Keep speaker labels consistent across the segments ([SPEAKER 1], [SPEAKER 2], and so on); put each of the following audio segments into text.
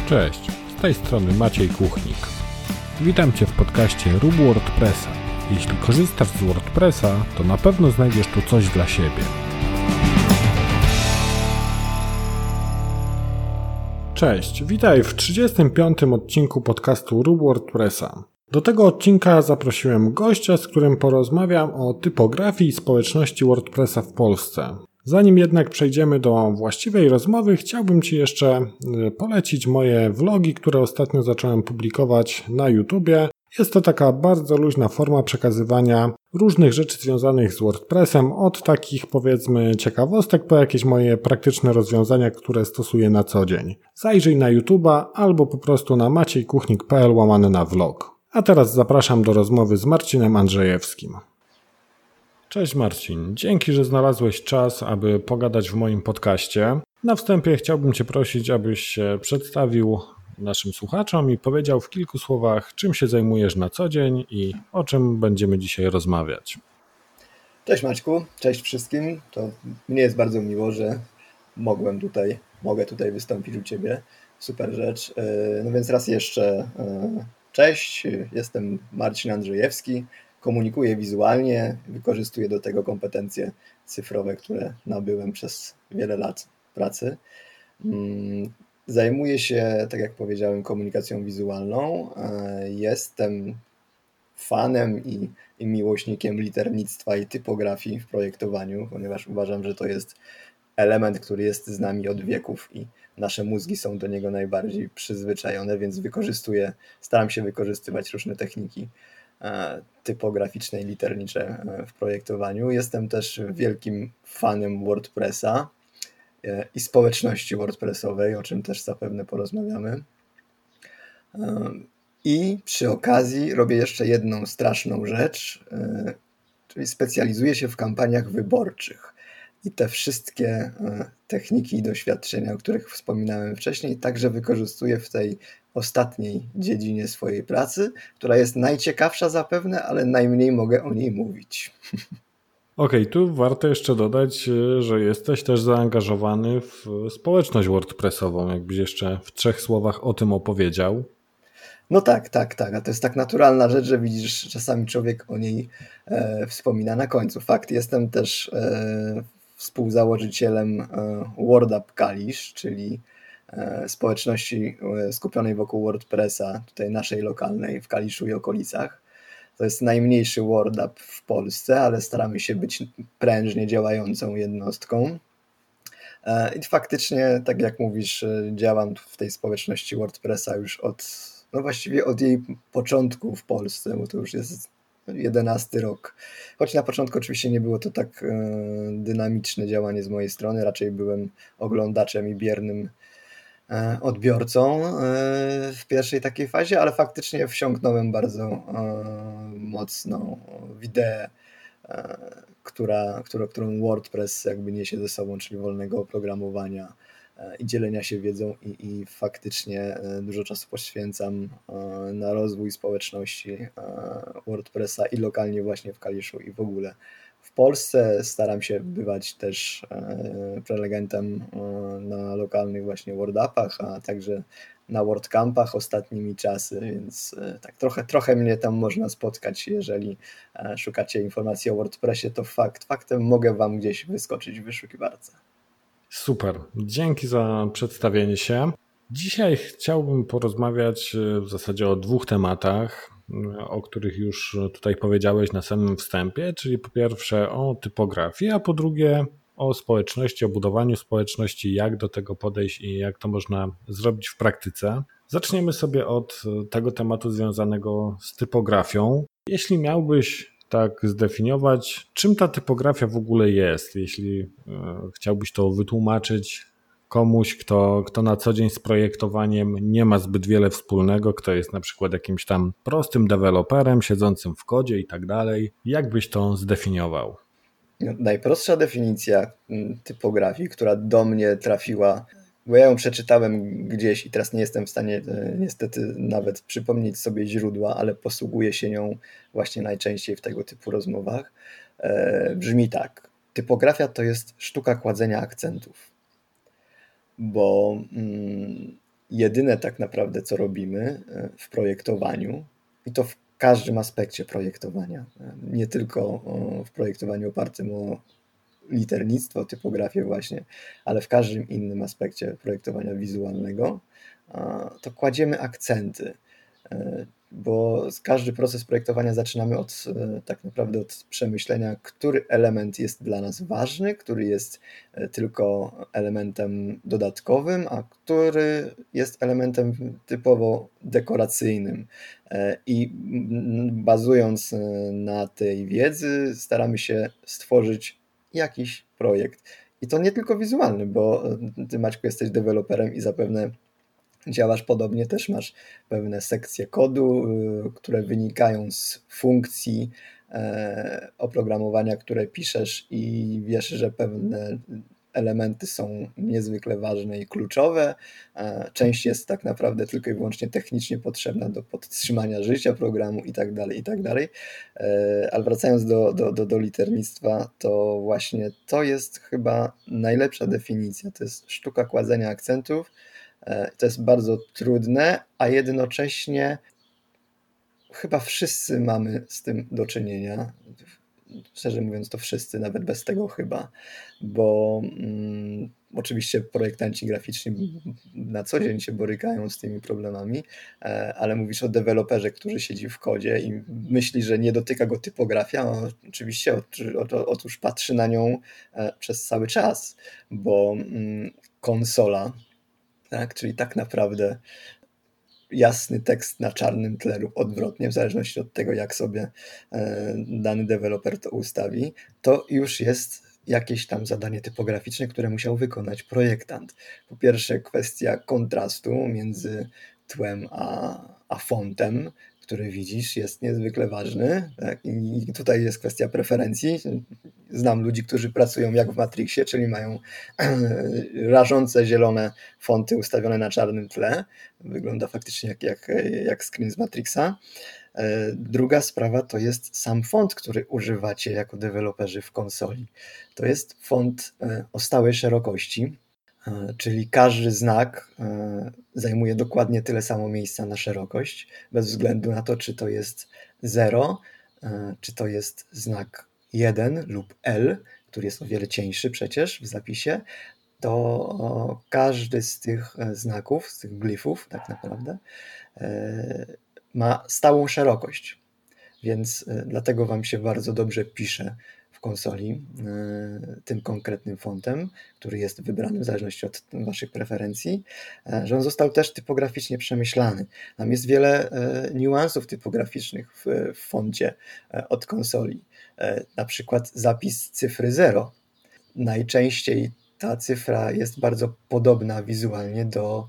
[SPEAKER 1] Cześć, z tej strony Maciej Kuchnik. Witam Cię w podcaście Rób WordPressa. Jeśli korzystasz z WordPressa, to na pewno znajdziesz tu coś dla siebie. Cześć, witaj w 35. odcinku podcastu Rób WordPressa. Do tego odcinka zaprosiłem gościa, z którym porozmawiam o typografii i społeczności WordPressa w Polsce. Zanim jednak przejdziemy do właściwej rozmowy, chciałbym Ci jeszcze polecić moje vlogi, które ostatnio zacząłem publikować na YouTubie. Jest to taka bardzo luźna forma przekazywania różnych rzeczy związanych z WordPressem, od takich powiedzmy ciekawostek po jakieś moje praktyczne rozwiązania, które stosuję na co dzień. Zajrzyj na YouTuba albo po prostu na maciejkuchnik.pl/vlog. A teraz zapraszam do rozmowy z Marcinem Andrzejewskim. Cześć Marcin, dzięki, że znalazłeś czas, aby pogadać w moim podcaście. Na wstępie chciałbym Cię prosić, abyś się przedstawił naszym słuchaczom i powiedział w kilku słowach, czym się zajmujesz na co dzień i o czym będziemy dzisiaj rozmawiać.
[SPEAKER 2] Cześć Maćku, cześć wszystkim. To mnie jest bardzo miło, że mogę tutaj wystąpić u Ciebie. Super rzecz. No więc raz jeszcze cześć, jestem Marcin Andrzejewski. Komunikuję wizualnie, wykorzystuję do tego kompetencje cyfrowe, które nabyłem przez wiele lat pracy. Zajmuję się, tak jak powiedziałem, komunikacją wizualną. Jestem fanem i miłośnikiem liternictwa i typografii w projektowaniu, ponieważ uważam, że to jest element, który jest z nami od wieków i nasze mózgi są do niego najbardziej przyzwyczajone, więc staram się wykorzystywać różne techniki typograficzne i liternicze w projektowaniu. Jestem też wielkim fanem WordPressa i społeczności WordPressowej, o czym też zapewne porozmawiamy. I przy okazji robię jeszcze jedną straszną rzecz, czyli specjalizuję się w kampaniach wyborczych. I te wszystkie techniki i doświadczenia, o których wspominałem wcześniej, także wykorzystuję w tej ostatniej dziedzinie swojej pracy, która jest najciekawsza zapewne, ale najmniej mogę o niej mówić.
[SPEAKER 1] Okej, tu warto jeszcze dodać, że jesteś też zaangażowany w społeczność WordPressową. Jakbyś jeszcze w 3 słowach o tym opowiedział.
[SPEAKER 2] No tak. A to jest tak naturalna rzecz, że widzisz, czasami człowiek o niej wspomina na końcu. Fakt, jestem też współzałożycielem WordUp Kalisz, czyli społeczności skupionej wokół WordPressa, tutaj naszej lokalnej w Kaliszu i okolicach. To jest najmniejszy WordUp w Polsce, ale staramy się być prężnie działającą jednostką. I faktycznie, tak jak mówisz, działam w tej społeczności WordPressa już właściwie od jej początku w Polsce, bo to już jest 11 rok. Choć na początku oczywiście nie było to tak dynamiczne działanie z mojej strony, raczej byłem oglądaczem i biernym odbiorcą w pierwszej takiej fazie, ale faktycznie wsiąknąłem bardzo mocno w ideę, którą WordPress jakby niesie ze sobą, czyli wolnego oprogramowania i dzielenia się wiedzą i faktycznie dużo czasu poświęcam na rozwój społeczności WordPressa i lokalnie właśnie w Kaliszu i w ogóle w Polsce. Staram się bywać też prelegentem na lokalnych właśnie WordUpach, a także na WordCampach ostatnimi czasy, więc tak trochę mnie tam można spotkać. Jeżeli szukacie informacji o WordPressie, to faktem mogę Wam gdzieś wyskoczyć w wyszukiwarce.
[SPEAKER 1] Super, dzięki za przedstawienie się. Dzisiaj chciałbym porozmawiać w zasadzie o 2 tematach, o których już tutaj powiedziałeś na samym wstępie, czyli po pierwsze o typografii, a po drugie o społeczności, o budowaniu społeczności, jak do tego podejść i jak to można zrobić w praktyce. Zaczniemy sobie od tego tematu związanego z typografią. Jeśli miałbyś tak zdefiniować, czym ta typografia w ogóle jest, jeśli chciałbyś to wytłumaczyć komuś, kto na co dzień z projektowaniem nie ma zbyt wiele wspólnego, kto jest na przykład jakimś tam prostym deweloperem siedzącym w kodzie i tak dalej, jak byś to zdefiniował?
[SPEAKER 2] Najprostsza definicja typografii, która do mnie trafiła, bo ja ją przeczytałem gdzieś i teraz nie jestem w stanie niestety nawet przypomnieć sobie źródła, ale posługuję się nią właśnie najczęściej w tego typu rozmowach, brzmi tak. Typografia to jest sztuka kładzenia akcentów, bo jedyne tak naprawdę, co robimy w projektowaniu, i to w każdym aspekcie projektowania, nie tylko w projektowaniu opartym o liternictwo, typografię właśnie, ale w każdym innym aspekcie projektowania wizualnego, to kładziemy akcenty, bo każdy proces projektowania zaczynamy tak naprawdę od przemyślenia, który element jest dla nas ważny, który jest tylko elementem dodatkowym, a który jest elementem typowo dekoracyjnym. I bazując na tej wiedzy staramy się stworzyć jakiś projekt. I to nie tylko wizualny, bo ty, Maćku, jesteś deweloperem i zapewne działasz podobnie, też masz pewne sekcje kodu, które wynikają z funkcji oprogramowania, które piszesz i wiesz, że pewne elementy są niezwykle ważne i kluczowe. Część jest tak naprawdę tylko i wyłącznie technicznie potrzebna do podtrzymania życia programu i tak dalej, i tak dalej. Ale wracając do liternictwa, to właśnie to jest chyba najlepsza definicja. To jest sztuka kładzenia akcentów. To jest bardzo trudne, a jednocześnie chyba wszyscy mamy z tym do czynienia. Szczerze mówiąc, to wszyscy, nawet bez tego chyba, bo oczywiście projektanci graficzni na co dzień się borykają z tymi problemami, ale mówisz o deweloperze, który siedzi w kodzie i myśli, że nie dotyka go typografia. Oczywiście, otóż patrzy na nią przez cały czas, bo konsola, tak, czyli tak naprawdę jasny tekst na czarnym tle lub odwrotnie, w zależności od tego, jak sobie dany deweloper to ustawi, to już jest jakieś tam zadanie typograficzne, które musiał wykonać projektant. Po pierwsze, kwestia kontrastu między tłem a fontem, który widzisz, jest niezwykle ważny. Tak? I tutaj jest kwestia preferencji. Znam ludzi, którzy pracują jak w Matrixie, czyli mają rażące zielone fonty ustawione na czarnym tle. Wygląda faktycznie jak screen z Matrixa. Druga sprawa to jest sam font, który używacie jako deweloperzy w konsoli. To jest font o stałej szerokości, czyli każdy znak zajmuje dokładnie tyle samo miejsca na szerokość, bez względu na to, czy to jest 0, czy to jest znak 1 lub L, który jest o wiele cieńszy przecież w zapisie, to każdy z tych znaków, z tych glifów tak naprawdę ma stałą szerokość, więc dlatego Wam się bardzo dobrze pisze w konsoli tym konkretnym fontem, który jest wybrany w zależności od Waszych preferencji, że on został też typograficznie przemyślany. Tam jest wiele niuansów typograficznych w foncie od konsoli. Na przykład zapis cyfry 0. Najczęściej ta cyfra jest bardzo podobna wizualnie do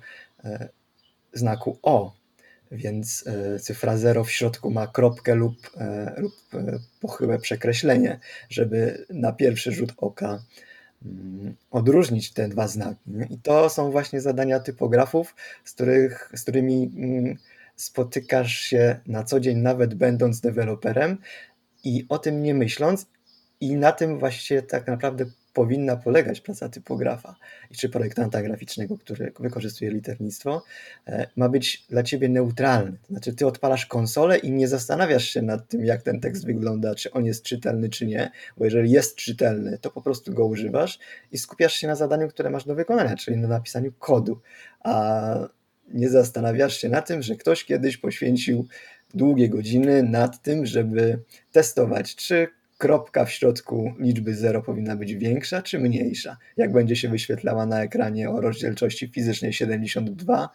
[SPEAKER 2] znaku O, więc cyfra 0 w środku ma kropkę lub pochyłe przekreślenie, żeby na pierwszy rzut oka odróżnić te dwa znaki. I to są właśnie zadania typografów, z którymi spotykasz się na co dzień, nawet będąc deweloperem i o tym nie myśląc, i na tym właśnie tak naprawdę powinna polegać praca typografa czy projektanta graficznego, który wykorzystuje liternictwo. Ma być dla ciebie neutralny. To znaczy, ty odpalasz konsolę i nie zastanawiasz się nad tym, jak ten tekst wygląda, czy on jest czytelny, czy nie, bo jeżeli jest czytelny, to po prostu go używasz i skupiasz się na zadaniu, które masz do wykonania, czyli na napisaniu kodu, a nie zastanawiasz się na tym, że ktoś kiedyś poświęcił długie godziny nad tym, żeby testować, czy kropka w środku liczby 0 powinna być większa czy mniejsza. Jak będzie się wyświetlała na ekranie o rozdzielczości fizycznej 72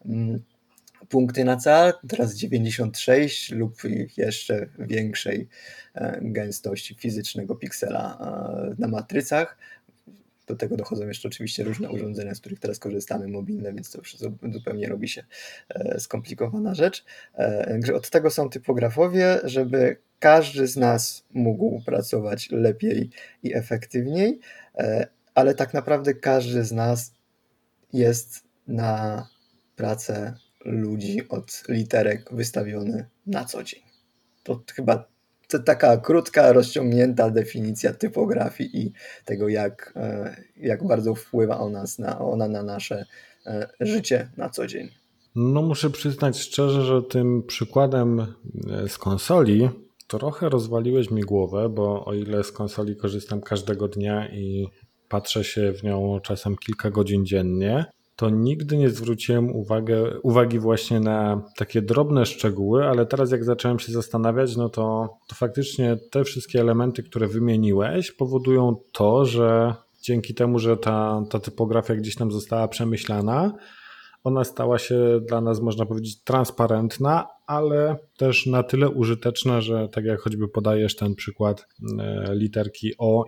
[SPEAKER 2] punkty na cal, teraz 96 lub jeszcze większej gęstości fizycznego piksela na matrycach. Do tego dochodzą jeszcze oczywiście różne urządzenia, z których teraz korzystamy, mobilne, więc to już zupełnie robi się skomplikowana rzecz. Od tego są typografowie, żeby każdy z nas mógł pracować lepiej i efektywniej, ale tak naprawdę każdy z nas jest na pracę ludzi od literek wystawiony na co dzień. To chyba taka krótka, rozciągnięta definicja typografii i tego, jak bardzo wpływa ona na nasze życie na co dzień.
[SPEAKER 1] No muszę przyznać szczerze, że tym przykładem z konsoli trochę rozwaliłeś mi głowę, bo o ile z konsoli korzystam każdego dnia i patrzę się w nią czasem kilka godzin dziennie, to nigdy nie zwróciłem uwagi właśnie na takie drobne szczegóły, ale teraz jak zacząłem się zastanawiać, no to faktycznie te wszystkie elementy, które wymieniłeś, powodują to, że dzięki temu, że ta typografia gdzieś tam została przemyślana, ona stała się dla nas, można powiedzieć, transparentna, ale też na tyle użyteczna, że tak jak choćby podajesz ten przykład literki O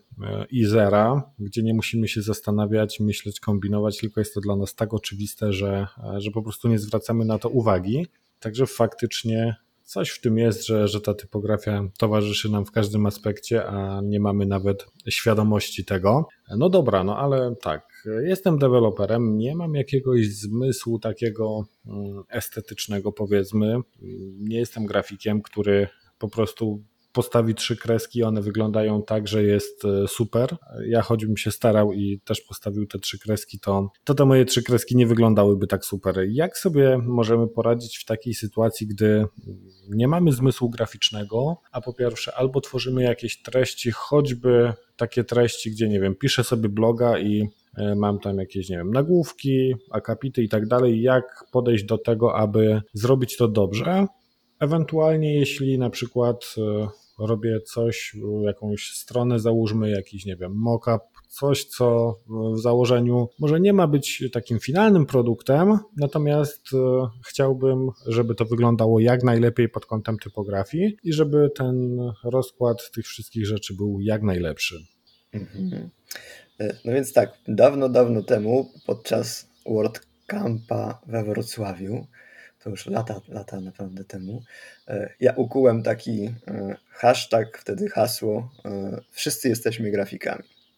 [SPEAKER 1] i zera, gdzie nie musimy się zastanawiać, myśleć, kombinować, tylko jest to dla nas tak oczywiste, że po prostu nie zwracamy na to uwagi. Także faktycznie coś w tym jest, że ta typografia towarzyszy nam w każdym aspekcie, a nie mamy nawet świadomości tego. No dobra, no ale tak, jestem deweloperem, nie mam jakiegoś zmysłu takiego estetycznego, powiedzmy. Nie jestem grafikiem, który po prostu postawi 3 kreski, one wyglądają tak, że jest super. Ja choćbym się starał i też postawił te 3 kreski, to te moje 3 kreski nie wyglądałyby tak super. Jak sobie możemy poradzić w takiej sytuacji, gdy nie mamy zmysłu graficznego, a po pierwsze albo tworzymy jakieś treści, choćby takie treści, gdzie nie wiem, piszę sobie bloga i mam tam jakieś, nie wiem, nagłówki, akapity i tak dalej, jak podejść do tego, aby zrobić to dobrze. Ewentualnie jeśli na przykład robię coś, jakąś stronę załóżmy, jakiś, nie wiem, mock-up, coś, co w założeniu może nie ma być takim finalnym produktem, natomiast chciałbym, żeby to wyglądało jak najlepiej pod kątem typografii i żeby ten rozkład tych wszystkich rzeczy był jak najlepszy.
[SPEAKER 2] Mhm. No więc tak, dawno temu podczas WordCampa we Wrocławiu, to już lata naprawdę temu, ja ukułem taki hashtag, wtedy hasło wszyscy jesteśmy grafikami.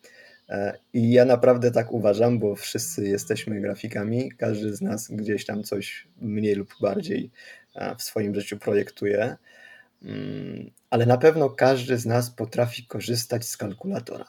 [SPEAKER 2] I ja naprawdę tak uważam, bo wszyscy jesteśmy grafikami, każdy z nas gdzieś tam coś mniej lub bardziej w swoim życiu projektuje, ale na pewno każdy z nas potrafi korzystać z kalkulatora,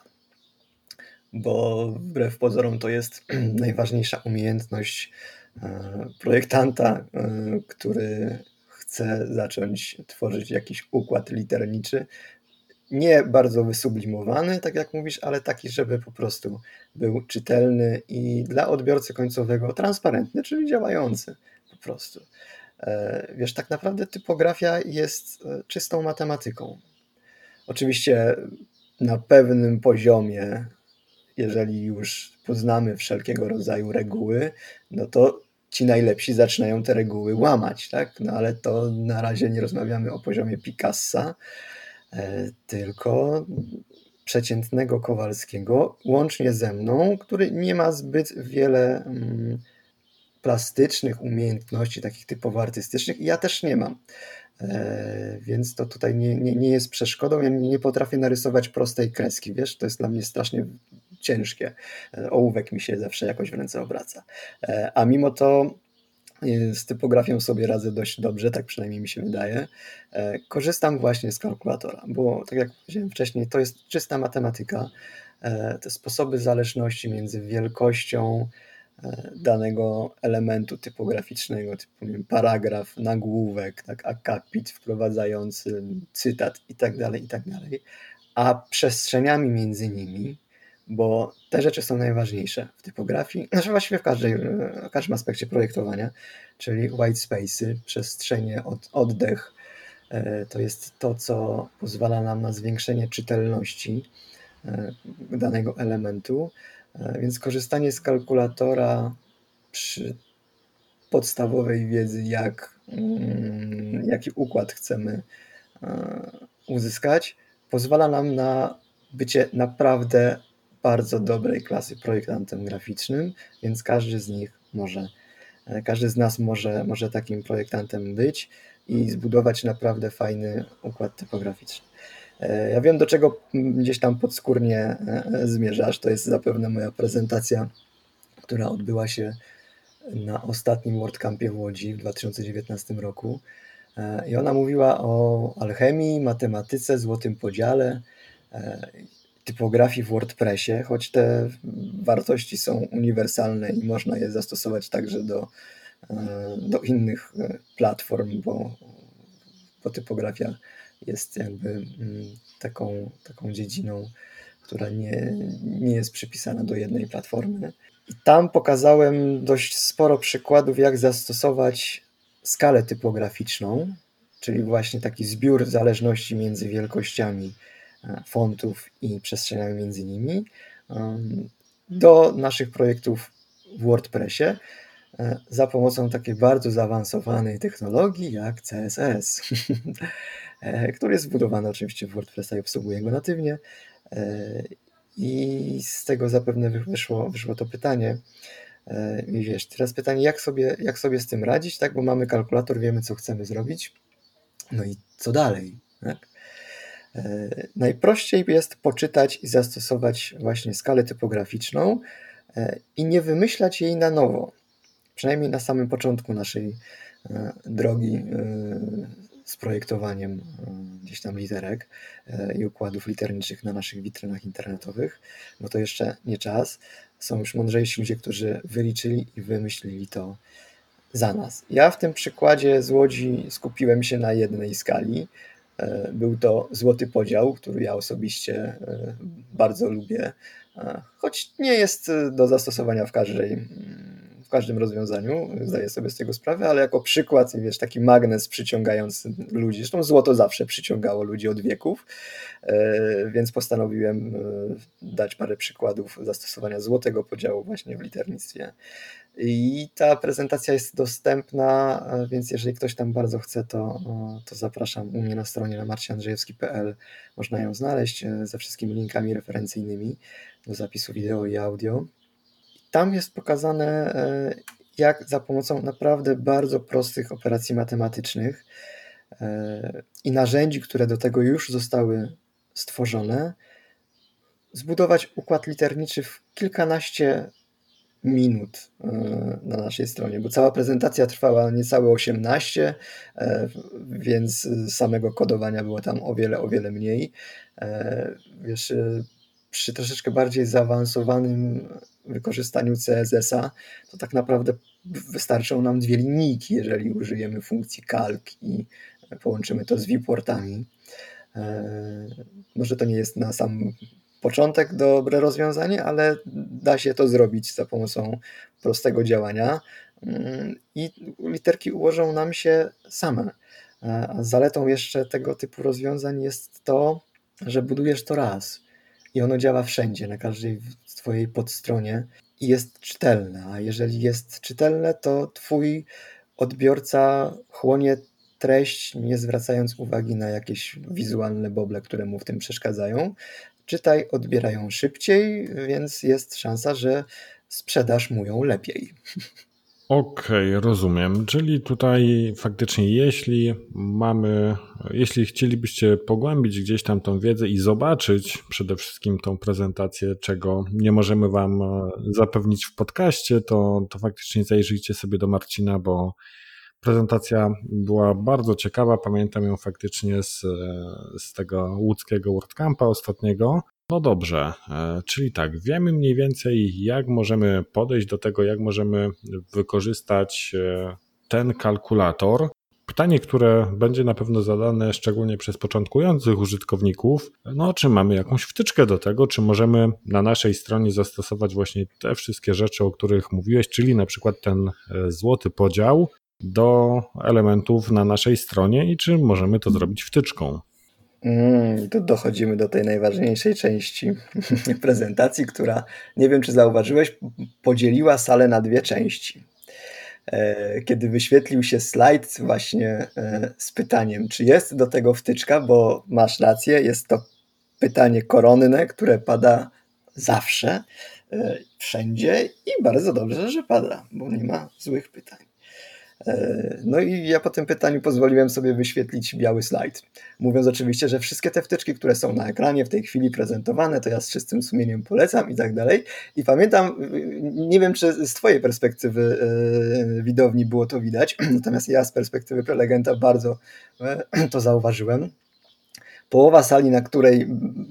[SPEAKER 2] bo wbrew pozorom to jest najważniejsza umiejętność projektanta, który chce zacząć tworzyć jakiś układ literniczy. Nie bardzo wysublimowany, tak jak mówisz, ale taki, żeby po prostu był czytelny i dla odbiorcy końcowego transparentny, czyli działający po prostu. Wiesz, tak naprawdę typografia jest czystą matematyką. Oczywiście na pewnym poziomie, jeżeli już poznamy wszelkiego rodzaju reguły, no to ci najlepsi zaczynają te reguły łamać, tak? No ale to na razie nie rozmawiamy o poziomie Picassa, tylko przeciętnego Kowalskiego, łącznie ze mną, który nie ma zbyt wiele plastycznych umiejętności, takich typowo artystycznych, i ja też nie mam. Więc to tutaj nie jest przeszkodą. Ja nie potrafię narysować prostej kreski, wiesz, to jest dla mnie strasznie ciężkie. Ołówek mi się zawsze jakoś w ręce obraca. A mimo to z typografią sobie radzę dość dobrze, tak przynajmniej mi się wydaje. Korzystam właśnie z kalkulatora, bo tak jak powiedziałem wcześniej, to jest czysta matematyka. Te sposoby zależności między wielkością danego elementu typograficznego, typu nie wiem, paragraf, nagłówek, tak, akapit wprowadzający, cytat i tak dalej, a przestrzeniami między nimi, bo te rzeczy są najważniejsze w typografii, znaczy właściwie w każdym aspekcie projektowania, czyli white space'y, przestrzenie, oddech, to jest to, co pozwala nam na zwiększenie czytelności danego elementu, więc korzystanie z kalkulatora przy podstawowej wiedzy, jaki układ chcemy uzyskać, pozwala nam na bycie naprawdę bardzo dobrej klasy projektantem graficznym, więc każdy z nas może takim projektantem być i zbudować naprawdę fajny układ typograficzny. Ja wiem, do czego gdzieś tam podskórnie zmierzasz. To jest zapewne moja prezentacja, która odbyła się na ostatnim WordCampie w Łodzi w 2019 roku. I ona mówiła o alchemii, matematyce, złotym podziale. typografii w WordPressie, choć te wartości są uniwersalne i można je zastosować także do innych platform, bo typografia jest jakby taką dziedziną, która nie jest przypisana do jednej platformy. I tam pokazałem dość sporo przykładów, jak zastosować skalę typograficzną, czyli właśnie taki zbiór zależności między wielkościami fontów i przestrzeniami między nimi do naszych projektów w WordPressie za pomocą takiej bardzo zaawansowanej technologii jak CSS, który jest zbudowany oczywiście w WordPressa i obsługuje go natywnie. I z tego zapewne wyszło to pytanie. I wiesz, teraz pytanie, jak sobie z tym radzić, tak? Bo mamy kalkulator, wiemy, co chcemy zrobić. No i co dalej? Tak? Najprościej jest poczytać i zastosować właśnie skalę typograficzną i nie wymyślać jej na nowo. Przynajmniej na samym początku naszej drogi z projektowaniem gdzieś tam literek i układów literniczych na naszych witrynach internetowych, bo to jeszcze nie czas. Są już mądrzejsi ludzie, którzy wyliczyli i wymyślili to za nas. Ja w tym przykładzie z Łodzi skupiłem się na jednej skali. Był to złoty podział, który ja osobiście bardzo lubię, choć nie jest do zastosowania w każdym rozwiązaniu, zdaję sobie z tego sprawę, ale jako przykład, wiesz, taki magnes przyciągający ludzi. Zresztą złoto zawsze przyciągało ludzi od wieków, więc postanowiłem dać parę przykładów zastosowania złotego podziału właśnie w liternictwie. I ta prezentacja jest dostępna, więc jeżeli ktoś tam bardzo chce, to zapraszam u mnie na stronie na marcinandrzejewski.pl. Można ją znaleźć ze wszystkimi linkami referencyjnymi do zapisu wideo i audio. Tam jest pokazane, jak za pomocą naprawdę bardzo prostych operacji matematycznych i narzędzi, które do tego już zostały stworzone, zbudować układ literniczy w kilkanaście minut na naszej stronie, bo cała prezentacja trwała niecałe 18, więc samego kodowania było tam o wiele mniej. Wiesz, przy troszeczkę bardziej zaawansowanym wykorzystaniu CSS-a, to tak naprawdę wystarczą nam 2 linijki, jeżeli użyjemy funkcji calc i połączymy to z viewportami. Może to nie jest na sam początek dobre rozwiązanie, ale da się to zrobić za pomocą prostego działania i literki ułożą nam się same. A zaletą jeszcze tego typu rozwiązań jest to, że budujesz to raz i ono działa wszędzie, na każdej twojej podstronie i jest czytelne, a jeżeli jest czytelne, to twój odbiorca chłonie treść, nie zwracając uwagi na jakieś wizualne boble, które mu w tym przeszkadzają. Czytaj, odbierają szybciej, więc jest szansa, że sprzedasz mu ją lepiej.
[SPEAKER 1] Okej, rozumiem. Czyli tutaj faktycznie, jeśli chcielibyście pogłębić gdzieś tam tą wiedzę i zobaczyć przede wszystkim tą prezentację, czego nie możemy wam zapewnić w podcaście, to faktycznie zajrzyjcie sobie do Marcina, bo prezentacja była bardzo ciekawa. Pamiętam ją faktycznie z tego łódzkiego WordCampa ostatniego. No dobrze, czyli tak, wiemy mniej więcej, jak możemy podejść do tego, jak możemy wykorzystać ten kalkulator. Pytanie, które będzie na pewno zadane szczególnie przez początkujących użytkowników, no czy mamy jakąś wtyczkę do tego, czy możemy na naszej stronie zastosować właśnie te wszystkie rzeczy, o których mówiłeś, czyli na przykład ten złoty podział do elementów na naszej stronie i czy możemy to zrobić wtyczką.
[SPEAKER 2] Tu dochodzimy do tej najważniejszej części prezentacji, która, nie wiem czy zauważyłeś, podzieliła salę na 2 części. Kiedy wyświetlił się slajd właśnie z pytaniem, czy jest do tego wtyczka, bo masz rację, jest to pytanie koronne, które pada zawsze, wszędzie i bardzo dobrze, że pada, bo nie ma złych pytań. No i ja po tym pytaniu pozwoliłem sobie wyświetlić biały slajd. Mówiąc oczywiście, że wszystkie te wtyczki, które są na ekranie w tej chwili prezentowane, to ja z czystym sumieniem polecam i tak dalej. I pamiętam, nie wiem czy z twojej perspektywy widowni było to widać, natomiast ja z perspektywy prelegenta bardzo to zauważyłem. Połowa sali,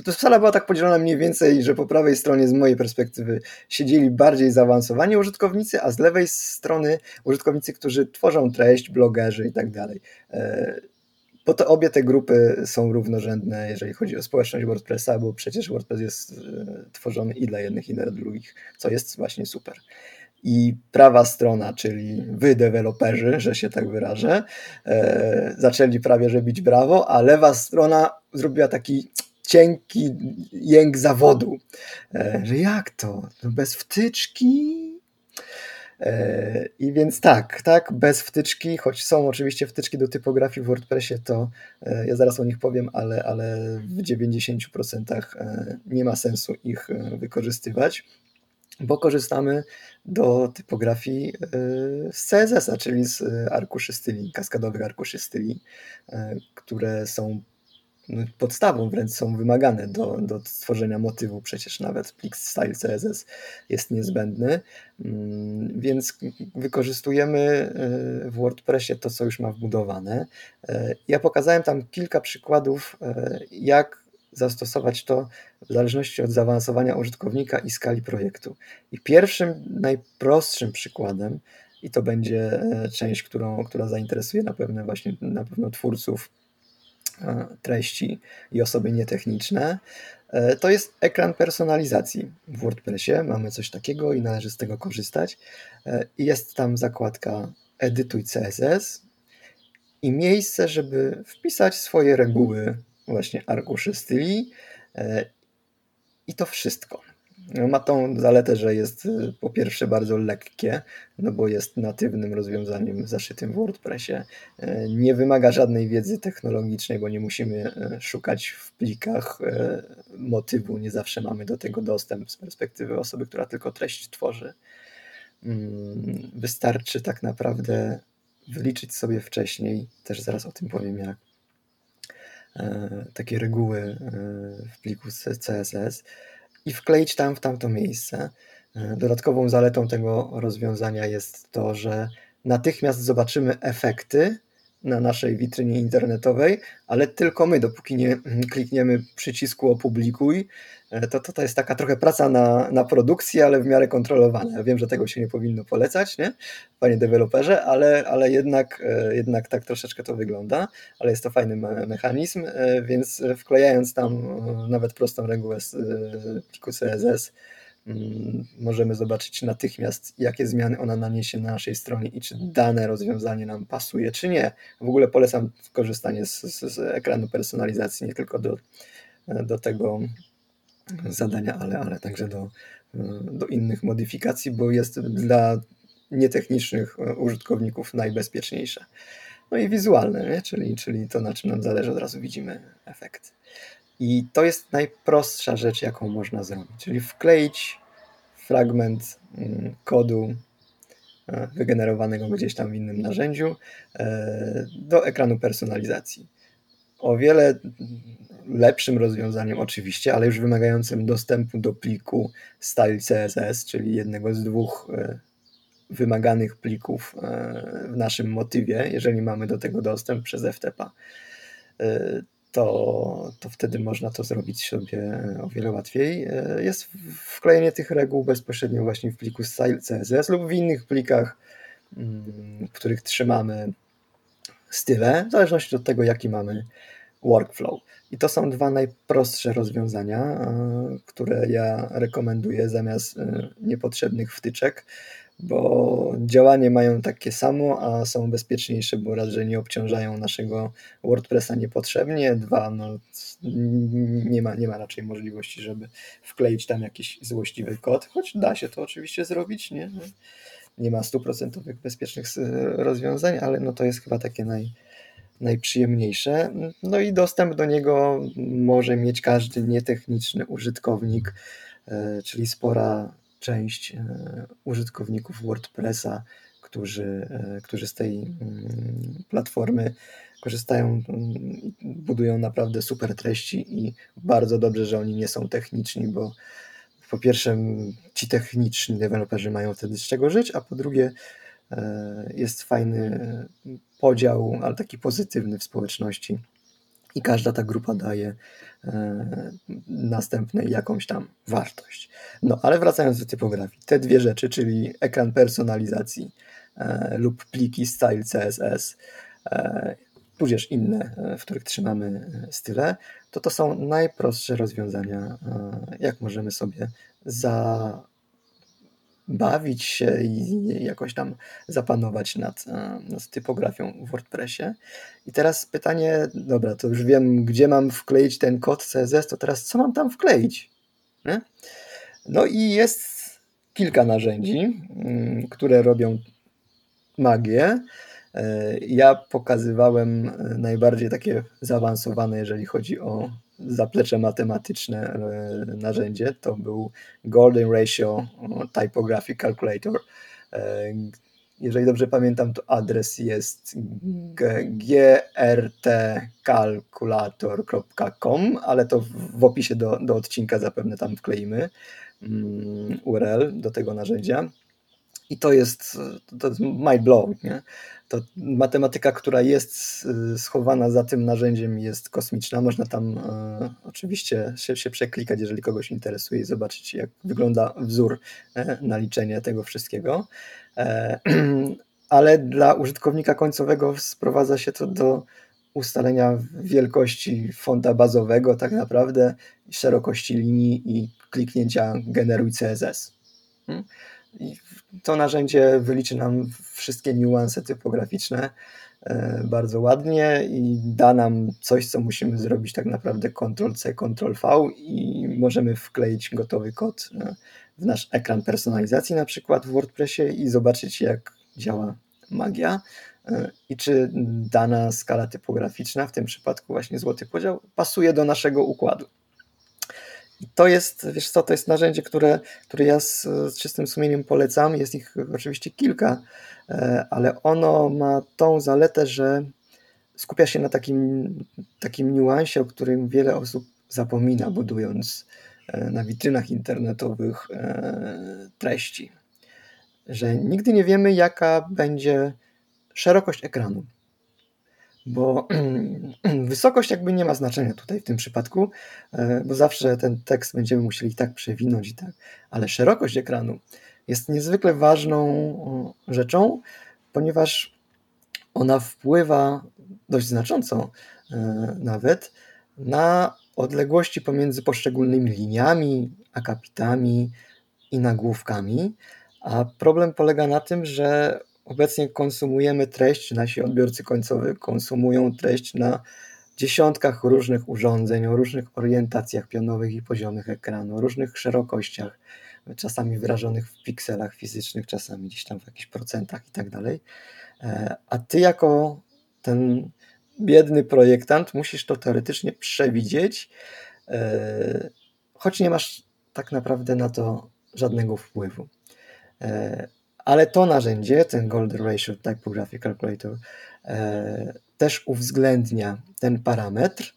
[SPEAKER 2] to sala była tak podzielona mniej więcej, że po prawej stronie z mojej perspektywy siedzieli bardziej zaawansowani użytkownicy, a z lewej strony użytkownicy, którzy tworzą treść, blogerzy i tak dalej. Bo to obie te grupy są równorzędne, jeżeli chodzi o społeczność WordPressa, bo przecież WordPress jest tworzony i dla jednych, i dla drugich, co jest właśnie super. I prawa strona, czyli wy deweloperzy, że się tak wyrażę, zaczęli prawie że bić brawo, a lewa strona zrobiła taki cienki jęk zawodu, że jak to? Bez wtyczki? I więc tak, bez wtyczki, choć są oczywiście wtyczki do typografii w WordPressie, to ja zaraz o nich powiem, ale w 90% nie ma sensu ich wykorzystywać, bo korzystamy do typografii z CSS-a, czyli z arkuszy styli, kaskadowych arkuszy styli, które są podstawą, wręcz są wymagane do stworzenia motywu. Przecież nawet plik style CSS jest niezbędny, więc wykorzystujemy w WordPressie to, co już ma wbudowane. Ja pokazałem tam kilka przykładów, jak zastosować to w zależności od zaawansowania użytkownika i skali projektu. I pierwszym, najprostszym przykładem, i to będzie część, która zainteresuje na pewno twórców treści i osoby nietechniczne, to jest ekran personalizacji w WordPressie. Mamy coś takiego i należy z tego korzystać. Jest tam zakładka Edytuj CSS i miejsce, żeby wpisać swoje reguły właśnie arkuszy styli i to wszystko. Ma tą zaletę, że jest po pierwsze bardzo lekkie, no bo jest natywnym rozwiązaniem zaszytym w WordPressie. Nie wymaga żadnej wiedzy technologicznej, bo nie musimy szukać w plikach motywu. Nie zawsze mamy do tego dostęp z perspektywy osoby, która tylko treść tworzy. Wystarczy tak naprawdę wyliczyć sobie wcześniej, też zaraz o tym powiem jak, takie reguły w pliku CSS i wkleić tam w tamto miejsce. Dodatkową zaletą tego rozwiązania jest to, że natychmiast zobaczymy efekty na naszej witrynie internetowej, ale tylko my, dopóki nie klikniemy przycisku opublikuj, to jest taka trochę praca na produkcji, ale w miarę kontrolowana. Ja wiem, że tego się nie powinno polecać, nie? Panie deweloperze, ale jednak tak troszeczkę to wygląda, ale jest to fajny mechanizm, więc wklejając tam nawet prostą regułę z pliku CSS, możemy zobaczyć natychmiast, jakie zmiany ona naniesie na naszej stronie i czy dane rozwiązanie nam pasuje, czy nie. W ogóle polecam korzystanie z ekranu personalizacji nie tylko do tego zadania, ale także do innych modyfikacji, bo jest dla nietechnicznych użytkowników najbezpieczniejsze. No i wizualne, nie? Czyli to, na czym nam zależy, od razu widzimy efekt. I to jest najprostsza rzecz, jaką można zrobić, czyli wkleić fragment kodu wygenerowanego gdzieś tam w innym narzędziu do ekranu personalizacji. O wiele lepszym rozwiązaniem oczywiście, ale już wymagającym dostępu do pliku style CSS, czyli jednego z dwóch wymaganych plików w naszym motywie, jeżeli mamy do tego dostęp przez FTP, to wtedy można to zrobić sobie o wiele łatwiej. Jest wklejenie tych reguł bezpośrednio właśnie w pliku style CSS lub w innych plikach, w których trzymamy style, w zależności od tego, jaki mamy workflow. I to są dwa najprostsze rozwiązania, które ja rekomenduję zamiast niepotrzebnych wtyczek, bo działanie mają takie samo, a są bezpieczniejsze, bo raz, że nie obciążają naszego WordPressa niepotrzebnie, dwa, no, nie ma raczej możliwości, żeby wkleić tam jakiś złośliwy kod, choć da się to oczywiście zrobić, nie ma 100% bezpiecznych rozwiązań, ale no to jest chyba takie najprzyjemniejsze. No i dostęp do niego może mieć każdy nietechniczny użytkownik, czyli spora część użytkowników WordPressa, którzy z tej platformy korzystają, budują naprawdę super treści i bardzo dobrze, że oni nie są techniczni, bo po pierwsze ci techniczni deweloperzy mają wtedy z czego żyć, a po drugie jest fajny podział, ale taki pozytywny w społeczności i każda ta grupa daje następnej jakąś tam wartość. No ale wracając do typografii, te dwie rzeczy, czyli ekran personalizacji lub pliki style CSS, tudzież inne, w których trzymamy style, to są najprostsze rozwiązania, jak możemy sobie bawić się i jakoś tam zapanować nad typografią w WordPressie. I teraz pytanie, dobra, to już wiem, gdzie mam wkleić ten kod CSS, to teraz co mam tam wkleić? Nie? No i jest kilka narzędzi, które robią magię. Ja pokazywałem najbardziej takie zaawansowane, jeżeli chodzi o zaplecze matematyczne narzędzie. To był Golden Ratio Typography Calculator. Jeżeli dobrze pamiętam, to adres jest grtcalculator.com, ale to w opisie do odcinka zapewne tam wkleimy URL do tego narzędzia. I to jest mind blowing, nie? To matematyka, która jest schowana za tym narzędziem, jest kosmiczna. Można tam oczywiście się przeklikać, jeżeli kogoś interesuje, i zobaczyć, jak wygląda wzór na liczenie tego wszystkiego. Ale dla użytkownika końcowego sprowadza się to do ustalenia wielkości fonta bazowego, tak naprawdę, szerokości linii i kliknięcia generuj CSS. I to narzędzie wyliczy nam wszystkie niuanse typograficzne bardzo ładnie i da nam coś, co musimy zrobić tak naprawdę Ctrl-C, Ctrl-V i możemy wkleić gotowy kod w nasz ekran personalizacji, na przykład w WordPressie, i zobaczyć, jak działa magia i czy dana skala typograficzna, w tym przypadku właśnie złoty podział, pasuje do naszego układu. I to jest, wiesz co, to jest narzędzie, które ja z czystym sumieniem polecam. Jest ich oczywiście kilka, ale ono ma tą zaletę, że skupia się na takim niuansie, o którym wiele osób zapomina, budując na witrynach internetowych treści. Że nigdy nie wiemy, jaka będzie szerokość ekranu. Bo wysokość jakby nie ma znaczenia tutaj w tym przypadku, bo zawsze ten tekst będziemy musieli tak przewinąć i tak, ale szerokość ekranu jest niezwykle ważną rzeczą, ponieważ ona wpływa dość znacząco nawet na odległości pomiędzy poszczególnymi liniami, akapitami i nagłówkami, a problem polega na tym, że obecnie konsumujemy treść, nasi odbiorcy końcowi konsumują treść na dziesiątkach różnych urządzeń, o różnych orientacjach pionowych i poziomych ekranu, o różnych szerokościach, czasami wyrażonych w pikselach fizycznych, czasami gdzieś tam w jakichś procentach i tak dalej. A ty jako ten biedny projektant musisz to teoretycznie przewidzieć, choć nie masz tak naprawdę na to żadnego wpływu. Ale to narzędzie, ten Golden Ratio Typography Calculator, też uwzględnia ten parametr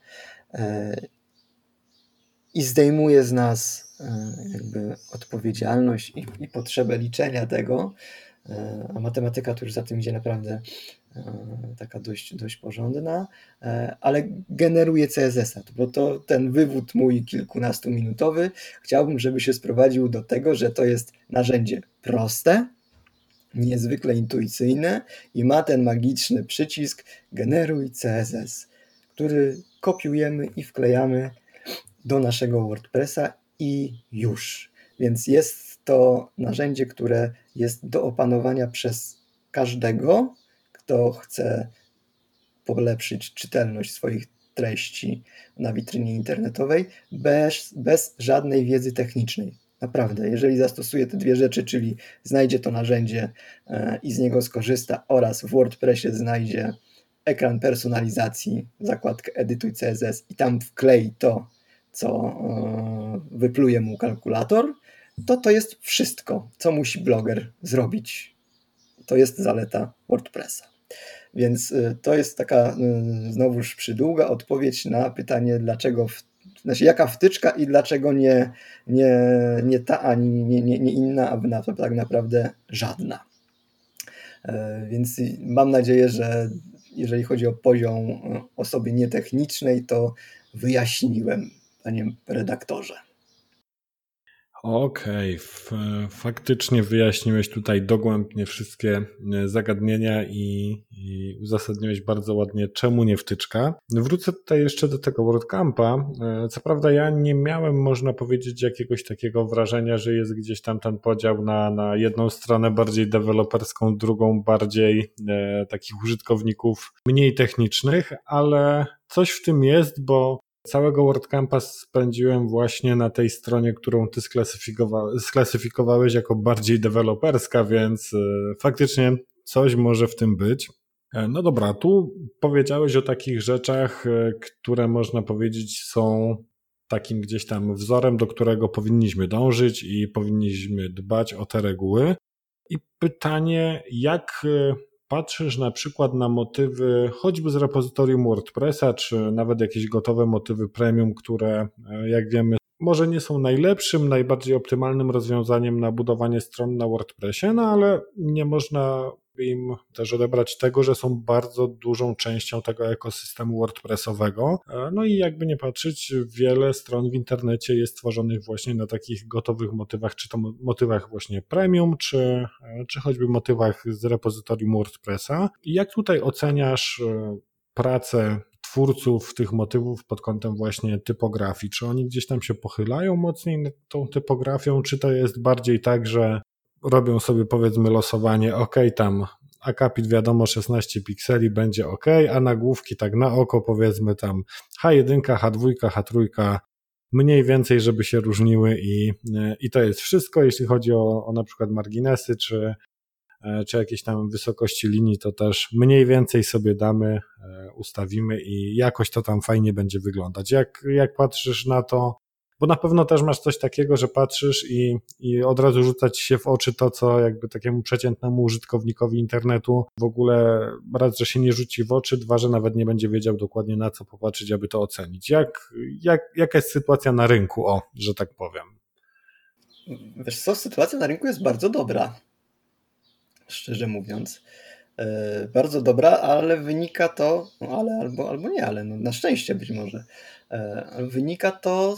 [SPEAKER 2] i zdejmuje z nas jakby odpowiedzialność i potrzebę liczenia tego, a matematyka tu już za tym idzie naprawdę taka dość porządna, ale generuje CSS-a, bo to ten wywód mój kilkunastominutowy chciałbym, żeby się sprowadził do tego, że to jest narzędzie proste, niezwykle intuicyjne i ma ten magiczny przycisk generuj CSS, który kopiujemy i wklejamy do naszego WordPressa i już. Więc jest to narzędzie, które jest do opanowania przez każdego, kto chce polepszyć czytelność swoich treści na witrynie internetowej bez żadnej wiedzy technicznej. Naprawdę, jeżeli zastosuje te dwie rzeczy, czyli znajdzie to narzędzie i z niego skorzysta oraz w WordPressie znajdzie ekran personalizacji, zakładkę edytuj CSS i tam wklei to, co wypluje mu kalkulator, to jest wszystko, co musi bloger zrobić. To jest zaleta WordPressa. Więc to jest taka znowuż przydługa odpowiedź na pytanie, dlaczego, znaczy jaka wtyczka i dlaczego nie ta, ani nie inna, a tak naprawdę żadna. Więc mam nadzieję, że jeżeli chodzi o poziom osoby nietechnicznej, to wyjaśniłem, panie redaktorze.
[SPEAKER 1] Okej, faktycznie wyjaśniłeś tutaj dogłębnie wszystkie zagadnienia i uzasadniłeś bardzo ładnie, czemu nie wtyczka. Wrócę tutaj jeszcze do tego WordCampa. Co prawda ja nie miałem, można powiedzieć, jakiegoś takiego wrażenia, że jest gdzieś tam ten podział na jedną stronę bardziej deweloperską, drugą bardziej takich użytkowników mniej technicznych, ale coś w tym jest, bo całego WordCampa spędziłem właśnie na tej stronie, którą ty sklasyfikowałeś jako bardziej deweloperska, więc faktycznie coś może w tym być. No dobra, tu powiedziałeś o takich rzeczach, które można powiedzieć są takim gdzieś tam wzorem, do którego powinniśmy dążyć i powinniśmy dbać o te reguły. I pytanie, jak patrzysz na przykład na motywy choćby z repozytorium WordPressa, czy nawet jakieś gotowe motywy premium, które jak wiemy może nie są najlepszym, najbardziej optymalnym rozwiązaniem na budowanie stron na WordPressie, no ale nie można im też odebrać tego, że są bardzo dużą częścią tego ekosystemu WordPressowego. No i jakby nie patrzeć, wiele stron w internecie jest tworzonych właśnie na takich gotowych motywach, czy to motywach właśnie premium, czy choćby motywach z repozytorium WordPressa. I jak tutaj oceniasz pracę twórców tych motywów pod kątem właśnie typografii? Czy oni gdzieś tam się pochylają mocniej nad tą typografią, czy to jest bardziej tak, że robią sobie powiedzmy losowanie, ok, tam akapit wiadomo 16 pikseli będzie ok, a nagłówki tak na oko powiedzmy tam H1, H2, H3 mniej więcej, żeby się różniły i to jest wszystko, jeśli chodzi o na przykład marginesy, czy jakieś tam wysokości linii, to też mniej więcej sobie damy, ustawimy i jakoś to tam fajnie będzie wyglądać. Jak patrzysz na to, bo na pewno też masz coś takiego, że patrzysz i od razu rzuca ci się w oczy to, co jakby takiemu przeciętnemu użytkownikowi internetu w ogóle raz, że się nie rzuci w oczy, dwa, że nawet nie będzie wiedział dokładnie na co popatrzeć, aby to ocenić. Jaka jest sytuacja na rynku, że tak powiem?
[SPEAKER 2] Wiesz co, sytuacja na rynku jest bardzo dobra, szczerze mówiąc. Bardzo dobra, ale wynika to, albo nie, ale no na szczęście być może, wynika to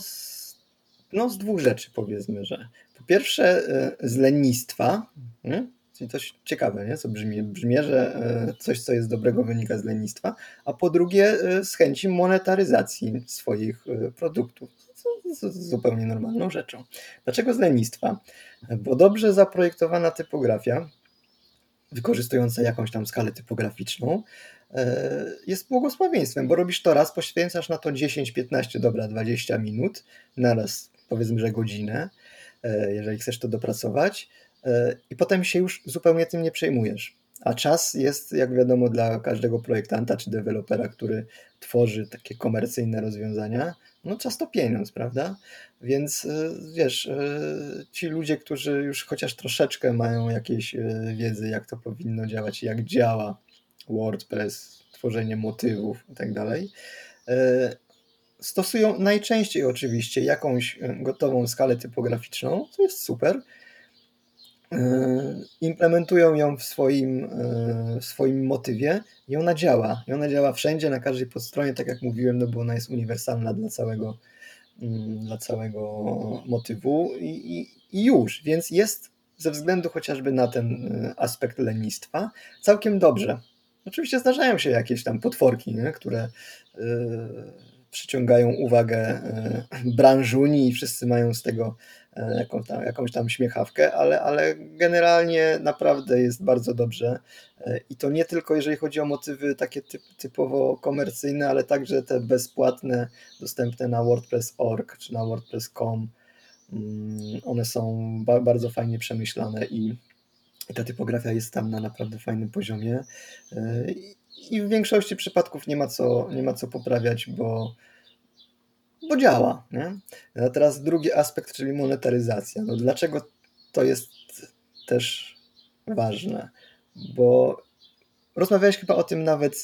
[SPEAKER 2] z dwóch rzeczy, powiedzmy, że po pierwsze z lenistwa, nie? Czyli coś ciekawe, nie? Co brzmi, że coś, co jest dobrego, wynika z lenistwa, a po drugie z chęci monetaryzacji swoich produktów, co jest zupełnie normalną rzeczą. Dlaczego z lenistwa? Bo dobrze zaprojektowana typografia, wykorzystująca jakąś tam skalę typograficzną, jest błogosławieństwem, bo robisz to raz, poświęcasz na to 10, 15, 20 minut, naraz powiedzmy, że godzinę, jeżeli chcesz to dopracować, i potem się już zupełnie tym nie przejmujesz. A czas jest, jak wiadomo, dla każdego projektanta czy dewelopera, który tworzy takie komercyjne rozwiązania, no czas to pieniądz, prawda? Więc wiesz, ci ludzie, którzy już chociaż troszeczkę mają jakiejś wiedzy, jak to powinno działać, jak działa WordPress, tworzenie motywów i tak dalej, stosują najczęściej oczywiście jakąś gotową skalę typograficzną, co jest super, implementują ją w swoim motywie i ona działa. I ona działa wszędzie, na każdej podstronie, tak jak mówiłem, no bo ona jest uniwersalna dla całego motywu i już. Więc jest ze względu chociażby na ten aspekt lenistwa całkiem dobrze. Oczywiście zdarzają się jakieś tam potworki, nie? Które przyciągają uwagę branżuni i wszyscy mają z tego jakąś tam śmiechawkę, ale generalnie naprawdę jest bardzo dobrze. I to nie tylko jeżeli chodzi o motywy takie typowo komercyjne, ale także te bezpłatne, dostępne na WordPress.org czy na WordPress.com. One są bardzo fajnie przemyślane i ta typografia jest tam na naprawdę fajnym poziomie. I w większości przypadków nie ma co poprawiać, bo działa. Nie? A teraz drugi aspekt, czyli monetaryzacja. No dlaczego to jest też ważne? Bo Rozmawiałeś chyba o tym nawet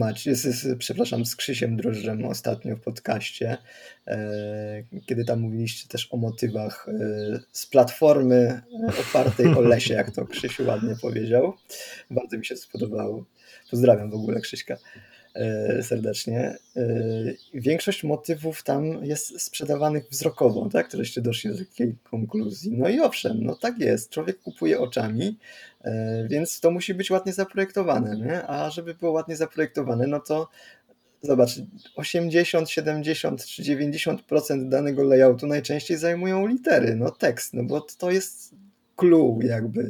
[SPEAKER 2] z Krzysiem Drożdżem ostatnio w podcaście, kiedy tam mówiliście też o motywach z platformy opartej o lesie, jak to Krzysiu ładnie powiedział. Bardzo mi się spodobało. Pozdrawiam w ogóle Krzyśka serdecznie. Większość motywów tam jest sprzedawanych wzrokowo, tak? Żeście doszli do takiej konkluzji. No i owszem, no tak jest. Człowiek kupuje oczami, więc to musi być ładnie zaprojektowane, nie? A żeby było ładnie zaprojektowane, no to zobacz, 80, 70 czy 90% danego layoutu najczęściej zajmują litery, no tekst, no bo to jest clue jakby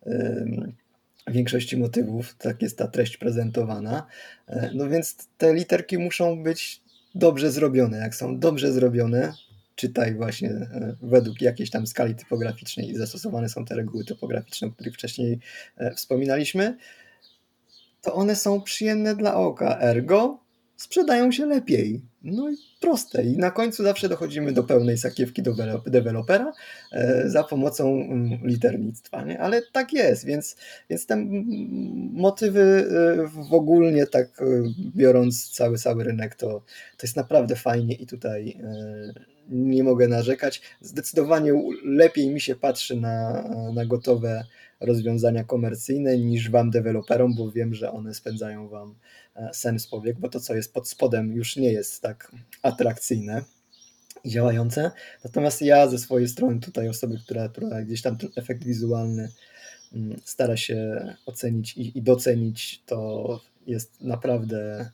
[SPEAKER 2] większości motywów, tak jest ta treść prezentowana. No więc te literki muszą być dobrze zrobione. Jak są dobrze zrobione, czytaj właśnie według jakiejś tam skali typograficznej i zastosowane są te reguły typograficzne, o których wcześniej wspominaliśmy, to one są przyjemne dla oka, ergo sprzedają się lepiej. No i proste. I na końcu zawsze dochodzimy do pełnej sakiewki do dewelopera za pomocą liternictwa. Nie? Ale tak jest, więc te motywy w ogólnie tak biorąc cały rynek, to jest naprawdę fajnie i tutaj nie mogę narzekać. Zdecydowanie lepiej mi się patrzy na gotowe rozwiązania komercyjne niż wam deweloperom, bo wiem, że one spędzają wam sen z powiek, bo to, co jest pod spodem, już nie jest tak atrakcyjne i działające. Natomiast ja ze swojej strony tutaj osoby, która gdzieś tam ten efekt wizualny stara się ocenić i docenić, to jest naprawdę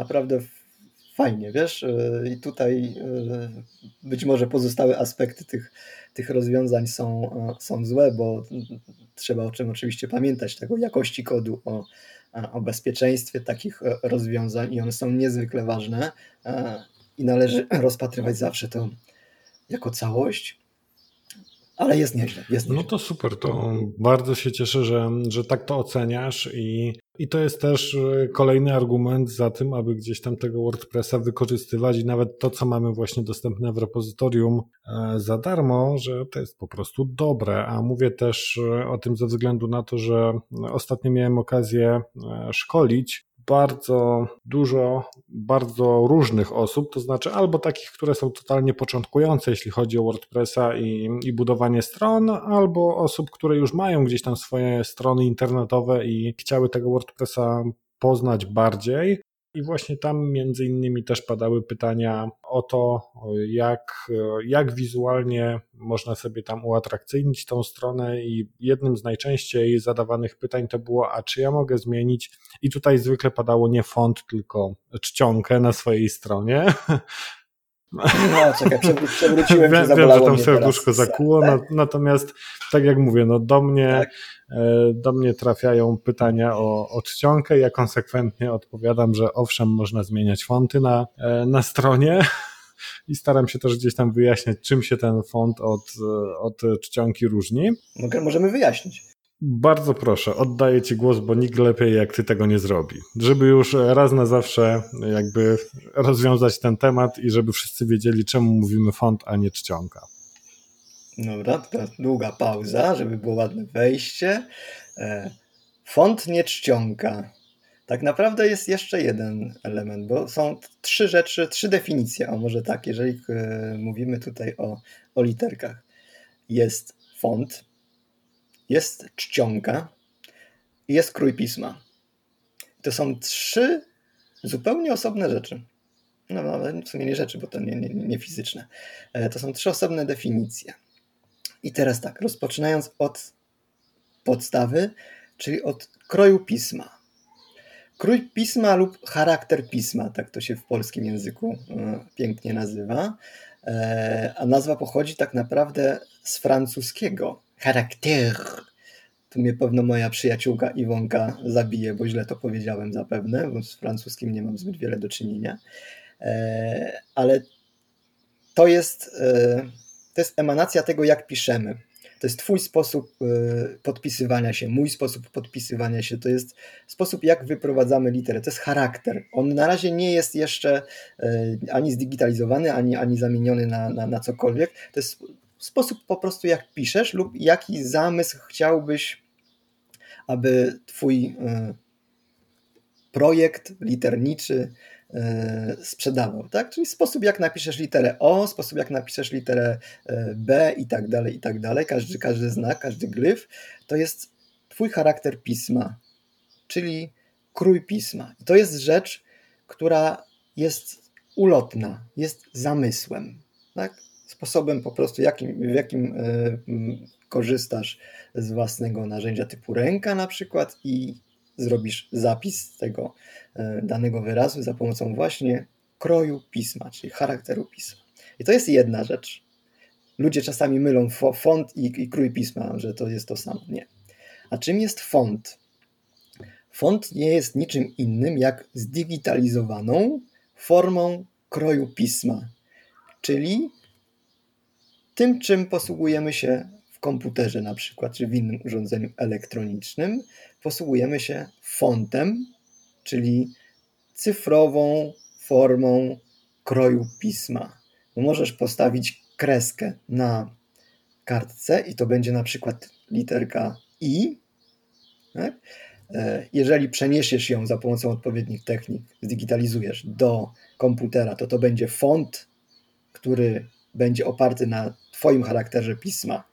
[SPEAKER 2] fajnie, wiesz? I tutaj być może pozostałe aspekty tych rozwiązań są złe, bo trzeba o czym oczywiście pamiętać, tego jakości kodu, o bezpieczeństwie takich rozwiązań i one są niezwykle ważne i należy rozpatrywać zawsze to jako całość, ale jest nieźle.
[SPEAKER 1] No to super, to bardzo się cieszę, że tak to oceniasz i to jest też kolejny argument za tym, aby gdzieś tam tego WordPressa wykorzystywać i nawet to, co mamy właśnie dostępne w repozytorium za darmo, że to jest po prostu dobre, a mówię też o tym ze względu na to, że ostatnio miałem okazję szkolić bardzo dużo, bardzo różnych osób, to znaczy albo takich, które są totalnie początkujące, jeśli chodzi o WordPressa i budowanie stron, albo osób, które już mają gdzieś tam swoje strony internetowe i chciały tego WordPressa poznać bardziej. I właśnie tam między innymi też padały pytania o to, jak wizualnie można sobie tam uatrakcyjnić tą stronę i jednym z najczęściej zadawanych pytań to było, a czy ja mogę zmienić, i tutaj zwykle padało nie font, tylko czcionkę na swojej stronie.
[SPEAKER 2] No czekaj, przewróciłem się,
[SPEAKER 1] Wiem, że tam serduszko zakuło, natomiast tak jak mówię, no do mnie trafiają pytania o czcionkę, ja konsekwentnie odpowiadam, że owszem, można zmieniać fonty na stronie i staram się też gdzieś tam wyjaśniać, czym się ten font od czcionki różni.
[SPEAKER 2] Możemy wyjaśnić.
[SPEAKER 1] Bardzo proszę, oddaję Ci głos, bo nikt lepiej jak Ty tego nie zrobi. Żeby już raz na zawsze jakby rozwiązać ten temat i żeby wszyscy wiedzieli, czemu mówimy font, a nie czcionka.
[SPEAKER 2] Dobra, teraz długa pauza, żeby było ładne wejście. Font, nie czcionka. Tak naprawdę jest jeszcze jeden element, bo są trzy definicje, o może tak, jeżeli mówimy tutaj o literkach. Jest font, jest czcionka i jest krój pisma. To są trzy zupełnie osobne rzeczy. No w sumie nie rzeczy, bo to nie fizyczne. To są trzy osobne definicje. I teraz tak, rozpoczynając od podstawy, czyli od kroju pisma. Krój pisma lub charakter pisma, tak to się w polskim języku pięknie nazywa. A nazwa pochodzi tak naprawdę z francuskiego. Charakter. Tu mnie pewno moja przyjaciółka Iwonka zabije, bo źle to powiedziałem zapewne, bo z francuskim nie mam zbyt wiele do czynienia. Ale to jest emanacja tego, jak piszemy. To jest twój sposób podpisywania się, mój sposób podpisywania się, to jest sposób, jak wyprowadzamy literę, to jest charakter. On na razie nie jest jeszcze ani zdigitalizowany, ani zamieniony na cokolwiek. To jest sposób po prostu, jak piszesz lub jaki zamysł chciałbyś, aby twój projekt literniczy sprzedawał, tak? Czyli sposób, jak napiszesz literę O, sposób, jak napiszesz literę B i tak dalej, i tak dalej. Każdy znak, każdy glyf to jest twój charakter pisma, czyli krój pisma. I to jest rzecz, która jest ulotna, jest zamysłem, tak? Sposobem po prostu, w jakim korzystasz z własnego narzędzia typu ręka na przykład i zrobisz zapis tego danego wyrazu za pomocą właśnie kroju pisma, czyli charakteru pisma. I to jest jedna rzecz. Ludzie czasami mylą font i krój pisma, że to jest to samo. Nie. A czym jest font? Font nie jest niczym innym jak zdigitalizowaną formą kroju pisma, czyli tym, czym posługujemy się w komputerze na przykład, czy w innym urządzeniu elektronicznym, posługujemy się fontem, czyli cyfrową formą kroju pisma. Bo możesz postawić kreskę na kartce i to będzie na przykład literka I. Tak? Jeżeli przeniesiesz ją za pomocą odpowiednich technik, zdigitalizujesz do komputera, to będzie font, który będzie oparty na twoim charakterze pisma,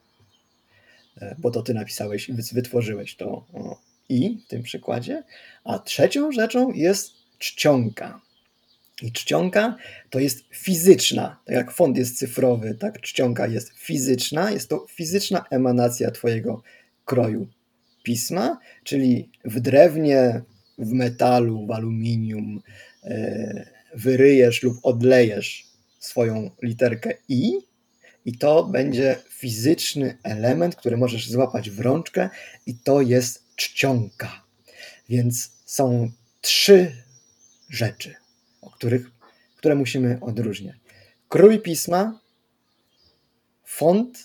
[SPEAKER 2] bo to ty napisałeś i wytworzyłeś to I w tym przykładzie. A trzecią rzeczą jest czcionka. I czcionka to jest fizyczna, tak jak font jest cyfrowy, tak czcionka jest fizyczna, jest to fizyczna emanacja twojego kroju pisma, czyli w drewnie, w metalu, w aluminium wyryjesz lub odlejesz swoją literkę i to będzie fizyczny element, który możesz złapać w rączkę i to jest czcionka. Więc są 3 rzeczy, które musimy odróżniać. Krój pisma, font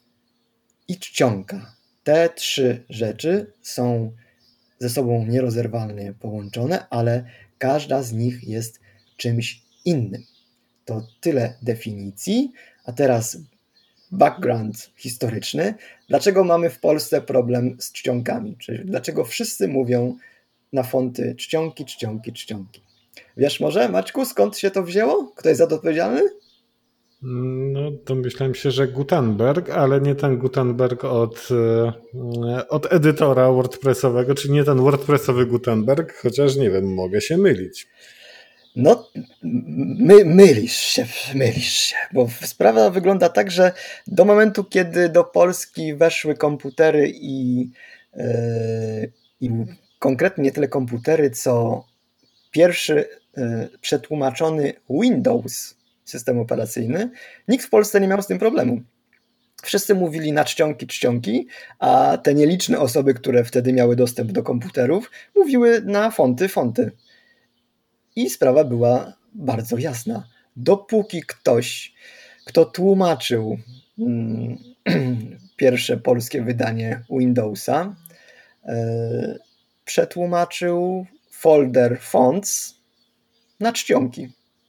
[SPEAKER 2] i czcionka. Te 3 rzeczy są ze sobą nierozerwalnie połączone, ale każda z nich jest czymś innym. To tyle definicji, a teraz background historyczny. Dlaczego mamy w Polsce problem z czcionkami? Czyli dlaczego wszyscy mówią na fonty czcionki, czcionki, czcionki? Wiesz może, Maćku, skąd się to wzięło? Kto jest za to odpowiedzialny?
[SPEAKER 1] No, domyślałem się, że Gutenberg, ale nie ten Gutenberg od edytora WordPressowego, czy nie ten WordPressowy Gutenberg, chociaż nie wiem, mogę się mylić.
[SPEAKER 2] No, mylisz się, bo sprawa wygląda tak, że do momentu, kiedy do Polski weszły komputery i konkretnie nie tyle komputery, co pierwszy przetłumaczony Windows, system operacyjny, nikt w Polsce nie miał z tym problemu. Wszyscy mówili na czcionki, a te nieliczne osoby, które wtedy miały dostęp do komputerów, mówiły na fonty. I sprawa była bardzo jasna. Dopóki ktoś, kto tłumaczył pierwsze polskie wydanie Windowsa, przetłumaczył folder fonts na czcionki.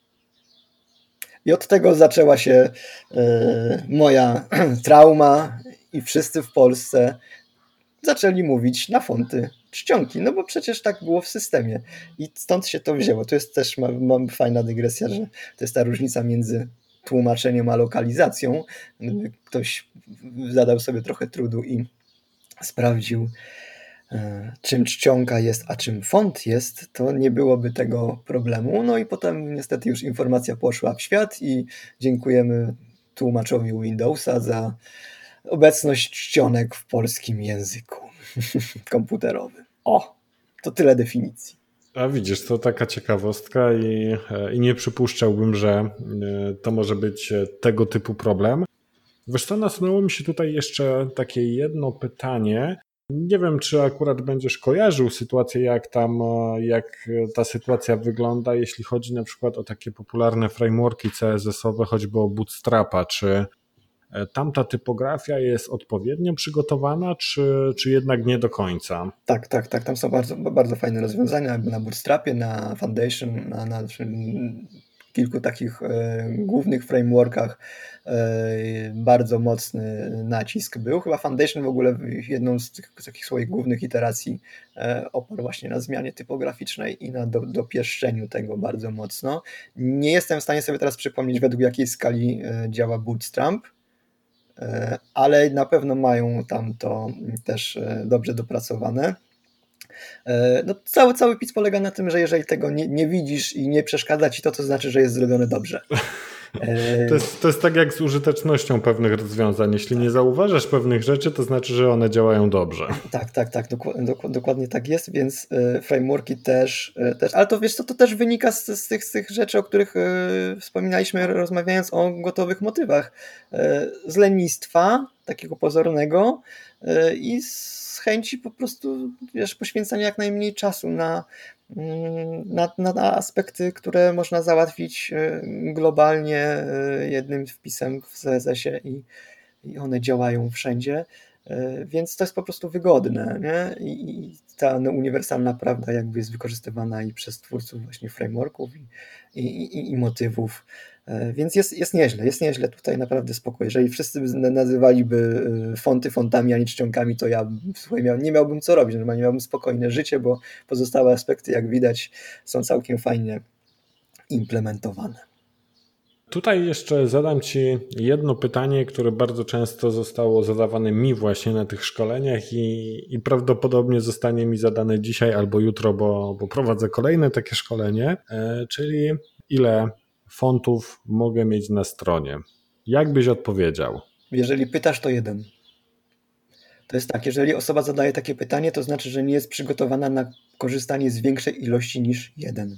[SPEAKER 2] I od tego zaczęła się moja trauma i wszyscy w Polsce zaczęli mówić na fonty czcionki, no bo przecież tak było w systemie i stąd się to wzięło. To jest też mam fajna dygresja, że to jest ta różnica między tłumaczeniem a lokalizacją. Gdyby ktoś zadał sobie trochę trudu i sprawdził, czym czcionka jest, a czym font jest, to nie byłoby tego problemu. No i potem niestety już informacja poszła w świat i dziękujemy tłumaczowi Windowsa za obecność czcionek w polskim języku komputerowym. To tyle definicji.
[SPEAKER 1] A widzisz, to taka ciekawostka i nie przypuszczałbym, że to może być tego typu problem. Wiesz co, nasunęło mi się tutaj jeszcze takie jedno pytanie. Nie wiem, czy akurat będziesz kojarzył sytuację, jak ta sytuacja wygląda, jeśli chodzi na przykład o takie popularne frameworki CSS-owe, choćby o Bootstrapa. Czy tamta typografia jest odpowiednio przygotowana, czy jednak nie do końca?
[SPEAKER 2] Tak. Tam są bardzo, bardzo fajne rozwiązania na Bootstrapie, na Foundation, kilku takich głównych frameworkach bardzo mocny nacisk był. Chyba Foundation w ogóle jedną z tych takich swoich głównych iteracji oparł właśnie na zmianie typograficznej i na dopieszczeniu tego bardzo mocno. Nie jestem w stanie sobie teraz przypomnieć, według jakiej skali działa Bootstrap, ale na pewno mają tam to też dobrze dopracowane. No, cały PIC polega na tym, że jeżeli tego nie widzisz i nie przeszkadza ci to znaczy, że jest zrobione dobrze.
[SPEAKER 1] To jest tak jak z użytecznością pewnych rozwiązań. Jeśli nie zauważasz pewnych rzeczy, to znaczy, że one działają dobrze.
[SPEAKER 2] Tak, dokładnie tak jest, więc frameworki też, ale to wiesz co, to też wynika z tych rzeczy, o których wspominaliśmy, rozmawiając o gotowych motywach. Z lenistwa, takiego pozornego i z chęci po prostu, wiesz, poświęcania jak najmniej czasu na aspekty, które można załatwić globalnie jednym wpisem w CSS-ie i one działają wszędzie, więc to jest po prostu wygodne, nie? I ta uniwersalna prawda jakby jest wykorzystywana i przez twórców właśnie frameworków i motywów, więc jest nieźle, tutaj naprawdę spoko. Jeżeli wszyscy nazywaliby fonty fontami, a nie czcionkami, to ja nie miałbym co robić, normalnie miałbym spokojne życie, bo pozostałe aspekty, jak widać, są całkiem fajnie implementowane.
[SPEAKER 1] Tutaj jeszcze zadam Ci jedno pytanie, które bardzo często zostało zadawane mi właśnie na tych szkoleniach i prawdopodobnie zostanie mi zadane dzisiaj albo jutro, bo prowadzę kolejne takie szkolenie, czyli ile fontów mogę mieć na stronie? Jak byś odpowiedział?
[SPEAKER 2] Jeżeli pytasz, to jeden. To jest tak, jeżeli osoba zadaje takie pytanie, to znaczy, że nie jest przygotowana na korzystanie z większej ilości niż jeden.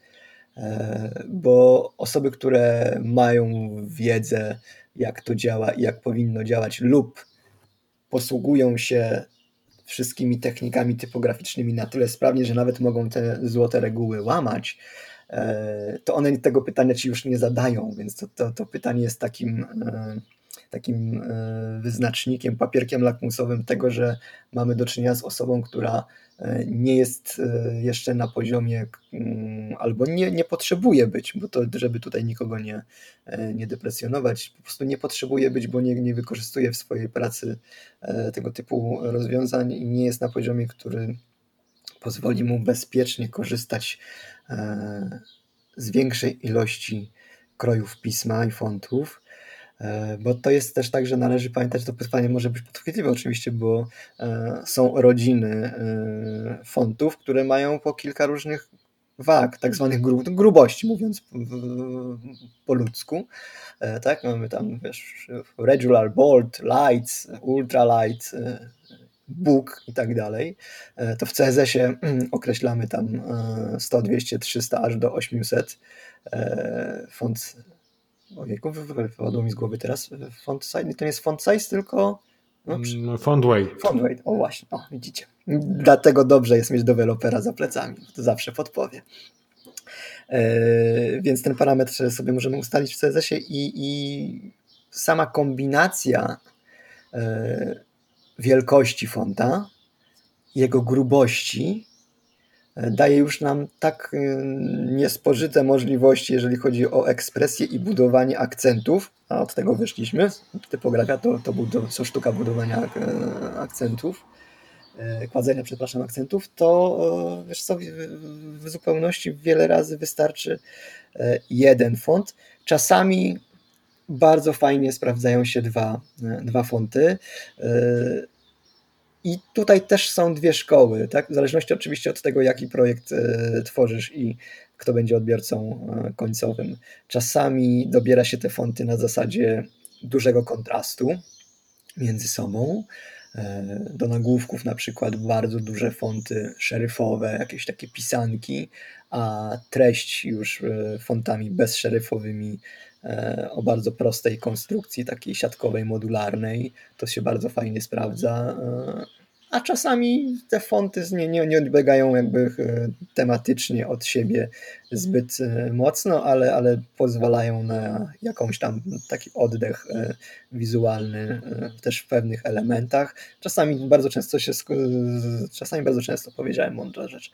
[SPEAKER 2] Bo osoby, które mają wiedzę, jak to działa i jak powinno działać, lub posługują się wszystkimi technikami typograficznymi na tyle sprawnie, że nawet mogą te złote reguły łamać, to one tego pytania ci już nie zadają, więc to pytanie jest takim wyznacznikiem, papierkiem lakmusowym tego, że mamy do czynienia z osobą, która nie jest jeszcze na poziomie albo nie potrzebuje być, bo to, żeby tutaj nikogo nie deprecjonować, po prostu nie potrzebuje być, bo nie wykorzystuje w swojej pracy tego typu rozwiązań i nie jest na poziomie, który pozwoli mu bezpiecznie korzystać z większej ilości krojów pisma i fontów. Bo to jest też tak, że należy pamiętać, że to pytanie może być podchwytliwe oczywiście, bo są rodziny fontów, które mają po kilka różnych wag, tak zwanych grubości, mówiąc po ludzku. Tak, mamy tam, wiesz, regular, bold, light, ultralight, book i tak dalej. To w CSS-ie określamy tam 100, 200, 300 aż do 800 font. Ojejku, wypadło mi z głowy teraz font size. To nie jest font size, tylko
[SPEAKER 1] font weight.
[SPEAKER 2] Font weight, o właśnie, widzicie. Dlatego dobrze jest mieć dewelopera za plecami, to zawsze podpowie. Więc ten parametr sobie możemy ustalić w CSS-ie i sama kombinacja wielkości fonta, jego grubości daje już nam tak niespożyte możliwości, jeżeli chodzi o ekspresję i budowanie akcentów, a od tego wyszliśmy. Typografia to sztuka budowania akcentów, kładzenia, akcentów, to wiesz co, w zupełności wiele razy wystarczy jeden font. Czasami bardzo fajnie sprawdzają się dwa fonty. I tutaj też są dwie szkoły, tak? W zależności oczywiście od tego, jaki projekt tworzysz i kto będzie odbiorcą końcowym. Czasami dobiera się te fonty na zasadzie dużego kontrastu między sobą. Do nagłówków na przykład bardzo duże fonty szeryfowe, jakieś takie pisanki, a treść już fontami bezszeryfowymi o bardzo prostej konstrukcji, takiej siatkowej, modularnej. To się bardzo fajnie sprawdza. a czasami te fonty nie odbiegają jakby tematycznie od siebie zbyt mocno, ale pozwalają na jakąś tam taki oddech wizualny też w pewnych elementach. Czasami bardzo często powiedziałem mądrą rzecz.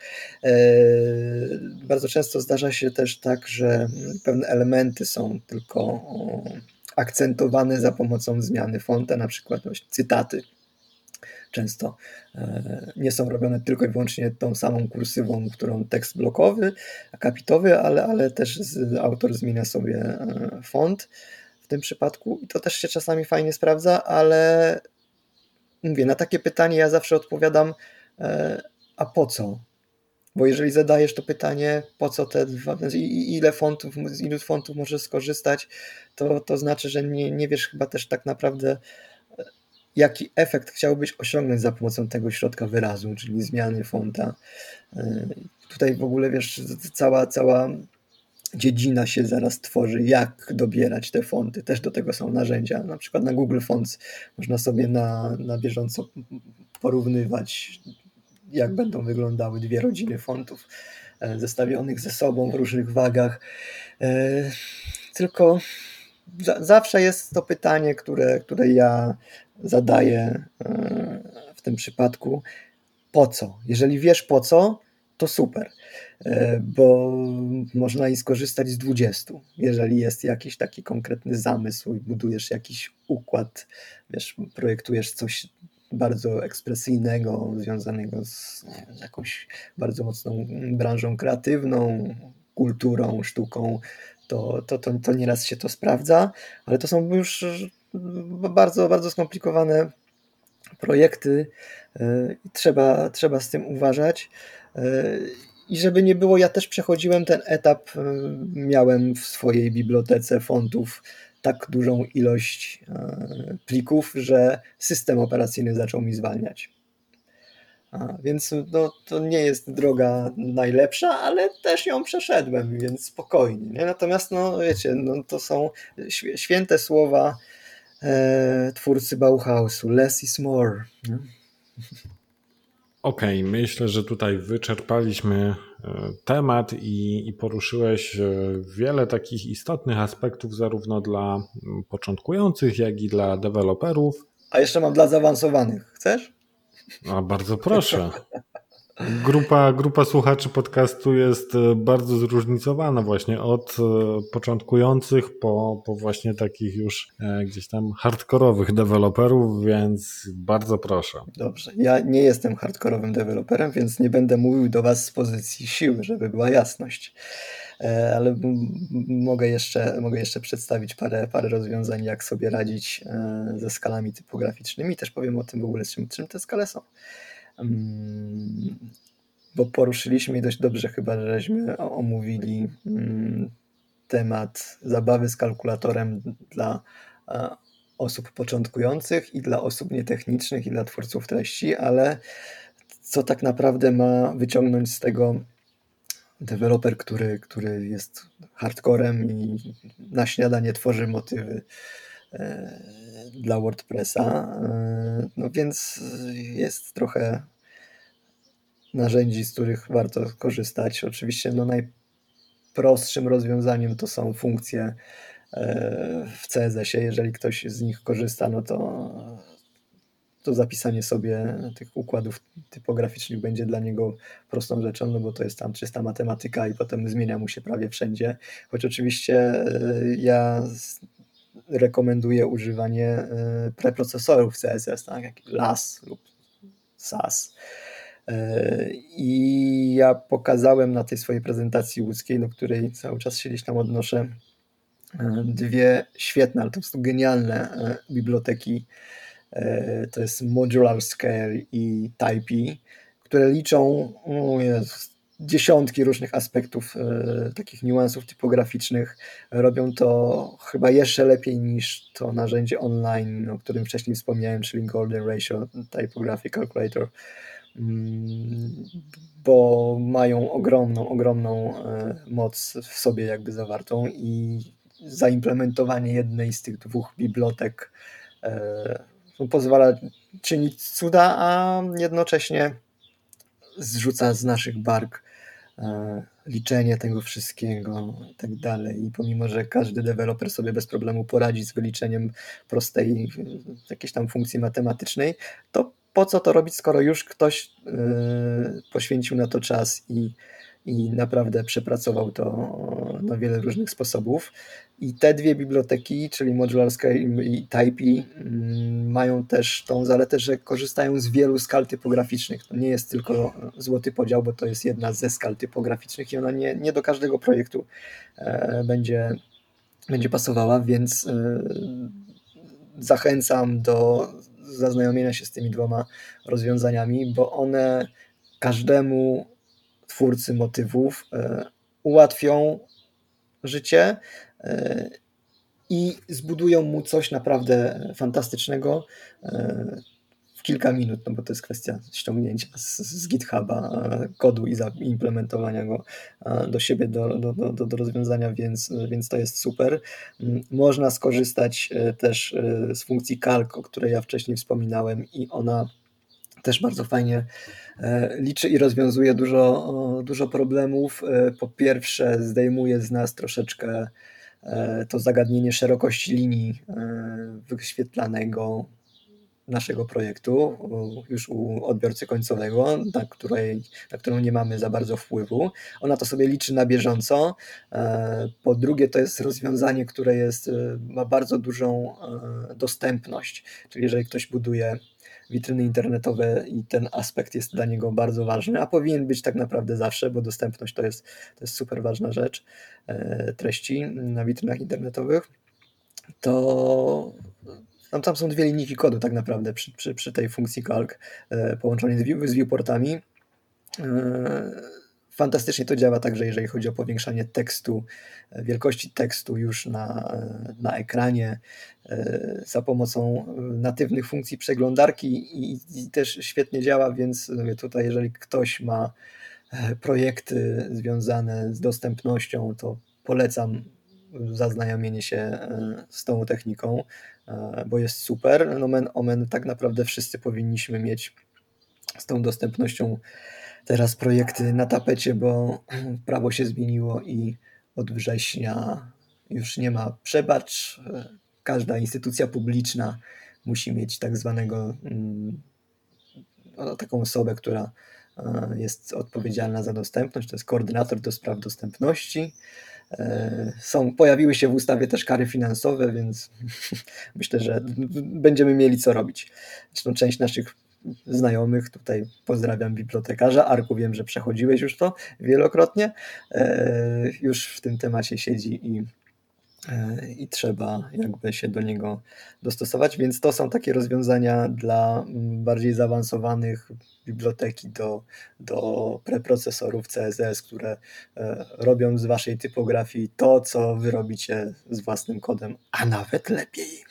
[SPEAKER 2] Bardzo często zdarza się też tak, że pewne elementy są tylko akcentowane za pomocą zmiany fonta, na przykład cytaty. Często nie są robione tylko i wyłącznie tą samą kursywą, którą tekst blokowy, akapitowy, ale też autor zmienia sobie font w tym przypadku i to też się czasami fajnie sprawdza, ale mówię, na takie pytanie ja zawsze odpowiadam, a po co? Bo jeżeli zadajesz to pytanie, po co te z ilu fontów możesz skorzystać, to znaczy, że nie wiesz chyba też tak naprawdę, jaki efekt chciałbyś osiągnąć za pomocą tego środka wyrazu, czyli zmiany fonta. Tutaj w ogóle wiesz, cała dziedzina się zaraz tworzy, jak dobierać te fonty. Też do tego są narzędzia. Na przykład na Google Fonts można sobie na bieżąco porównywać, jak będą wyglądały dwie rodziny fontów zestawionych ze sobą w różnych wagach. Tylko zawsze jest to pytanie, które ja zadaję w tym przypadku. Po co? Jeżeli wiesz po co, to super, bo można i skorzystać z 20. Jeżeli jest jakiś taki konkretny zamysł i budujesz jakiś układ, wiesz, projektujesz coś bardzo ekspresyjnego, związanego z jakąś bardzo mocną branżą kreatywną, kulturą, sztuką, to nieraz się to sprawdza, ale to są już bardzo, bardzo skomplikowane projekty i trzeba z tym uważać. I żeby nie było, ja też przechodziłem ten etap, miałem w swojej bibliotece fontów tak dużą ilość plików, że system operacyjny zaczął mi zwalniać. Więc to nie jest droga najlepsza, ale też ją przeszedłem, więc spokojnie. Nie? Natomiast wiecie, to są święte słowa twórcy Bauhausu. Less is more. Nie?
[SPEAKER 1] Okej, myślę, że tutaj wyczerpaliśmy temat i poruszyłeś wiele takich istotnych aspektów zarówno dla początkujących, jak i dla deweloperów.
[SPEAKER 2] A jeszcze mam dla zaawansowanych. Chcesz?
[SPEAKER 1] A bardzo proszę. Grupa słuchaczy podcastu jest bardzo zróżnicowana właśnie od początkujących po właśnie takich już gdzieś tam hardkorowych deweloperów, więc bardzo proszę.
[SPEAKER 2] Dobrze, ja nie jestem hardkorowym deweloperem, więc nie będę mówił do Was z pozycji siły, żeby była jasność. Ale mogę jeszcze przedstawić parę rozwiązań, jak sobie radzić ze skalami typograficznymi. Też powiem o tym w ogóle, czym te skale są. Bo poruszyliśmy i dość dobrze chyba, żeśmy omówili temat zabawy z kalkulatorem dla osób początkujących i dla osób nietechnicznych i dla twórców treści, ale co tak naprawdę ma wyciągnąć z tego deweloper, który jest hardcorem i na śniadanie tworzy motywy dla WordPressa. Więc jest trochę narzędzi, z których warto korzystać. Oczywiście najprostszym rozwiązaniem to są funkcje w CSS-ie. Jeżeli ktoś z nich korzysta, to zapisanie sobie tych układów typograficznych będzie dla niego prostą rzeczą, bo to jest tam czysta matematyka i potem zmienia mu się prawie wszędzie. Choć oczywiście ja rekomenduję używanie preprocesorów CSS, tak, jak LAS lub SAS. I ja pokazałem na tej swojej prezentacji łódzkiej, do której cały czas się gdzieś tam odnoszę, dwie świetne, ale to po prostu genialne biblioteki. To jest Modular Scale i Typee, które liczą dziesiątki różnych aspektów, takich niuansów typograficznych. Robią to chyba jeszcze lepiej niż to narzędzie online, o którym wcześniej wspomniałem, czyli Golden Ratio Typography Calculator, bo mają ogromną moc w sobie jakby zawartą i zaimplementowanie jednej z tych dwóch bibliotek pozwala czyni cuda, a jednocześnie zrzuca z naszych bark liczenie tego wszystkiego i tak dalej. I pomimo, że każdy deweloper sobie bez problemu poradzi z wyliczeniem prostej jakiejś tam funkcji matematycznej, to po co to robić, skoro już ktoś poświęcił na to czas i naprawdę przepracował to na wiele różnych sposobów. I te dwie biblioteki, czyli Modular Scale i Typee, mają też tą zaletę, że korzystają z wielu skal typograficznych. To nie jest tylko złoty podział, bo to jest jedna ze skal typograficznych i ona nie do każdego projektu będzie pasowała, więc zachęcam do zaznajomienia się z tymi dwoma rozwiązaniami, bo one każdemu twórcy motywów ułatwią życie i zbudują mu coś naprawdę fantastycznego w kilka minut, no bo to jest kwestia ściągnięcia z GitHuba kodu i zaimplementowania go do siebie, do rozwiązania, więc to jest super. Można skorzystać też z funkcji calc, o której ja wcześniej wspominałem i ona też bardzo fajnie liczy i rozwiązuje dużo problemów. Po pierwsze, zdejmuje z nas troszeczkę to zagadnienie szerokości linii wyświetlanego naszego projektu już u odbiorcy końcowego, na którą nie mamy za bardzo wpływu. Ona to sobie liczy na bieżąco. Po drugie, to jest rozwiązanie, które ma bardzo dużą dostępność, czyli jeżeli ktoś buduje witryny internetowe i ten aspekt jest dla niego bardzo ważny, a powinien być tak naprawdę zawsze, bo dostępność to jest super ważna rzecz treści na witrynach internetowych, to tam są dwie linijki kodu tak naprawdę przy tej funkcji calc połączonej z viewportami. Fantastycznie to działa także, jeżeli chodzi o powiększanie tekstu, wielkości tekstu już na ekranie za pomocą natywnych funkcji przeglądarki i też świetnie działa, więc tutaj jeżeli ktoś ma projekty związane z dostępnością, to polecam zaznajomienie się z tą techniką, bo jest super. Nomen omen, tak naprawdę wszyscy powinniśmy mieć z tą dostępnością teraz projekty na tapecie, bo prawo się zmieniło i od września już nie ma przebacz. Każda instytucja publiczna musi mieć tak zwanego taką osobę, która jest odpowiedzialna za dostępność, to jest koordynator do spraw dostępności. Pojawiły się w ustawie też kary finansowe, więc myślę, że będziemy mieli co robić. Zresztą część naszych znajomych, tutaj pozdrawiam bibliotekarza, Arku, wiem, że przechodziłeś już to wielokrotnie, już w tym temacie siedzi i trzeba jakby się do niego dostosować, więc to są takie rozwiązania dla bardziej zaawansowanych biblioteki do preprocesorów CSS, które robią z waszej typografii to, co wy robicie z własnym kodem, a nawet lepiej.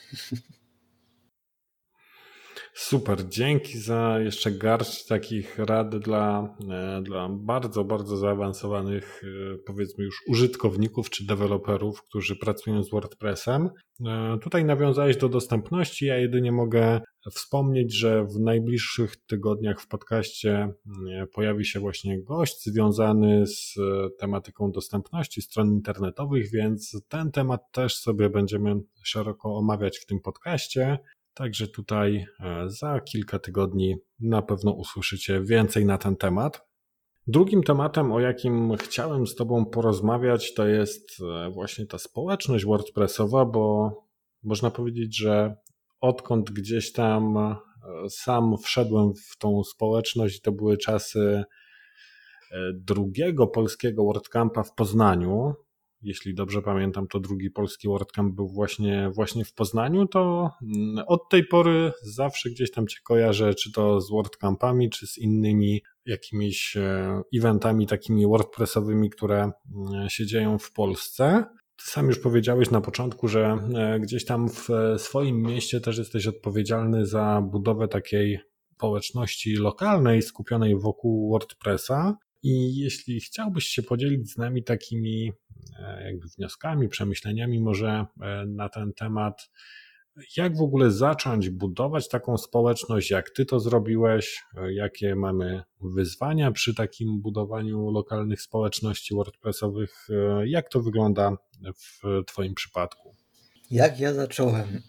[SPEAKER 1] Super, dzięki za jeszcze garść takich rad dla bardzo, bardzo zaawansowanych, powiedzmy już użytkowników czy deweloperów, którzy pracują z WordPressem. Tutaj nawiązałeś do dostępności, ja jedynie mogę wspomnieć, że w najbliższych tygodniach w podcaście pojawi się właśnie gość związany z tematyką dostępności stron internetowych, więc ten temat też sobie będziemy szeroko omawiać w tym podcaście. Także tutaj za kilka tygodni na pewno usłyszycie więcej na ten temat. Drugim tematem, o jakim chciałem z Tobą porozmawiać, to jest właśnie ta społeczność WordPressowa, bo można powiedzieć, że odkąd gdzieś tam sam wszedłem w tą społeczność, to były czasy drugiego polskiego WordCampa w Poznaniu. Jeśli dobrze pamiętam, to drugi polski WordCamp był właśnie w Poznaniu, to od tej pory zawsze gdzieś tam Cię kojarzę, czy to z WordCampami, czy z innymi jakimiś eventami takimi WordPressowymi, które się dzieją w Polsce. Ty sam już powiedziałeś na początku, że gdzieś tam w swoim mieście też jesteś odpowiedzialny za budowę takiej społeczności lokalnej skupionej wokół WordPressa. I jeśli chciałbyś się podzielić z nami takimi jakby wnioskami, przemyśleniami może na ten temat, Jak w ogóle zacząć budować taką społeczność, jak ty to zrobiłeś? Jakie mamy wyzwania przy takim budowaniu lokalnych społeczności WordPressowych? Jak to wygląda w twoim przypadku?
[SPEAKER 2] Jak ja zacząłem?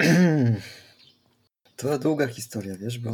[SPEAKER 2] To długa historia, wiesz, bo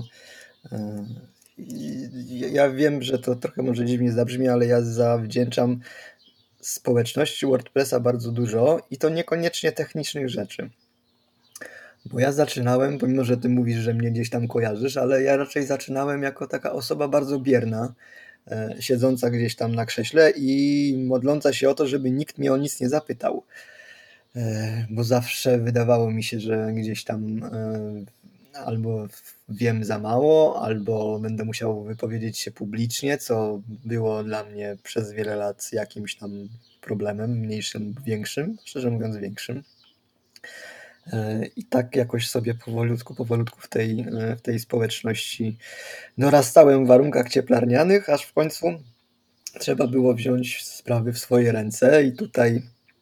[SPEAKER 2] ja wiem, że to trochę może dziwnie zabrzmi, ale ja zawdzięczam społeczności WordPressa bardzo dużo i to niekoniecznie technicznych rzeczy. Bo ja zaczynałem, pomimo że ty mówisz, że mnie gdzieś tam kojarzysz, ale ja raczej zaczynałem jako taka osoba bardzo bierna, siedząca gdzieś tam na krześle i modląca się o to, żeby nikt mnie o nic nie zapytał. Bo zawsze wydawało mi się, że gdzieś tam albo wiem za mało, albo będę musiał wypowiedzieć się publicznie, co było dla mnie przez wiele lat jakimś tam problemem, mniejszym lub większym, szczerze mówiąc większym. I tak jakoś sobie powolutku w tej społeczności dorastałem w warunkach cieplarnianych, aż w końcu trzeba było wziąć sprawy w swoje ręce i tutaj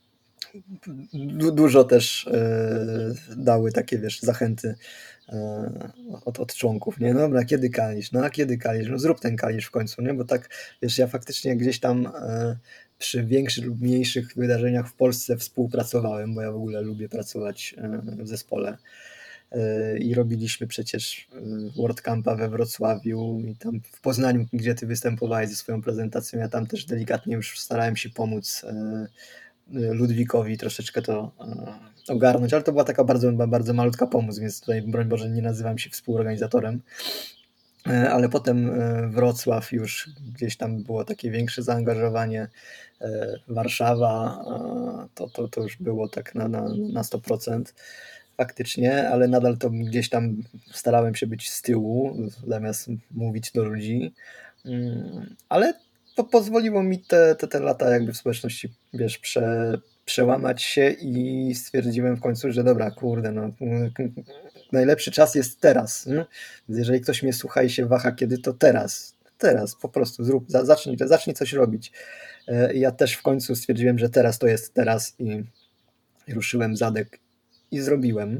[SPEAKER 2] dużo też dały takie, wiesz, zachęty od członków, nie? Dobra, kiedy kalisz? No a kiedy kalisz? No zrób ten kalisz w końcu, nie? Bo tak, wiesz, ja faktycznie gdzieś tam przy większych lub mniejszych wydarzeniach w Polsce współpracowałem, bo ja w ogóle lubię pracować w zespole. I robiliśmy przecież WordCampa we Wrocławiu i tam w Poznaniu, gdzie ty występowałeś ze swoją prezentacją, ja tam też delikatnie już starałem się pomóc Ludwikowi troszeczkę to ogarnąć, ale to była taka bardzo, bardzo malutka pomoc, więc tutaj broń Boże nie nazywam się współorganizatorem, ale potem Wrocław już gdzieś tam było takie większe zaangażowanie, Warszawa to już było tak na 100% faktycznie, ale nadal to gdzieś tam starałem się być z tyłu, zamiast mówić do ludzi, ale to pozwoliło mi te lata jakby w społeczności, wiesz, przełamać się i stwierdziłem w końcu, że dobra, kurde, no najlepszy czas jest teraz. Nie? Jeżeli ktoś mnie słucha i się waha, kiedy, to teraz. Teraz po prostu zrób, zacznij coś robić. I ja też w końcu stwierdziłem, że teraz to jest teraz i ruszyłem zadek i zrobiłem.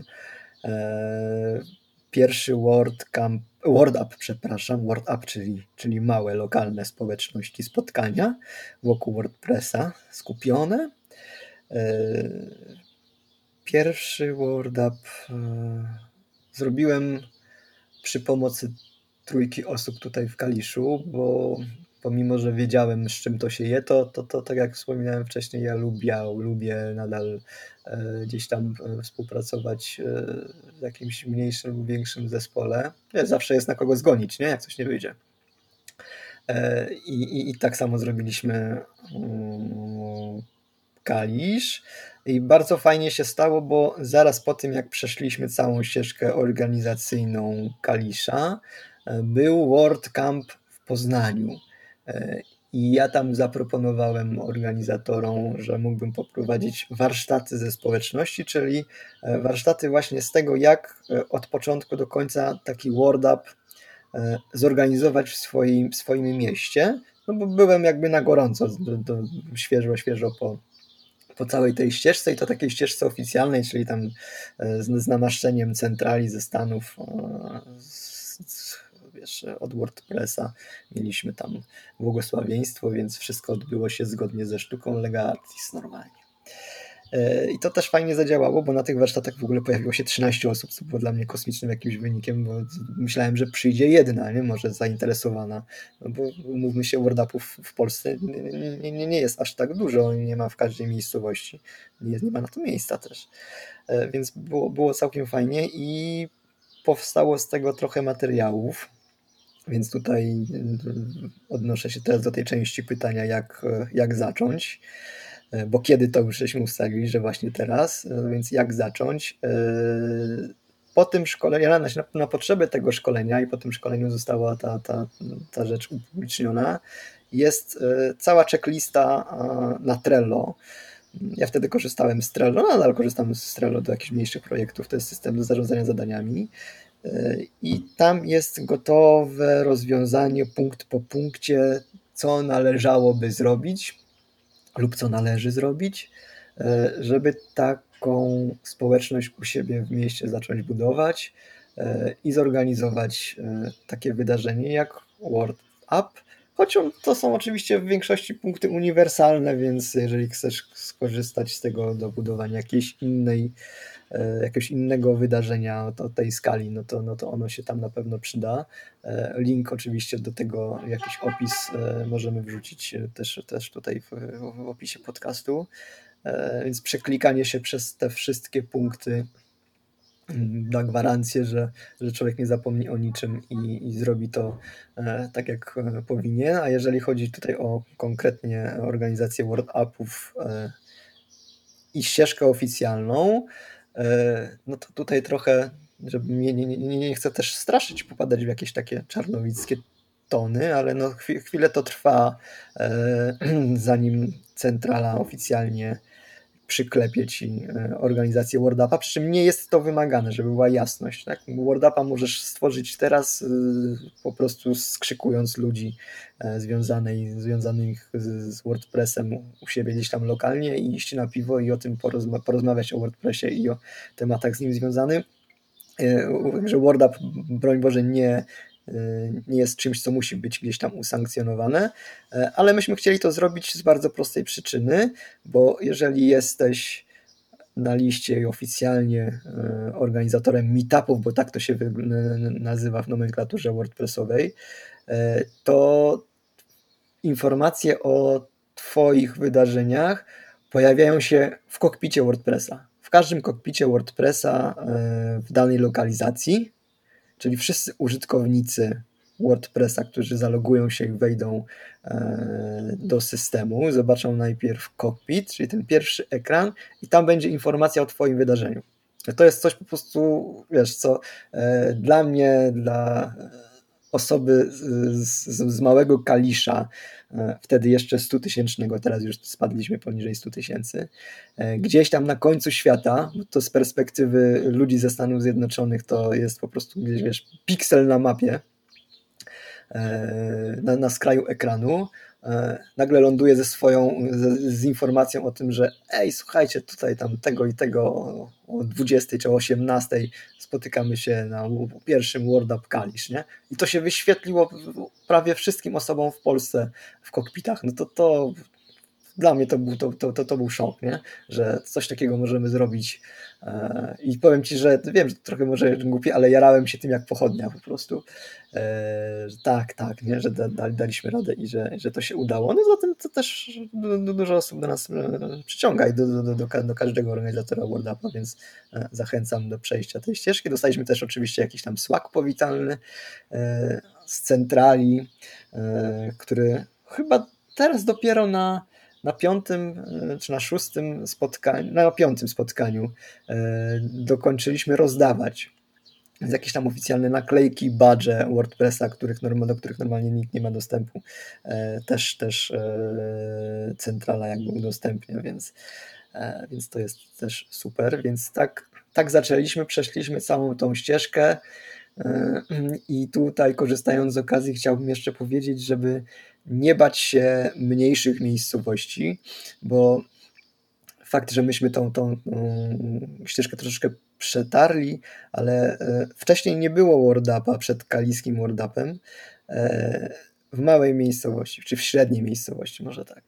[SPEAKER 2] Pierwszy WordUp, czyli małe, lokalne społeczności, spotkania wokół WordPressa skupione. Pierwszy WordUp zrobiłem przy pomocy 3 osób tutaj w Kaliszu, bo pomimo, że wiedziałem, z czym to się je, to tak jak wspominałem wcześniej, ja lubię nadal gdzieś tam współpracować w jakimś mniejszym lub większym zespole. Zawsze jest na kogo zgonić, nie? Jak coś nie wyjdzie. I tak samo zrobiliśmy Kalisz i bardzo fajnie się stało, bo zaraz po tym, jak przeszliśmy całą ścieżkę organizacyjną Kalisza, był WordCamp w Poznaniu i ja tam zaproponowałem organizatorom, że mógłbym poprowadzić warsztaty ze społeczności, czyli warsztaty właśnie z tego, jak od początku do końca taki WordUp zorganizować w swoim mieście, no bo byłem jakby na gorąco, świeżo po całej tej ścieżce i to takiej ścieżce oficjalnej, czyli tam z namaszczeniem centrali ze Stanów, wiesz, od WordPressa mieliśmy tam błogosławieństwo, więc wszystko odbyło się zgodnie ze sztuką Lega Artis normalnie. I to też fajnie zadziałało, bo na tych warsztatach w ogóle pojawiło się 13 osób, co było dla mnie kosmicznym jakimś wynikiem, bo myślałem, że przyjdzie jedna, nie? Może zainteresowana, no bo umówmy się, WordUpów w Polsce nie jest aż tak dużo, nie ma w każdej miejscowości, nie ma na to miejsca też, więc było całkiem fajnie i powstało z tego trochę materiałów, więc tutaj odnoszę się teraz do tej części pytania, jak zacząć, bo kiedy to już żeśmy ustalili, że właśnie teraz, więc jak zacząć? Po tym szkoleniu, na potrzeby tego szkolenia i po tym szkoleniu została ta rzecz upubliczniona, jest cała checklista na Trello. Ja wtedy korzystałem z Trello, nadal korzystam z Trello do jakichś mniejszych projektów, to jest system do zarządzania zadaniami i tam jest gotowe rozwiązanie punkt po punkcie, co należałoby zrobić lub co należy zrobić, żeby taką społeczność u siebie w mieście zacząć budować i zorganizować takie wydarzenie jak World Up. Choć to są oczywiście w większości punkty uniwersalne, więc jeżeli chcesz skorzystać z tego do budowania jakiegoś innego wydarzenia o tej skali, no to ono się tam na pewno przyda. Link oczywiście do tego, jakiś opis możemy wrzucić też tutaj w opisie podcastu. Więc przeklikanie się przez te wszystkie punkty da gwarancję, że człowiek nie zapomni o niczym i zrobi to tak, jak powinien. A jeżeli chodzi tutaj o konkretnie organizację World Upów i ścieżkę oficjalną, no to tutaj trochę, żeby nie chcę też straszyć, popadać w jakieś takie czarnowickie tony, ale no chwilę to trwa, zanim centrala oficjalnie przyklepie ci organizację World Upa, przy czym nie jest to wymagane, żeby była jasność. Tak? World Upa możesz stworzyć teraz po prostu skrzykując ludzi związanych z WordPressem u siebie gdzieś tam lokalnie i iść na piwo i o tym porozmawiać o WordPressie i o tematach z nim związanych. Że World Up, broń Boże, nie jest czymś, co musi być gdzieś tam usankcjonowane, ale myśmy chcieli to zrobić z bardzo prostej przyczyny, bo jeżeli jesteś na liście i oficjalnie organizatorem meetupów, bo tak to się nazywa w nomenklaturze WordPressowej, to informacje o Twoich wydarzeniach pojawiają się w kokpicie WordPressa. W każdym kokpicie WordPressa w danej lokalizacji, czyli wszyscy użytkownicy WordPressa, którzy zalogują się i wejdą do systemu, zobaczą najpierw cockpit, czyli ten pierwszy ekran i tam będzie informacja o Twoim wydarzeniu. To jest coś po prostu, wiesz co, dla mnie, dla osoby z małego Kalisza, wtedy jeszcze 100-tysięcznego, teraz już spadliśmy poniżej 100 000, gdzieś tam na końcu świata, bo to z perspektywy ludzi ze Stanów Zjednoczonych to jest po prostu gdzieś, wiesz, piksel na mapie, na skraju ekranu, nagle ląduje z informacją o tym, że słuchajcie, tutaj tam tego i tego o 20 czy o 18 spotykamy się na pierwszym World Up Kalisz, nie? I to się wyświetliło prawie wszystkim osobom w Polsce w kokpitach. No to dla mnie to był szok, nie? Że coś takiego możemy zrobić. I powiem Ci, że wiem, że to trochę może głupie, ale jarałem się tym jak pochodnia po prostu. Że tak, nie? Że daliśmy radę i że to się udało. No zatem to też dużo osób do nas przyciąga i do każdego organizatora World Upa, więc zachęcam do przejścia tej ścieżki. Dostaliśmy też oczywiście jakiś tam Slack powitalny z centrali, który chyba teraz dopiero na 5. czy na 6. spotkaniu, na 5. spotkaniu dokończyliśmy rozdawać jakieś tam oficjalne naklejki, badże WordPressa, do których normalnie nikt nie ma dostępu. Też centrala jakby udostępnia, więc to jest też super. Więc tak zaczęliśmy, przeszliśmy całą tą ścieżkę i tutaj, korzystając z okazji, chciałbym jeszcze powiedzieć, żeby nie bać się mniejszych miejscowości, bo fakt, że myśmy tą ścieżkę troszeczkę przetarli, ale wcześniej nie było World Upa przed kaliskim World Upem w małej miejscowości, czy w średniej miejscowości, może tak.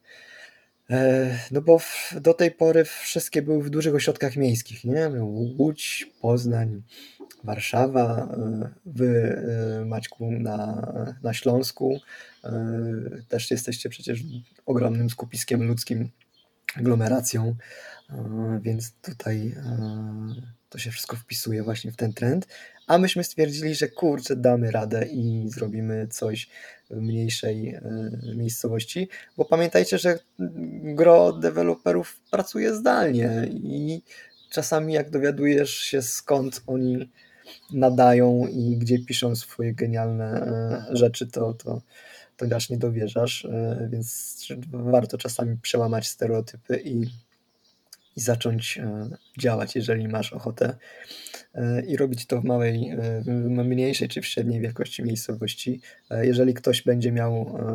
[SPEAKER 2] No bo do tej pory wszystkie były w dużych ośrodkach miejskich, nie? Łódź, Poznań, Warszawa, wy, Maćku, na Śląsku też jesteście przecież ogromnym skupiskiem ludzkim, aglomeracją, więc tutaj to się wszystko wpisuje właśnie w ten trend, a myśmy stwierdzili, że kurczę, damy radę i zrobimy coś w mniejszej miejscowości, bo pamiętajcie, że gro deweloperów pracuje zdalnie i czasami jak dowiadujesz się, skąd oni nadają i gdzie piszą swoje genialne rzeczy, to aż nie dowierzasz, więc warto czasami przełamać stereotypy i zacząć działać, jeżeli masz ochotę i robić to w mniejszej czy w średniej wielkości miejscowości. Jeżeli ktoś będzie miał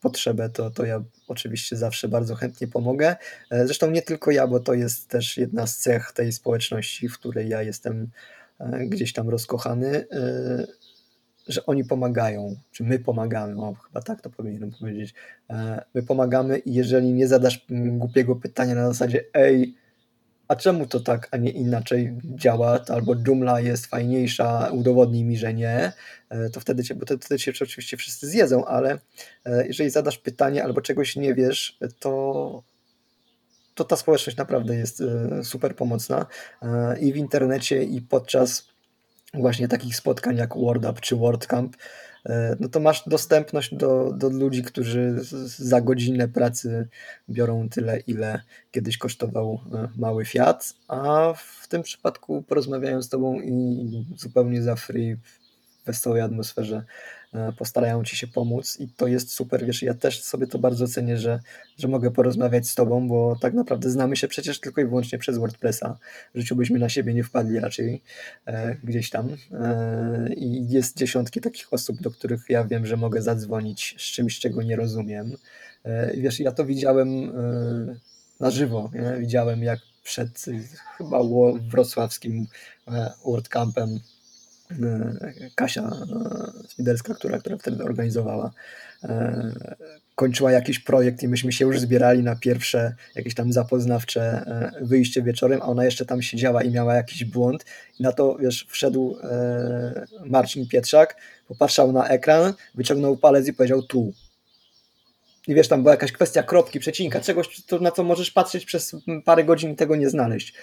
[SPEAKER 2] potrzebę, to ja oczywiście zawsze bardzo chętnie pomogę. Zresztą nie tylko ja, bo to jest też jedna z cech tej społeczności, w której ja jestem gdzieś tam rozkochany, że oni pomagają, czy my pomagamy, chyba tak to powinienem powiedzieć. My pomagamy i jeżeli nie zadasz głupiego pytania na zasadzie ej, a czemu to tak, a nie inaczej działa, albo Joomla jest fajniejsza, udowodnij mi, że nie, to wtedy cię, bo wtedy cię oczywiście wszyscy zjedzą, ale jeżeli zadasz pytanie albo czegoś nie wiesz, to ta społeczność naprawdę jest super pomocna i w internecie, i podczas właśnie takich spotkań jak WordUp czy WordCamp, no to masz dostępność do ludzi, którzy za godzinę pracy biorą tyle, ile kiedyś kosztował mały Fiat, a w tym przypadku porozmawiają z tobą i zupełnie za free, w wesołej atmosferze postarają ci się pomóc i to jest super, wiesz, ja też sobie to bardzo cenię, że mogę porozmawiać z tobą, bo tak naprawdę znamy się przecież tylko i wyłącznie przez WordPressa. W życiu byśmy na siebie nie wpadli raczej gdzieś tam i jest dziesiątki takich osób, do których ja wiem, że mogę zadzwonić z czymś, czego nie rozumiem. Wiesz, ja to widziałem na żywo, nie? Widziałem jak przed chyba wrocławskim WordCampem Kasia Świderska, która wtedy organizowała, kończyła jakiś projekt i myśmy się już zbierali na pierwsze jakieś tam zapoznawcze wyjście wieczorem, a ona jeszcze tam siedziała i miała jakiś błąd i na to, wiesz, wszedł Marcin Pietrzak, popatrzał na ekran, wyciągnął palec i powiedział tu. I wiesz, tam była jakaś kwestia kropki, przecinka, czegoś, na co możesz patrzeć przez parę godzin i tego nie znaleźć.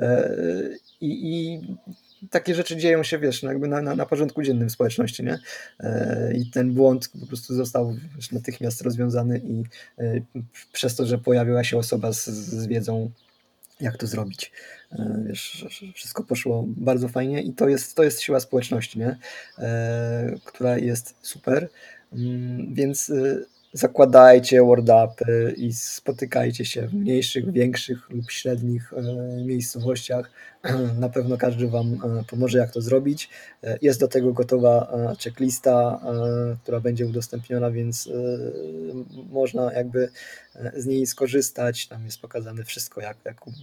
[SPEAKER 2] I takie rzeczy dzieją się, wiesz, jakby na porządku dziennym w społeczności, nie? I ten błąd po prostu został natychmiast rozwiązany i przez to, że pojawiła się osoba z wiedzą, jak to zrobić. Wiesz, wszystko poszło bardzo fajnie i to jest siła społeczności, nie? Która jest super. Więc zakładajcie WordUpy i spotykajcie się w mniejszych, większych lub średnich miejscowościach. Na pewno każdy wam pomoże, jak to zrobić. Jest do tego gotowa checklista, która będzie udostępniona, więc można jakby z niej skorzystać. Tam jest pokazane wszystko, jak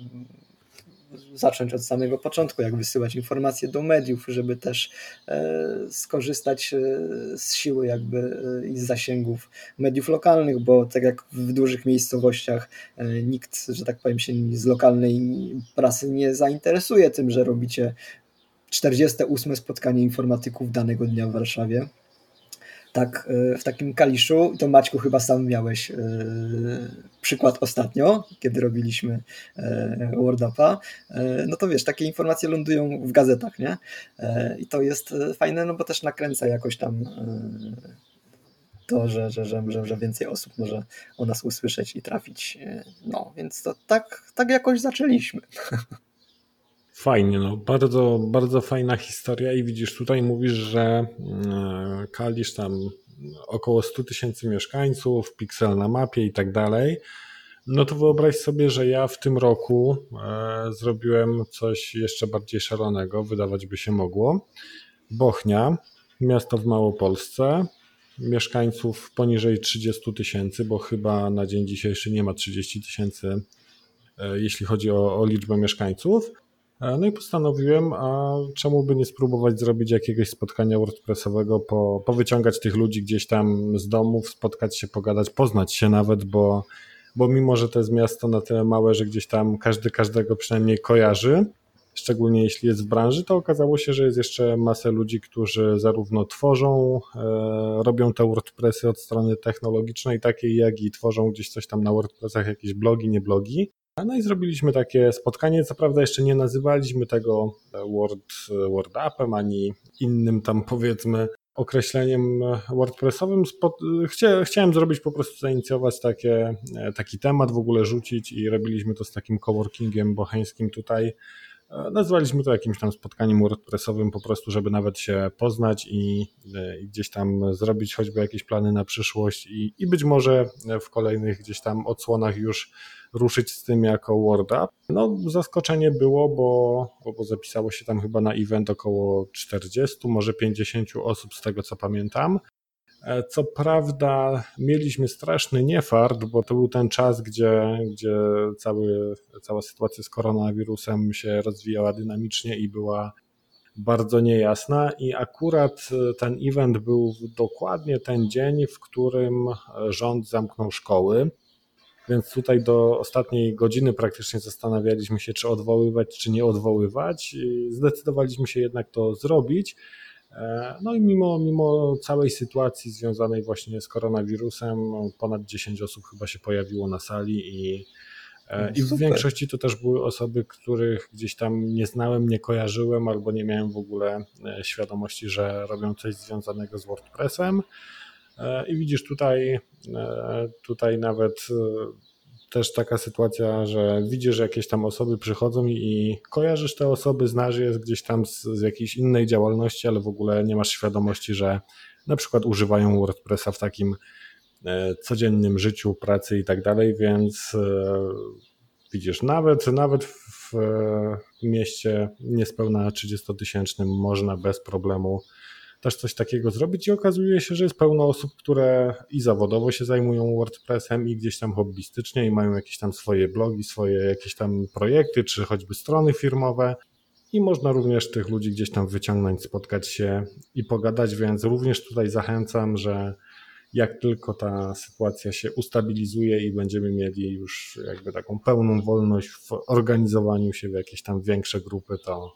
[SPEAKER 2] zacząć od samego początku, jak wysyłać informacje do mediów, żeby też skorzystać z siły jakby i z zasięgów mediów lokalnych, bo tak jak w dużych miejscowościach nikt, że tak powiem, się z lokalnej prasy nie zainteresuje tym, że robicie 48 spotkanie informatyków danego dnia w Warszawie. Tak, w takim Kaliszu, to Maćku chyba sam miałeś przykład ostatnio, kiedy robiliśmy WordUpa, no to wiesz, takie informacje lądują w gazetach, nie? I to jest fajne, no bo też nakręca jakoś tam to, że więcej osób może o nas usłyszeć i trafić. No, więc to tak jakoś zaczęliśmy.
[SPEAKER 1] Fajnie, no bardzo, bardzo fajna historia i widzisz, tutaj mówisz, że Kalisz tam około 100 000 mieszkańców, piksel na mapie i tak dalej. No to wyobraź sobie, że ja w tym roku zrobiłem coś jeszcze bardziej szalonego, wydawać by się mogło. Bochnia, miasto w Małopolsce, mieszkańców poniżej 30 000, bo chyba na dzień dzisiejszy nie ma 30 000, jeśli chodzi o liczbę mieszkańców. No i postanowiłem, a czemu by nie spróbować zrobić jakiegoś spotkania WordPressowego, powyciągać tych ludzi gdzieś tam z domów, spotkać się, pogadać, poznać się nawet, bo mimo, że to jest miasto na tyle małe, że gdzieś tam każdy każdego przynajmniej kojarzy, szczególnie jeśli jest w branży, to okazało się, że jest jeszcze masę ludzi, którzy zarówno tworzą, robią te WordPressy od strony technologicznej takiej, jak i tworzą gdzieś coś tam na WordPressach, jakieś blogi, nie blogi. No i zrobiliśmy takie spotkanie, co prawda jeszcze nie nazywaliśmy tego WordUpem, ani innym tam powiedzmy określeniem WordPressowym. Chciałem zrobić po prostu, zainicjować taki temat, w ogóle rzucić i robiliśmy to z takim coworkingiem bocheńskim tutaj. Nazwaliśmy to jakimś tam spotkaniem WordPressowym po prostu, żeby nawet się poznać i gdzieś tam zrobić choćby jakieś plany na przyszłość i być może w kolejnych gdzieś tam odsłonach już ruszyć z tym jako WordUp. No zaskoczenie było, bo zapisało się tam chyba na event około 40, może 50 osób z tego co pamiętam. Co prawda mieliśmy straszny niefart, bo to był ten czas, gdzie cała sytuacja z koronawirusem się rozwijała dynamicznie i była bardzo niejasna i akurat ten event był dokładnie ten dzień, w którym rząd zamknął szkoły, więc tutaj do ostatniej godziny praktycznie zastanawialiśmy się, czy odwoływać, czy nie odwoływać. I zdecydowaliśmy się jednak to zrobić. No i mimo całej sytuacji związanej właśnie z koronawirusem, ponad 10 osób chyba się pojawiło na sali
[SPEAKER 2] No
[SPEAKER 1] i w
[SPEAKER 2] super.
[SPEAKER 1] większości to też były osoby, których gdzieś tam nie znałem, nie kojarzyłem albo nie miałem w ogóle świadomości, że robią coś związanego z WordPressem. I widzisz tutaj nawet też taka sytuacja, że widzisz, że jakieś tam osoby przychodzą i kojarzysz te osoby, znasz je gdzieś tam z jakiejś innej działalności, ale w ogóle nie masz świadomości, że na przykład używają WordPressa w takim codziennym życiu, pracy i tak dalej, więc widzisz, nawet w mieście niespełna 30-tysięcznym można bez problemu też coś takiego zrobić i okazuje się, że jest pełno osób, które i zawodowo się zajmują WordPressem i gdzieś tam hobbystycznie i mają jakieś tam swoje blogi, swoje jakieś tam projekty, czy choćby strony firmowe i można również tych ludzi gdzieś tam wyciągnąć, spotkać się i pogadać, więc również tutaj zachęcam, że jak tylko ta sytuacja się ustabilizuje i będziemy mieli już jakby taką pełną wolność w organizowaniu się w jakieś tam większe grupy,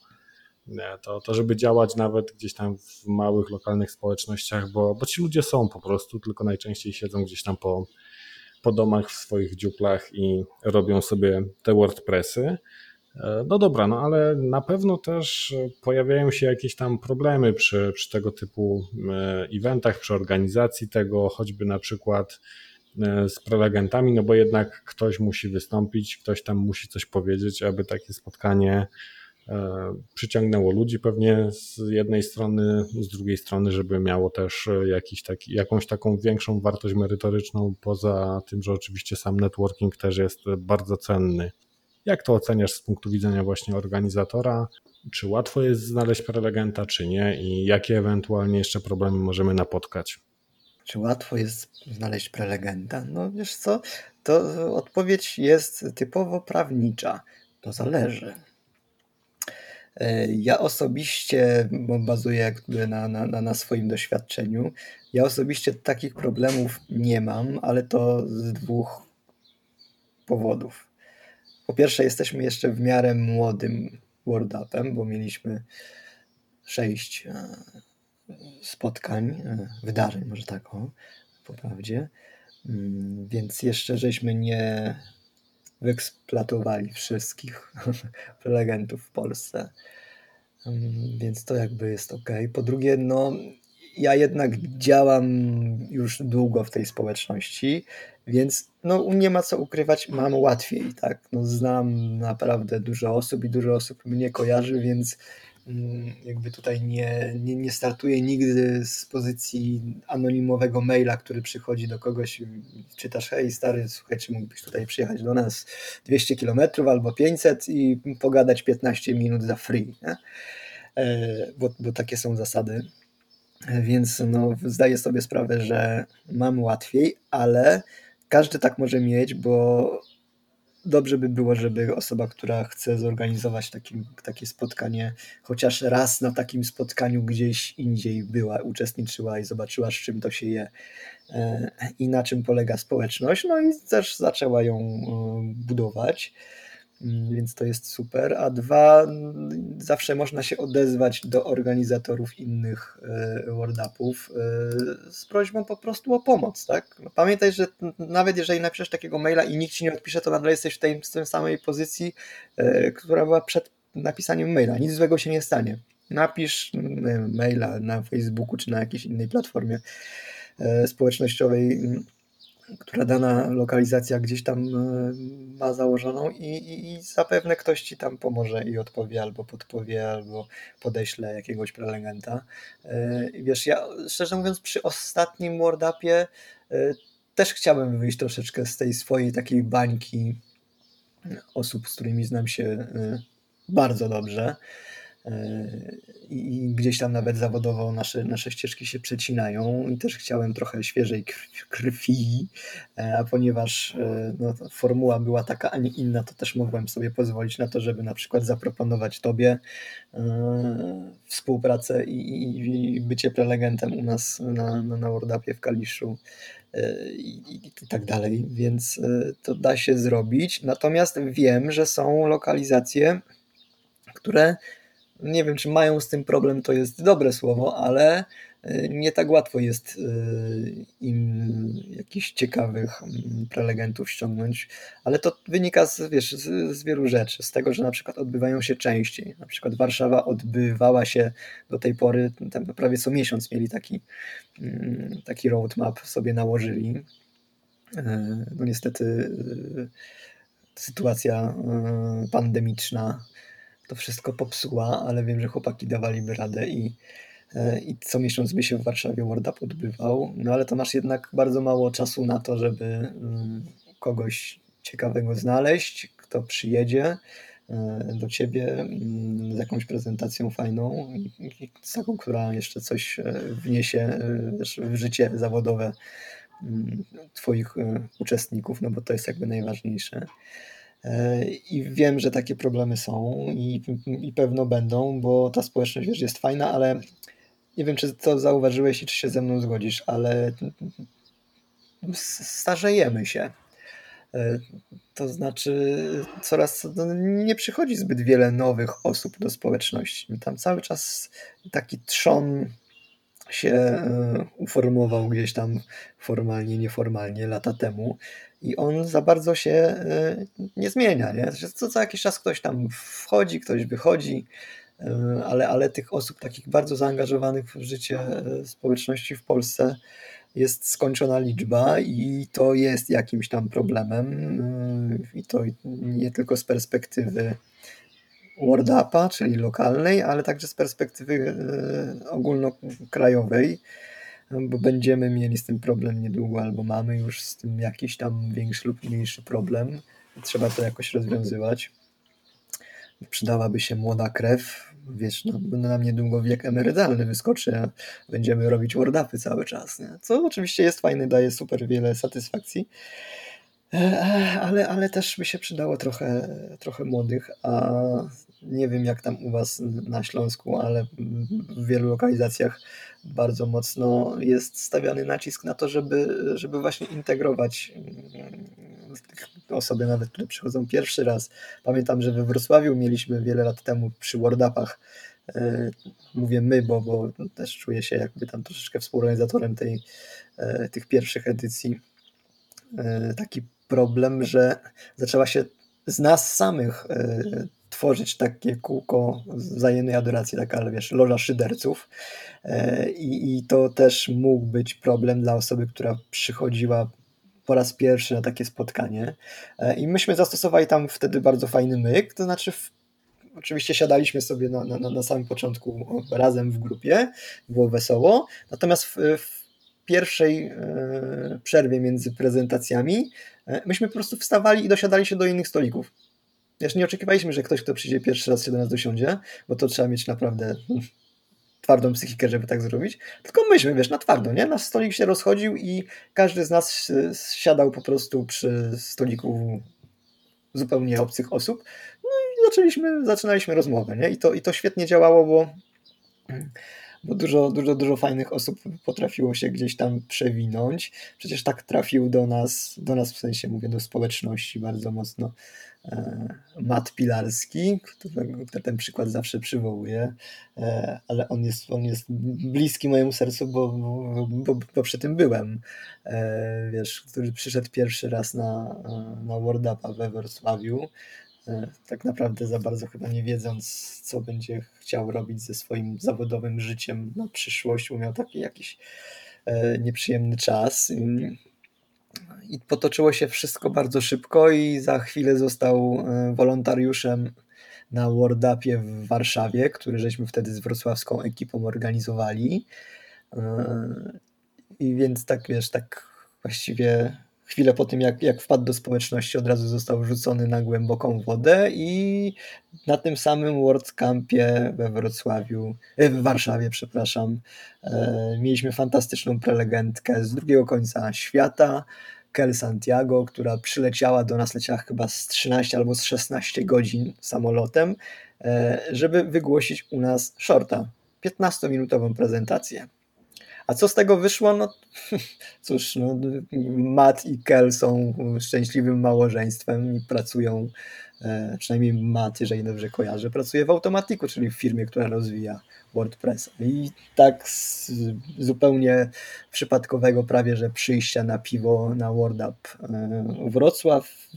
[SPEAKER 1] to żeby działać nawet gdzieś tam w małych, lokalnych społecznościach, bo ci ludzie są po prostu, tylko najczęściej siedzą gdzieś tam po domach w swoich dziuplach i robią sobie te WordPressy. No dobra, no ale na pewno też pojawiają się jakieś tam problemy przy tego typu eventach, przy organizacji tego, choćby na przykład z prelegentami, no bo jednak ktoś musi wystąpić, ktoś tam musi coś powiedzieć, aby takie spotkanie przyciągnęło ludzi pewnie z jednej strony, z drugiej strony, żeby miało też jakąś taką większą wartość merytoryczną, poza tym, że oczywiście sam networking też jest bardzo cenny. Jak to oceniasz z punktu widzenia właśnie organizatora? Czy łatwo jest znaleźć prelegenta, czy nie? I jakie ewentualnie jeszcze problemy możemy napotkać?
[SPEAKER 2] Czy łatwo jest znaleźć prelegenta? No wiesz co, to odpowiedź jest typowo prawnicza. To zależy. Ja osobiście, bo bazuję jakby na swoim doświadczeniu, ja osobiście takich problemów nie mam, ale to z dwóch powodów. Po pierwsze, jesteśmy jeszcze w miarę młodym WordUpem, bo mieliśmy 6 spotkań, wydarzeń, może tak po prawdzie, więc jeszcze żeśmy nie wyeksploatowali wszystkich prelegentów w Polsce, więc to jakby jest ok. Po drugie, no ja jednak działam już długo w tej społeczności, więc no nie ma co ukrywać, mam łatwiej, tak? No, znam naprawdę dużo osób i dużo osób mnie kojarzy, więc jakby tutaj nie startuję nigdy z pozycji anonimowego maila, który przychodzi do kogoś i czytasz: hej stary, słuchaj, czy mógłbyś tutaj przyjechać do nas 200 km albo 500 i pogadać 15 minut za free, nie? Bo takie są zasady. Więc no, zdaję sobie sprawę, że mam łatwiej, ale każdy tak może mieć, bo dobrze by było, żeby osoba, która chce zorganizować takie spotkanie, chociaż raz na takim spotkaniu gdzieś indziej była, uczestniczyła i zobaczyła, z czym to się je i na czym polega społeczność, no i też zaczęła ją budować. Więc to jest super. A dwa, zawsze można się odezwać do organizatorów innych WordUpów z prośbą po prostu o pomoc, tak? No, pamiętaj, że nawet jeżeli napiszesz takiego maila i nikt ci nie odpisze, to nadal jesteś w tej samej pozycji, która była przed napisaniem maila. Nic złego się nie stanie. Napisz maila na Facebooku czy na jakiejś innej platformie społecznościowej, która dana lokalizacja gdzieś tam ma założoną i zapewne ktoś ci tam pomoże i odpowie, albo podpowie, albo podeśle jakiegoś prelegenta. Wiesz, ja szczerze mówiąc przy ostatnim WordUpie też chciałem wyjść troszeczkę z tej swojej takiej bańki osób, z którymi znam się bardzo dobrze. i gdzieś tam nawet zawodowo nasze ścieżki się przecinają i też chciałem trochę świeżej krwi, a ponieważ no, formuła była taka, a nie inna, to też mogłem sobie pozwolić na to, żeby na przykład zaproponować Tobie współpracę i bycie prelegentem u nas na WordUpie w Kaliszu i tak dalej, więc to da się zrobić. Natomiast wiem, że są lokalizacje, które nie wiem, czy mają z tym problem, to jest dobre słowo, ale nie tak łatwo jest im jakichś ciekawych prelegentów ściągnąć, ale to wynika z wielu rzeczy, z tego, że na przykład odbywają się częściej. Na przykład Warszawa odbywała się do tej pory, tam prawie co miesiąc mieli taki roadmap sobie nałożyli. No niestety sytuacja pandemiczna to wszystko popsuła, ale wiem, że chłopaki dawaliby radę i co miesiąc by się w Warszawie WordUp odbywał, no ale to masz jednak bardzo mało czasu na to, żeby kogoś ciekawego znaleźć, kto przyjedzie do ciebie z jakąś prezentacją fajną i z taką, która jeszcze coś wniesie w życie zawodowe twoich uczestników, no bo to jest jakby najważniejsze. I wiem, że takie problemy są i pewno będą, bo ta społeczność, wiesz, jest fajna, ale nie wiem, czy to zauważyłeś i czy się ze mną zgodzisz, ale starzejemy się. To znaczy nie przychodzi zbyt wiele nowych osób do społeczności. Tam cały czas taki trzon się uformował gdzieś tam formalnie, nieformalnie lata temu i on za bardzo się nie zmienia, nie? Co jakiś czas ktoś tam wchodzi, ktoś wychodzi, ale tych osób takich bardzo zaangażowanych w życie społeczności w Polsce jest skończona liczba i to jest jakimś tam problemem i to nie tylko z perspektywy WordUpa, czyli lokalnej, ale także z perspektywy ogólnokrajowej, bo będziemy mieli z tym problem niedługo, albo mamy już z tym jakiś tam większy lub mniejszy problem. Trzeba to jakoś rozwiązywać. Przydałaby się młoda krew, wiesz, no nam niedługo wiek emerytalny wyskoczy, a będziemy robić WordUpy cały czas, nie? Co oczywiście jest fajne, daje super wiele satysfakcji, ale też by się przydało trochę młodych, a nie wiem jak tam u was na Śląsku, ale w wielu lokalizacjach bardzo mocno jest stawiany nacisk na to, żeby właśnie integrować osoby nawet, które przychodzą pierwszy raz. Pamiętam, że we Wrocławiu mieliśmy wiele lat temu przy WordUpach, mówię my, bo też czuję się jakby tam troszeczkę współorganizatorem tych pierwszych edycji, taki problem, że zaczęła się z nas samych tworzyć takie kółko wzajemnej adoracji, taka, wiesz, loża szyderców i to też mógł być problem dla osoby, która przychodziła po raz pierwszy na takie spotkanie i myśmy zastosowali tam wtedy bardzo fajny myk, to znaczy oczywiście siadaliśmy sobie na samym początku razem w grupie, było wesoło, natomiast w pierwszej przerwie między prezentacjami myśmy po prostu wstawali i dosiadali się do innych stolików. Wiesz, nie oczekiwaliśmy, że ktoś, kto przyjdzie pierwszy raz się do nas dosiądzie, bo to trzeba mieć naprawdę twardą psychikę, żeby tak zrobić, tylko myśmy, wiesz, na twardo, nie? Nasz stolik się rozchodził i każdy z nas siadał po prostu przy stoliku zupełnie obcych osób, no i zaczynaliśmy rozmowę, nie? I to świetnie działało, bo dużo fajnych osób potrafiło się gdzieś tam przewinąć. Przecież tak trafił do nas w sensie mówię do społeczności bardzo mocno Matt Pilarski, który ten przykład zawsze przywołuję, ale on jest bliski mojemu sercu, bo przy tym byłem. Wiesz, który przyszedł pierwszy raz na WordUpa we Wrocławiu, tak naprawdę za bardzo chyba nie wiedząc, co będzie chciał robić ze swoim zawodowym życiem na przyszłość, bo miał taki jakiś nieprzyjemny czas. I potoczyło się wszystko bardzo szybko i za chwilę został wolontariuszem na WordUpie w Warszawie, który żeśmy wtedy z wrocławską ekipą organizowali. I więc tak, wiesz, tak właściwie chwilę po tym, jak wpadł do społeczności, od razu został wrzucony na głęboką wodę i na tym samym WordCampie w Warszawie, przepraszam, mieliśmy fantastyczną prelegentkę z drugiego końca świata, Kel Santiago, która przyleciała do nas, leciała chyba z 13 albo z 16 godzin samolotem, żeby wygłosić u nas shorta, 15-minutową prezentację. A co z tego wyszło? No cóż, Matt i Kel są szczęśliwym małżeństwem i pracują, przynajmniej Matt, jeżeli dobrze kojarzę, pracuje w Automatiku, czyli w firmie, która rozwija WordPressa. I tak zupełnie przypadkowego prawie, że przyjścia na piwo na WordUp Wrocław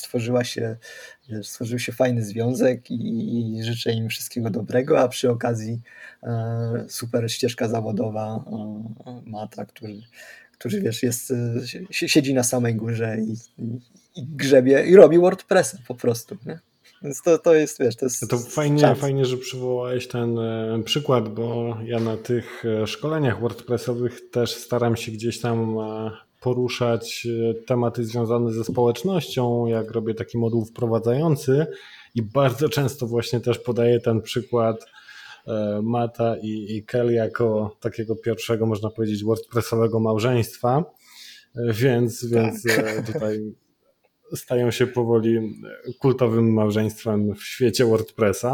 [SPEAKER 2] stworzył się fajny związek i życzę im wszystkiego dobrego, a przy okazji super ścieżka zawodowa Mata, który wiesz, siedzi na samej górze i grzebie i robi WordPressa po prostu, nie? Więc to jest, wiesz, to jest
[SPEAKER 1] To fajnie, że przywołałeś ten przykład, bo ja na tych szkoleniach WordPressowych też staram się gdzieś tam poruszać tematy związane ze społecznością, jak robię taki moduł wprowadzający i bardzo często właśnie też podaję ten przykład Mata i Kel jako takiego pierwszego, można powiedzieć, WordPressowego małżeństwa, więc tutaj stają się powoli kultowym małżeństwem w świecie WordPressa.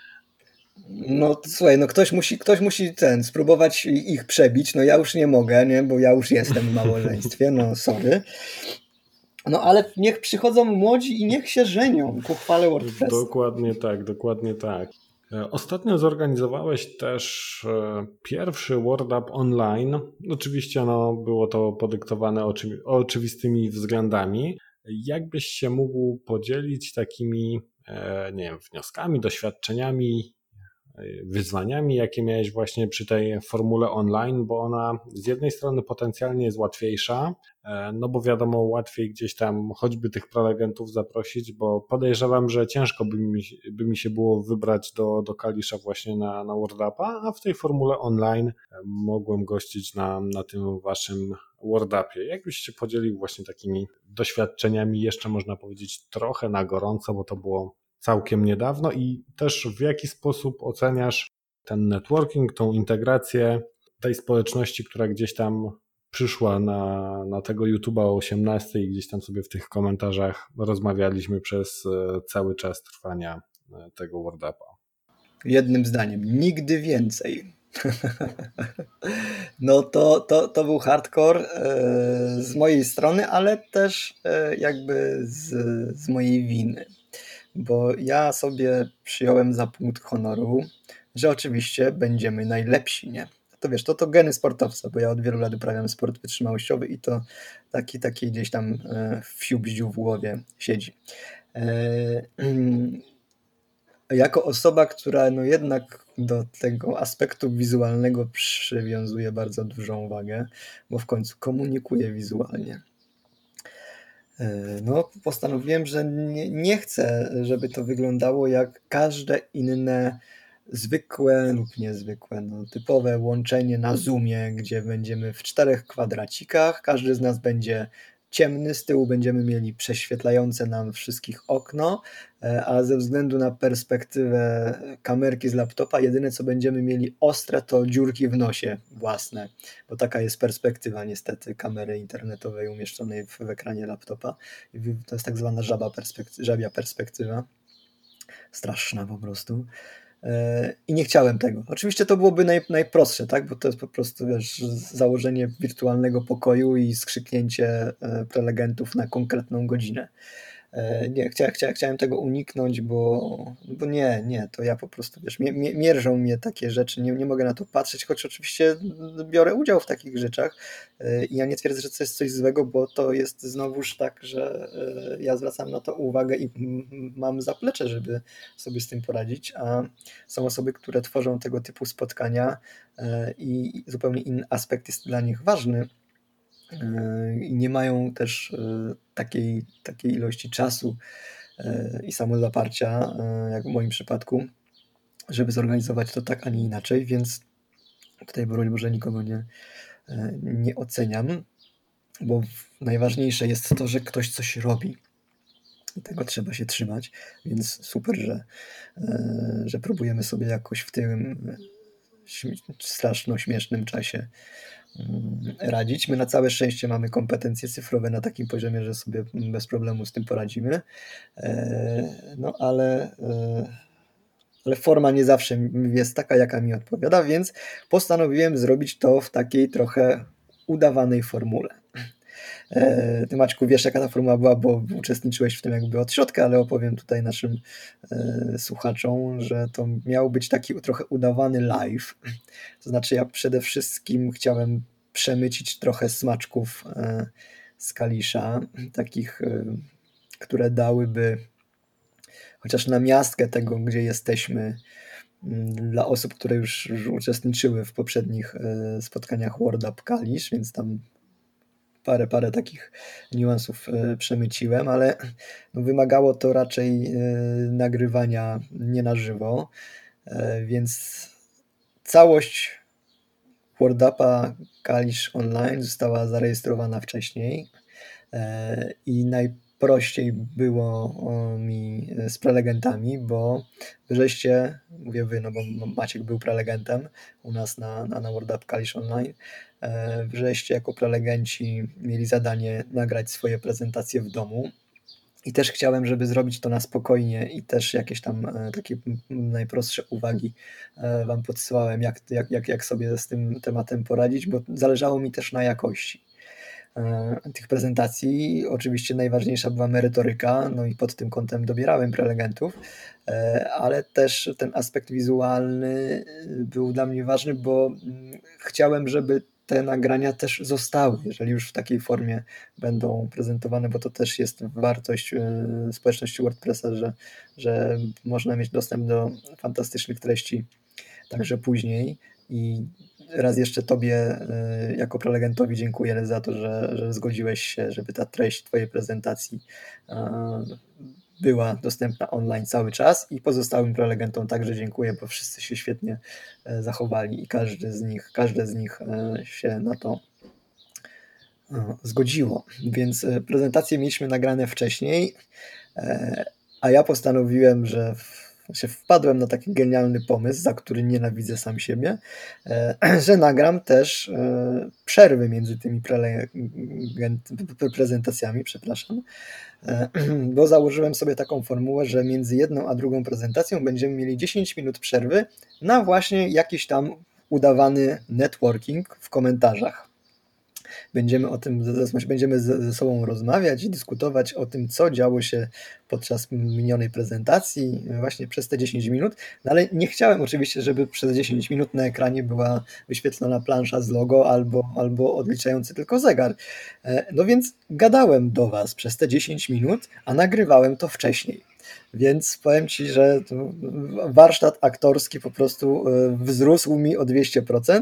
[SPEAKER 2] No słuchaj, ktoś musi spróbować ich przebić, no ja już nie mogę, nie, bo ja już jestem w małżeństwie, no sorry. No ale niech przychodzą młodzi i niech się żenią ku chwale WordPressa.
[SPEAKER 1] Dokładnie tak. Ostatnio zorganizowałeś też pierwszy WordUp online. Oczywiście było to podyktowane oczywistymi względami. Jakbyś się mógł podzielić takimi, nie wiem, wnioskami, doświadczeniami, wyzwaniami, jakie miałeś właśnie przy tej formule online, bo ona z jednej strony potencjalnie jest łatwiejsza, no bo wiadomo, łatwiej gdzieś tam choćby tych prelegentów zaprosić, bo podejrzewam, że ciężko by mi się było wybrać do Kalisza właśnie na WordUpa, a w tej formule online mogłem gościć na tym waszym WordUpie. Jakbyś się podzielił właśnie takimi doświadczeniami, jeszcze można powiedzieć trochę na gorąco, bo to było całkiem niedawno i też w jaki sposób oceniasz ten networking, tą integrację tej społeczności, która gdzieś tam przyszła na tego YouTube'a o 18 i gdzieś tam sobie w tych komentarzach rozmawialiśmy przez cały czas trwania tego WordUpa.
[SPEAKER 2] Jednym zdaniem, nigdy więcej. No to był hardcore z mojej strony, ale też jakby z mojej winy. Bo ja sobie przyjąłem za punkt honoru, że oczywiście będziemy najlepsi, nie? To wiesz, to geny sportowca, bo ja od wielu lat uprawiam sport wytrzymałościowy i to taki gdzieś tam fiu-bździu w głowie siedzi. Jako osoba, która jednak do tego aspektu wizualnego przywiązuje bardzo dużą wagę, bo w końcu komunikuję wizualnie. No, postanowiłem, że nie chcę, żeby to wyglądało jak każde inne zwykłe lub niezwykłe, typowe łączenie na Zoomie, gdzie będziemy w 4 kwadracikach, każdy z nas będzie ciemny, z tyłu będziemy mieli prześwietlające nam wszystkich okno, a ze względu na perspektywę kamerki z laptopa, jedyne co będziemy mieli ostre to dziurki w nosie własne, bo taka jest perspektywa niestety kamery internetowej umieszczonej w ekranie laptopa. To jest tak zwana żabia perspektywa. Straszna po prostu. I nie chciałem tego. Oczywiście to byłoby najprostsze, tak? Bo to jest po prostu, wiesz, założenie wirtualnego pokoju i skrzyknięcie prelegentów na konkretną godzinę. Nie, chciałem tego uniknąć, bo nie, to ja po prostu, wiesz, mierzą mnie takie rzeczy, nie mogę na to patrzeć, choć oczywiście biorę udział w takich rzeczach i ja nie twierdzę, że to jest coś złego, bo to jest znowuż tak, że ja zwracam na to uwagę i mam zaplecze, żeby sobie z tym poradzić, a są osoby, które tworzą tego typu spotkania i zupełnie inny aspekt jest dla nich ważny, i nie mają też takiej ilości czasu i samozaparcia, jak w moim przypadku, żeby zorganizować to tak, a nie inaczej, więc tutaj broń Boże nikogo nie oceniam. bo najważniejsze jest to, że ktoś coś robi. I tego trzeba się trzymać, więc super, że próbujemy sobie jakoś w tym straszno śmiesznym czasie radzić. My na całe szczęście mamy kompetencje cyfrowe na takim poziomie, że sobie bez problemu z tym poradzimy. No ale forma nie zawsze jest taka, jaka mi odpowiada, więc postanowiłem zrobić to w takiej trochę udawanej formule. Ty, Maćku, wiesz, jaka ta formuła była, bo uczestniczyłeś w tym jakby od środka, ale opowiem tutaj naszym słuchaczom, że to miał być taki trochę udawany live. To znaczy ja przede wszystkim chciałem przemycić trochę smaczków z Kalisza, takich, które dałyby chociaż namiastkę tego, gdzie jesteśmy, dla osób, które już uczestniczyły w poprzednich spotkaniach World Up Kalisz, więc tam parę takich niuansów przemyciłem, ale wymagało to raczej nagrywania nie na żywo, więc całość World Upa Kalisz Online została zarejestrowana wcześniej i najprościej było mi z prelegentami, bo żeście, mówię wy, no bo Maciek był prelegentem u nas na World Up Kalisz Online, żeście jako prelegenci mieli zadanie nagrać swoje prezentacje w domu. I też chciałem, żeby zrobić to na spokojnie i też jakieś tam takie najprostsze uwagi wam podsyłałem, jak sobie z tym tematem poradzić, bo zależało mi też na jakości tych prezentacji. Oczywiście najważniejsza była merytoryka, no i pod tym kątem dobierałem prelegentów, ale też ten aspekt wizualny był dla mnie ważny, bo chciałem, żeby te nagrania też zostały, jeżeli już w takiej formie będą prezentowane, bo to też jest wartość społeczności WordPressa, że można mieć dostęp do fantastycznych treści także później. I raz jeszcze Tobie jako prelegentowi dziękuję za to, że zgodziłeś się, żeby ta treść Twojej prezentacji była dostępna online cały czas, i pozostałym prelegentom także dziękuję, bo wszyscy się świetnie zachowali i każde z nich się na to zgodziło. Więc prezentacje mieliśmy nagrane wcześniej, a ja postanowiłem, że wpadłem na taki genialny pomysł, za który nienawidzę sam siebie, że nagram też przerwy między tymi prezentacjami, przepraszam, bo założyłem sobie taką formułę, że między jedną a drugą prezentacją będziemy mieli 10 minut przerwy na właśnie jakiś tam udawany networking w komentarzach. Będziemy ze sobą rozmawiać i dyskutować o tym, co działo się podczas minionej prezentacji właśnie przez te 10 minut, no ale nie chciałem oczywiście, żeby przez 10 minut na ekranie była wyświetlona plansza z logo albo odliczający tylko zegar. No więc gadałem do Was przez te 10 minut, a nagrywałem to wcześniej. Więc powiem Ci, że warsztat aktorski po prostu wzrósł mi o 200%.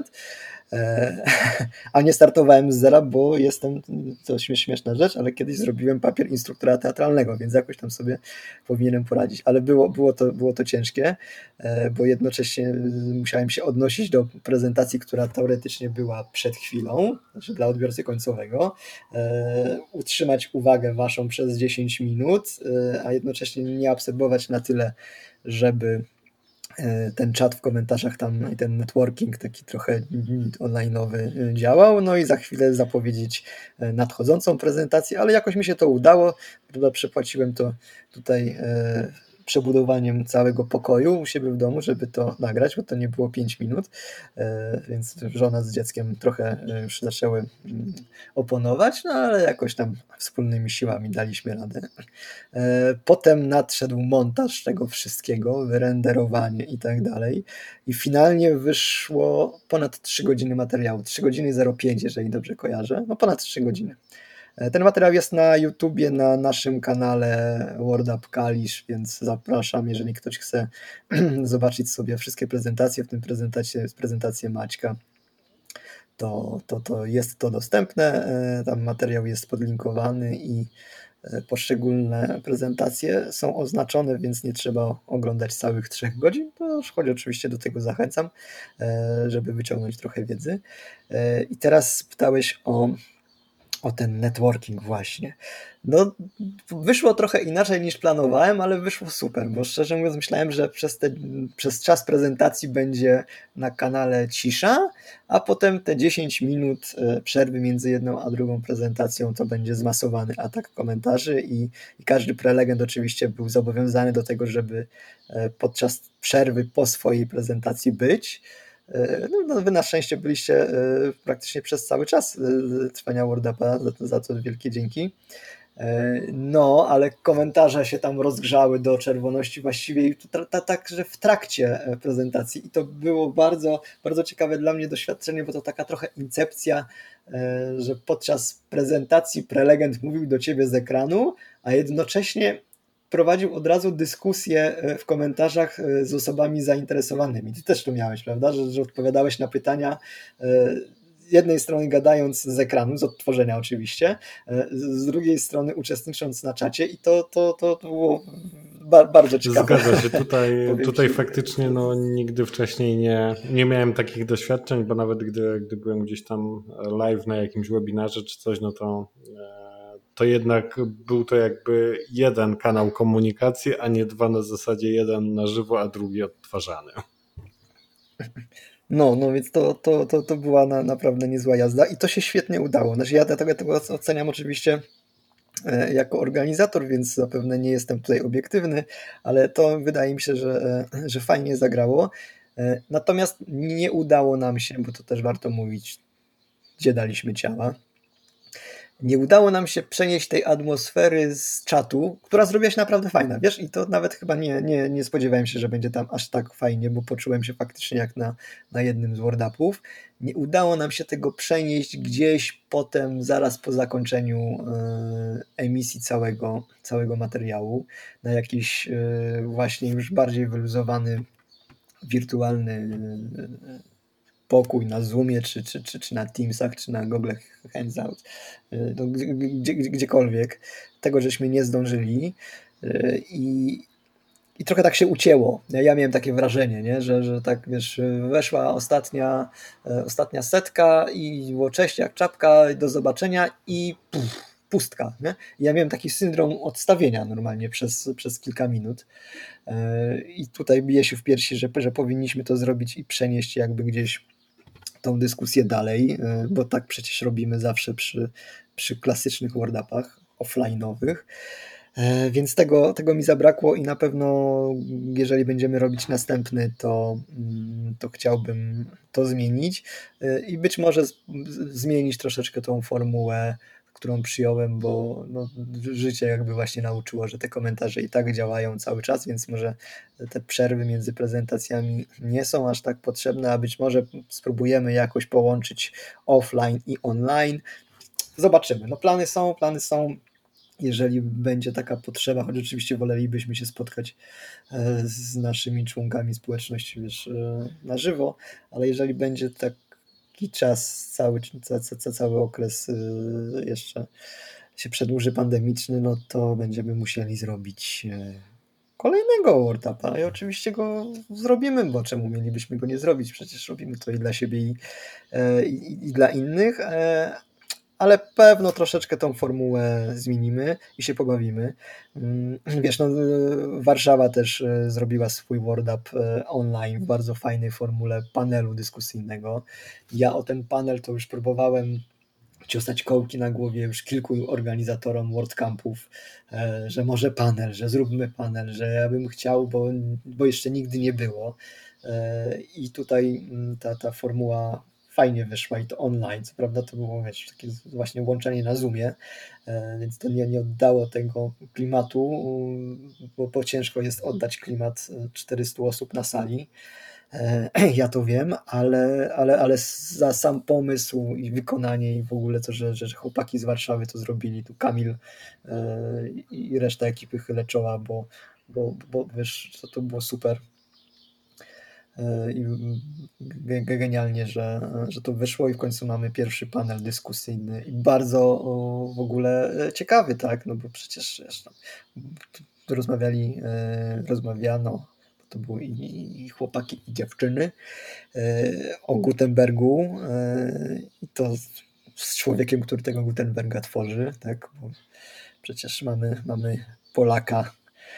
[SPEAKER 2] A nie startowałem z zera, bo to śmieszna rzecz, ale kiedyś zrobiłem papier instruktora teatralnego, więc jakoś tam sobie powinienem poradzić, ale było to ciężkie, bo jednocześnie musiałem się odnosić do prezentacji, która teoretycznie była przed chwilą, znaczy dla odbiorcy końcowego, utrzymać uwagę waszą przez 10 minut, a jednocześnie nie absorbować na tyle, żeby ten czat w komentarzach tam i ten networking taki trochę online'owy działał, no i za chwilę zapowiedzieć nadchodzącą prezentację, ale jakoś mi się to udało, prawda, przepłaciłem to tutaj przebudowaniem całego pokoju u siebie w domu, żeby to nagrać, bo to nie było 5 minut, więc żona z dzieckiem trochę już zaczęły oponować, no ale jakoś tam wspólnymi siłami daliśmy radę. Potem nadszedł montaż tego wszystkiego, wyrenderowanie i tak dalej, i finalnie wyszło ponad 3 godziny materiału, 3 godziny 05, jeżeli dobrze kojarzę, no ponad 3 godziny. Ten materiał jest na YouTubie, na naszym kanale World Up Kalisz, więc zapraszam, jeżeli ktoś chce zobaczyć sobie wszystkie prezentacje, w tym prezentację Maćka, to jest to dostępne. Tam materiał jest podlinkowany i poszczególne prezentacje są oznaczone, więc nie trzeba oglądać całych 3 godzin, choć oczywiście do tego zachęcam, żeby wyciągnąć trochę wiedzy. I teraz pytałeś o O ten networking właśnie. No, wyszło trochę inaczej niż planowałem, ale wyszło super, bo szczerze mówiąc myślałem, że przez czas prezentacji będzie na kanale cisza, a potem te 10 minut przerwy między jedną a drugą prezentacją to będzie zmasowany atak komentarzy i każdy prelegent oczywiście był zobowiązany do tego, żeby podczas przerwy po swojej prezentacji być. No, wy na szczęście byliście praktycznie przez cały czas trwania WordUpa, za to wielkie dzięki. No, ale komentarze się tam rozgrzały do czerwoności właściwie także w trakcie prezentacji i to było bardzo, bardzo ciekawe dla mnie doświadczenie, bo to taka trochę incepcja, że podczas prezentacji prelegent mówił do ciebie z ekranu, a jednocześnie prowadził od razu dyskusję w komentarzach z osobami zainteresowanymi. Ty też to miałeś, prawda? Że odpowiadałeś na pytania z jednej strony gadając z ekranu, z odtworzenia oczywiście, z drugiej strony uczestnicząc na czacie i to było bardzo ciekawe.
[SPEAKER 1] Zgadza się, tutaj faktycznie nigdy wcześniej nie miałem takich doświadczeń, bo nawet gdy byłem gdzieś tam live na jakimś webinarze czy coś, to jednak był to jakby jeden kanał komunikacji, a nie dwa na zasadzie jeden na żywo, a drugi odtwarzany.
[SPEAKER 2] No więc to była naprawdę niezła jazda i to się świetnie udało. Znaczy ja tego oceniam oczywiście jako organizator, więc zapewne nie jestem tutaj obiektywny, ale to wydaje mi się, że fajnie zagrało. Natomiast nie udało nam się, bo to też warto mówić, gdzie daliśmy ciała. Nie udało nam się przenieść tej atmosfery z czatu, która zrobiła się naprawdę fajna, wiesz, i to nawet chyba nie spodziewałem się, że będzie tam aż tak fajnie, bo poczułem się faktycznie jak na jednym z WordUpów. Nie udało nam się tego przenieść gdzieś potem, zaraz po zakończeniu emisji całego materiału, na jakiś właśnie już bardziej wyluzowany, wirtualny pokój na Zoomie, czy na Teamsach, czy na Google Hangout, gdziekolwiek. Tego żeśmy nie zdążyli i trochę tak się ucięło. Ja miałem takie wrażenie, nie? Że tak, wiesz, weszła ostatnia setka i było cześć jak czapka, do zobaczenia i pustka. Nie? I ja miałem taki syndrom odstawienia normalnie przez kilka minut. I tutaj bije się w piersi, że powinniśmy to zrobić i przenieść jakby gdzieś tą dyskusję dalej, bo tak przecież robimy zawsze przy klasycznych WordUpach offline'owych. Więc tego mi zabrakło i na pewno jeżeli będziemy robić następny, to chciałbym to zmienić i być może zmienić troszeczkę tą formułę, którą przyjąłem, bo życie jakby właśnie nauczyło, że te komentarze i tak działają cały czas, więc może te przerwy między prezentacjami nie są aż tak potrzebne, a być może spróbujemy jakoś połączyć offline i online. Zobaczymy. Plany są. Jeżeli będzie taka potrzeba, choć oczywiście wolelibyśmy się spotkać z naszymi członkami społeczności, wiesz, na żywo, ale jeżeli będzie taki czas, cały okres jeszcze się przedłuży pandemiczny, to będziemy musieli zrobić kolejnego WordUpa i oczywiście go zrobimy, bo czemu mielibyśmy go nie zrobić? Przecież robimy to i dla siebie i dla innych, ale pewno troszeczkę tą formułę zmienimy i się pobawimy. Wiesz, Warszawa też zrobiła swój WordUp online w bardzo fajnej formule panelu dyskusyjnego. Ja o ten panel to już próbowałem ciosać kołki na głowie już kilku organizatorom WordCampów, że może panel, że zróbmy panel, że ja bym chciał, bo jeszcze nigdy nie było. I tutaj ta formuła fajnie wyszła i to online. Co prawda to było, wiesz, takie właśnie łączenie na Zoomie, więc to nie oddało tego klimatu, bo ciężko jest oddać klimat 400 osób na sali. Ja to wiem, ale za sam pomysł i wykonanie i w ogóle to, że chłopaki z Warszawy to zrobili, tu Kamil i reszta ekipy chylę czoła, bo wiesz, to było super. I genialnie, że to wyszło i w końcu mamy pierwszy panel dyskusyjny i bardzo w ogóle ciekawy, tak, bo przecież rozmawiano, bo to były i chłopaki i dziewczyny o Gutenbergu i to z człowiekiem, który tego Gutenberga tworzy, tak? Bo przecież mamy Polaka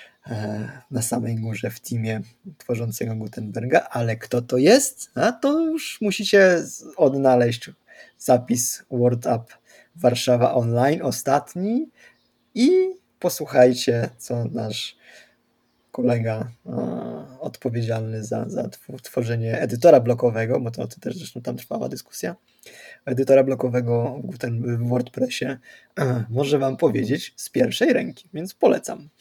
[SPEAKER 2] na samej górze w teamie tworzącego Gutenberga, ale kto to jest? A to już musicie odnaleźć zapis WordUp Warszawa Online, ostatni, i posłuchajcie, co nasz kolega odpowiedzialny za tworzenie edytora blokowego, bo to też zresztą tam trwała dyskusja, edytora blokowego w WordPressie może wam powiedzieć z pierwszej ręki, więc polecam.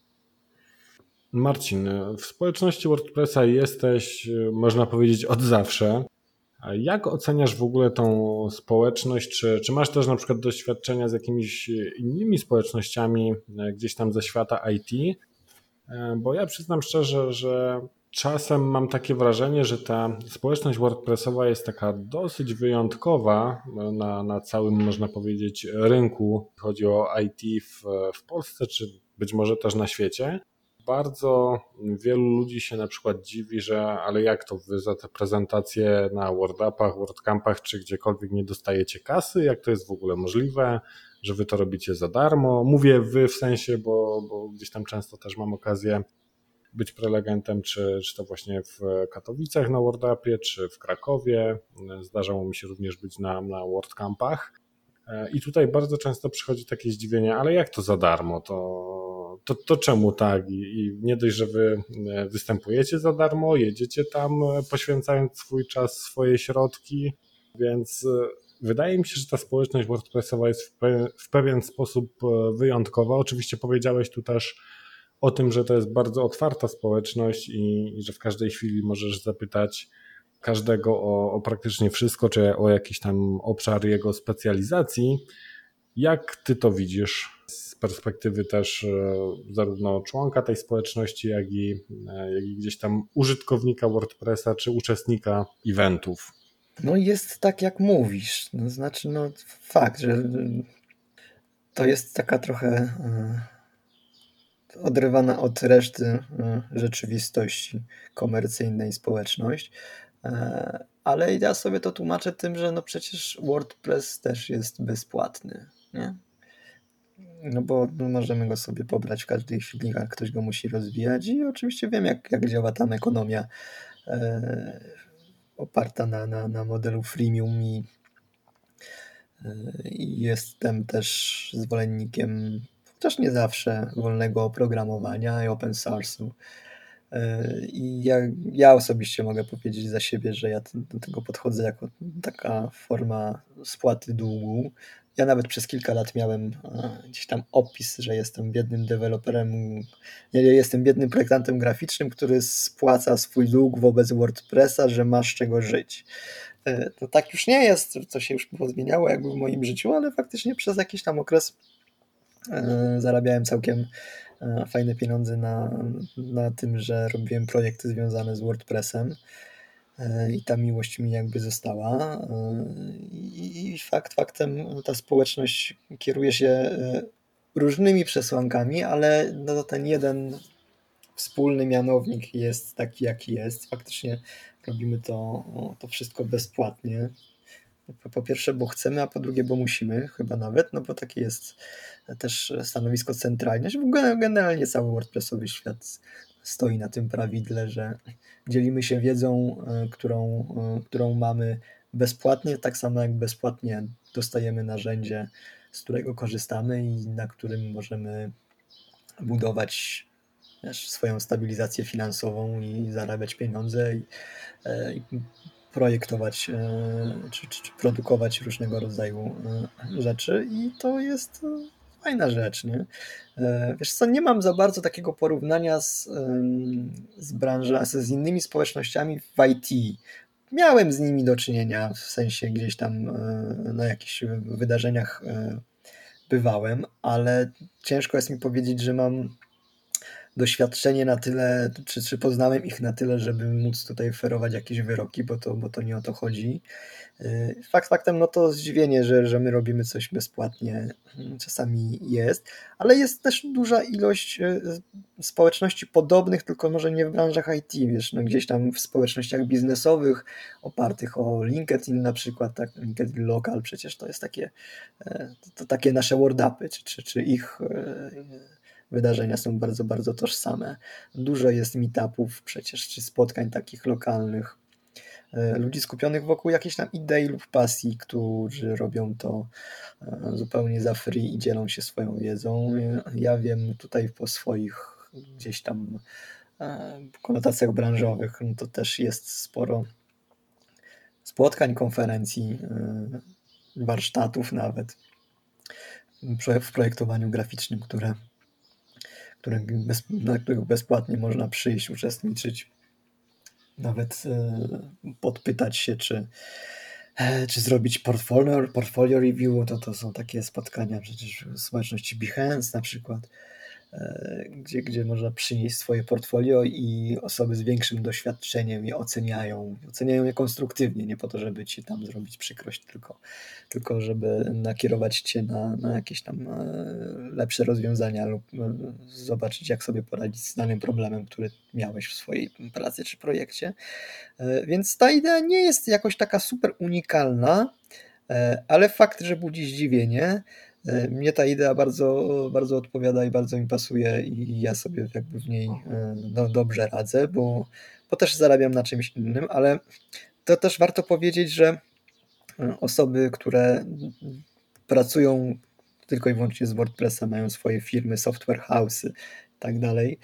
[SPEAKER 1] Marcin, w społeczności WordPressa jesteś, można powiedzieć, od zawsze. A jak oceniasz w ogóle tą społeczność? Czy masz też na przykład doświadczenia z jakimiś innymi społecznościami gdzieś tam ze świata IT? Bo ja przyznam szczerze, że czasem mam takie wrażenie, że ta społeczność WordPressowa jest taka dosyć wyjątkowa na całym, można powiedzieć, rynku. Chodzi o IT w Polsce, czy być może też na świecie. Bardzo wielu ludzi się na przykład dziwi, że ale jak to wy za te prezentacje na WordUpach, WordCampach czy gdziekolwiek nie dostajecie kasy? Jak to jest w ogóle możliwe, że wy to robicie za darmo? Mówię wy w sensie, bo gdzieś tam często też mam okazję być prelegentem, czy to właśnie w Katowicach na WordUpie, czy w Krakowie. Zdarzało mi się również być na WordCampach. I tutaj bardzo często przychodzi takie zdziwienie, ale jak to za darmo? To czemu tak? I nie dość, że wy występujecie za darmo, jedziecie tam poświęcając swój czas, swoje środki, więc wydaje mi się, że ta społeczność WordPressowa jest w pewien sposób wyjątkowa. Oczywiście powiedziałeś tu też o tym, że to jest bardzo otwarta społeczność i że w każdej chwili możesz zapytać każdego o praktycznie wszystko, czy o jakiś tam obszar jego specjalizacji. Jak ty to widzisz z perspektywy też zarówno członka tej społeczności, jak i gdzieś tam użytkownika WordPressa, czy uczestnika eventów?
[SPEAKER 2] No jest tak, jak mówisz. No, znaczy, fakt, że to jest taka trochę odrywana od reszty rzeczywistości komercyjnej społeczność. Ale ja sobie to tłumaczę tym, że przecież WordPress też jest bezpłatny, nie? No bo możemy go sobie pobrać w każdej chwili, a ktoś go musi rozwijać i oczywiście wiem, jak działa tam ekonomia oparta na modelu freemium i jestem też zwolennikiem, chociaż nie zawsze, wolnego oprogramowania i open source'u. I ja osobiście mogę powiedzieć za siebie, że ja do tego podchodzę jako taka forma spłaty długu. Ja nawet przez kilka lat miałem gdzieś tam opis, że jestem biednym deweloperem, jestem biednym projektantem graficznym, który spłaca swój dług wobec WordPressa, że ma z czego żyć. To tak już nie jest, to się już pozmieniało jakby w moim życiu, ale faktycznie przez jakiś tam okres zarabiałem całkiem fajne pieniądze na tym, że robiłem projekty związane z WordPressem i ta miłość mi jakby została. I faktem ta społeczność kieruje się różnymi przesłankami, ale ten jeden wspólny mianownik jest taki, jaki jest. Faktycznie robimy to wszystko bezpłatnie. Po pierwsze, bo chcemy, a po drugie, bo musimy, chyba nawet, bo takie jest też stanowisko centralne. Generalnie cały WordPressowy świat stoi na tym prawidle, że dzielimy się wiedzą, którą mamy bezpłatnie, tak samo jak bezpłatnie dostajemy narzędzie, z którego korzystamy i na którym możemy budować swoją stabilizację finansową i zarabiać pieniądze i projektować czy produkować różnego rodzaju rzeczy i to jest fajna rzecz, nie? Wiesz co, nie mam za bardzo takiego porównania z branżą, z innymi społecznościami w IT. Miałem z nimi do czynienia, w sensie gdzieś tam na jakichś wydarzeniach bywałem, ale ciężko jest mi powiedzieć, że mam doświadczenie na tyle, czy poznałem ich na tyle, żeby móc tutaj ferować jakieś wyroki, bo to nie o to chodzi. Fakt faktem, no to zdziwienie, że my robimy coś bezpłatnie, czasami jest, ale jest też duża ilość społeczności podobnych, tylko może nie w branżach IT, wiesz, no gdzieś tam w społecznościach biznesowych opartych o LinkedIn na przykład, tak, LinkedIn Local, przecież to jest takie nasze wordupy, czy ich wydarzenia są bardzo, bardzo tożsame. Dużo jest meetupów przecież, czy spotkań takich lokalnych, ludzi skupionych wokół jakiejś tam idei lub pasji, którzy robią to zupełnie za free i dzielą się swoją wiedzą. Ja wiem tutaj po swoich gdzieś tam konotacjach branżowych, no to też jest sporo spotkań, konferencji, warsztatów nawet w projektowaniu graficznym, na których bezpłatnie można przyjść, uczestniczyć, nawet podpytać się, czy zrobić portfolio review. To są takie spotkania przecież w społeczności Behance na przykład, gdzie można przynieść swoje portfolio i osoby z większym doświadczeniem je oceniają je konstruktywnie, nie po to, żeby ci tam zrobić przykrość, tylko żeby nakierować cię na jakieś tam lepsze rozwiązania lub zobaczyć, jak sobie poradzić z danym problemem, który miałeś w swojej pracy czy projekcie. Więc ta idea nie jest jakoś taka super unikalna, ale fakt, że budzi zdziwienie. Mnie ta idea bardzo, bardzo odpowiada i bardzo mi pasuje i ja sobie jakby w niej dobrze radzę, bo też zarabiam na czymś innym, ale to też warto powiedzieć, że osoby, które pracują tylko i wyłącznie z WordPressa, mają swoje firmy, software house'y i tak dalej,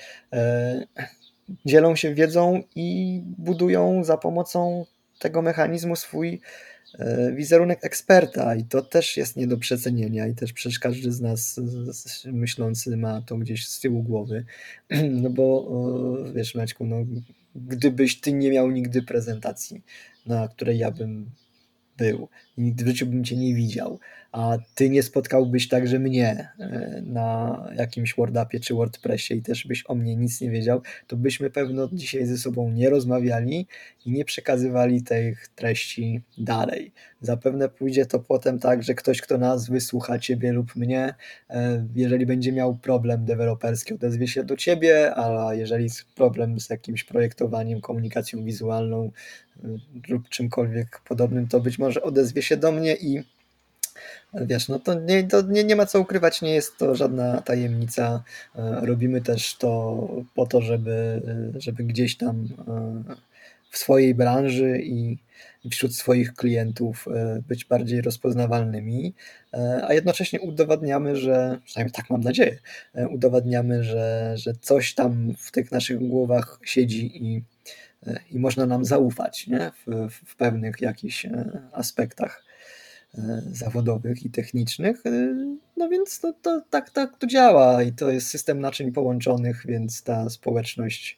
[SPEAKER 2] dzielą się wiedzą i budują za pomocą tego mechanizmu swój wizerunek eksperta i to też jest nie do przecenienia i też przecież każdy z nas myślący ma to gdzieś z tyłu głowy, no bo wiesz, Maćku, no, gdybyś ty nie miał nigdy prezentacji, na której ja bym był i nigdy w życiu bym cię nie widział, a ty nie spotkałbyś także mnie na jakimś WordUpie czy WordPressie i też byś o mnie nic nie wiedział, to byśmy pewno dzisiaj ze sobą nie rozmawiali i nie przekazywali tych treści dalej. Zapewne pójdzie to potem tak, że ktoś, kto nas wysłucha, ciebie lub mnie, jeżeli będzie miał problem deweloperski, odezwie się do ciebie, a jeżeli jest problem z jakimś projektowaniem, komunikacją wizualną lub czymkolwiek podobnym, to być może odezwie się do mnie i wiesz, no to nie ma co ukrywać, nie jest to żadna tajemnica. Robimy też to po to, żeby gdzieś tam w swojej branży i wśród swoich klientów być bardziej rozpoznawalnymi, a jednocześnie udowadniamy, przynajmniej tak mam nadzieję, udowadniamy, że coś tam w tych naszych głowach siedzi i można nam zaufać, nie? W pewnych jakichś aspektach zawodowych i technicznych. No więc tak to działa i to jest system naczyń połączonych, więc ta społeczność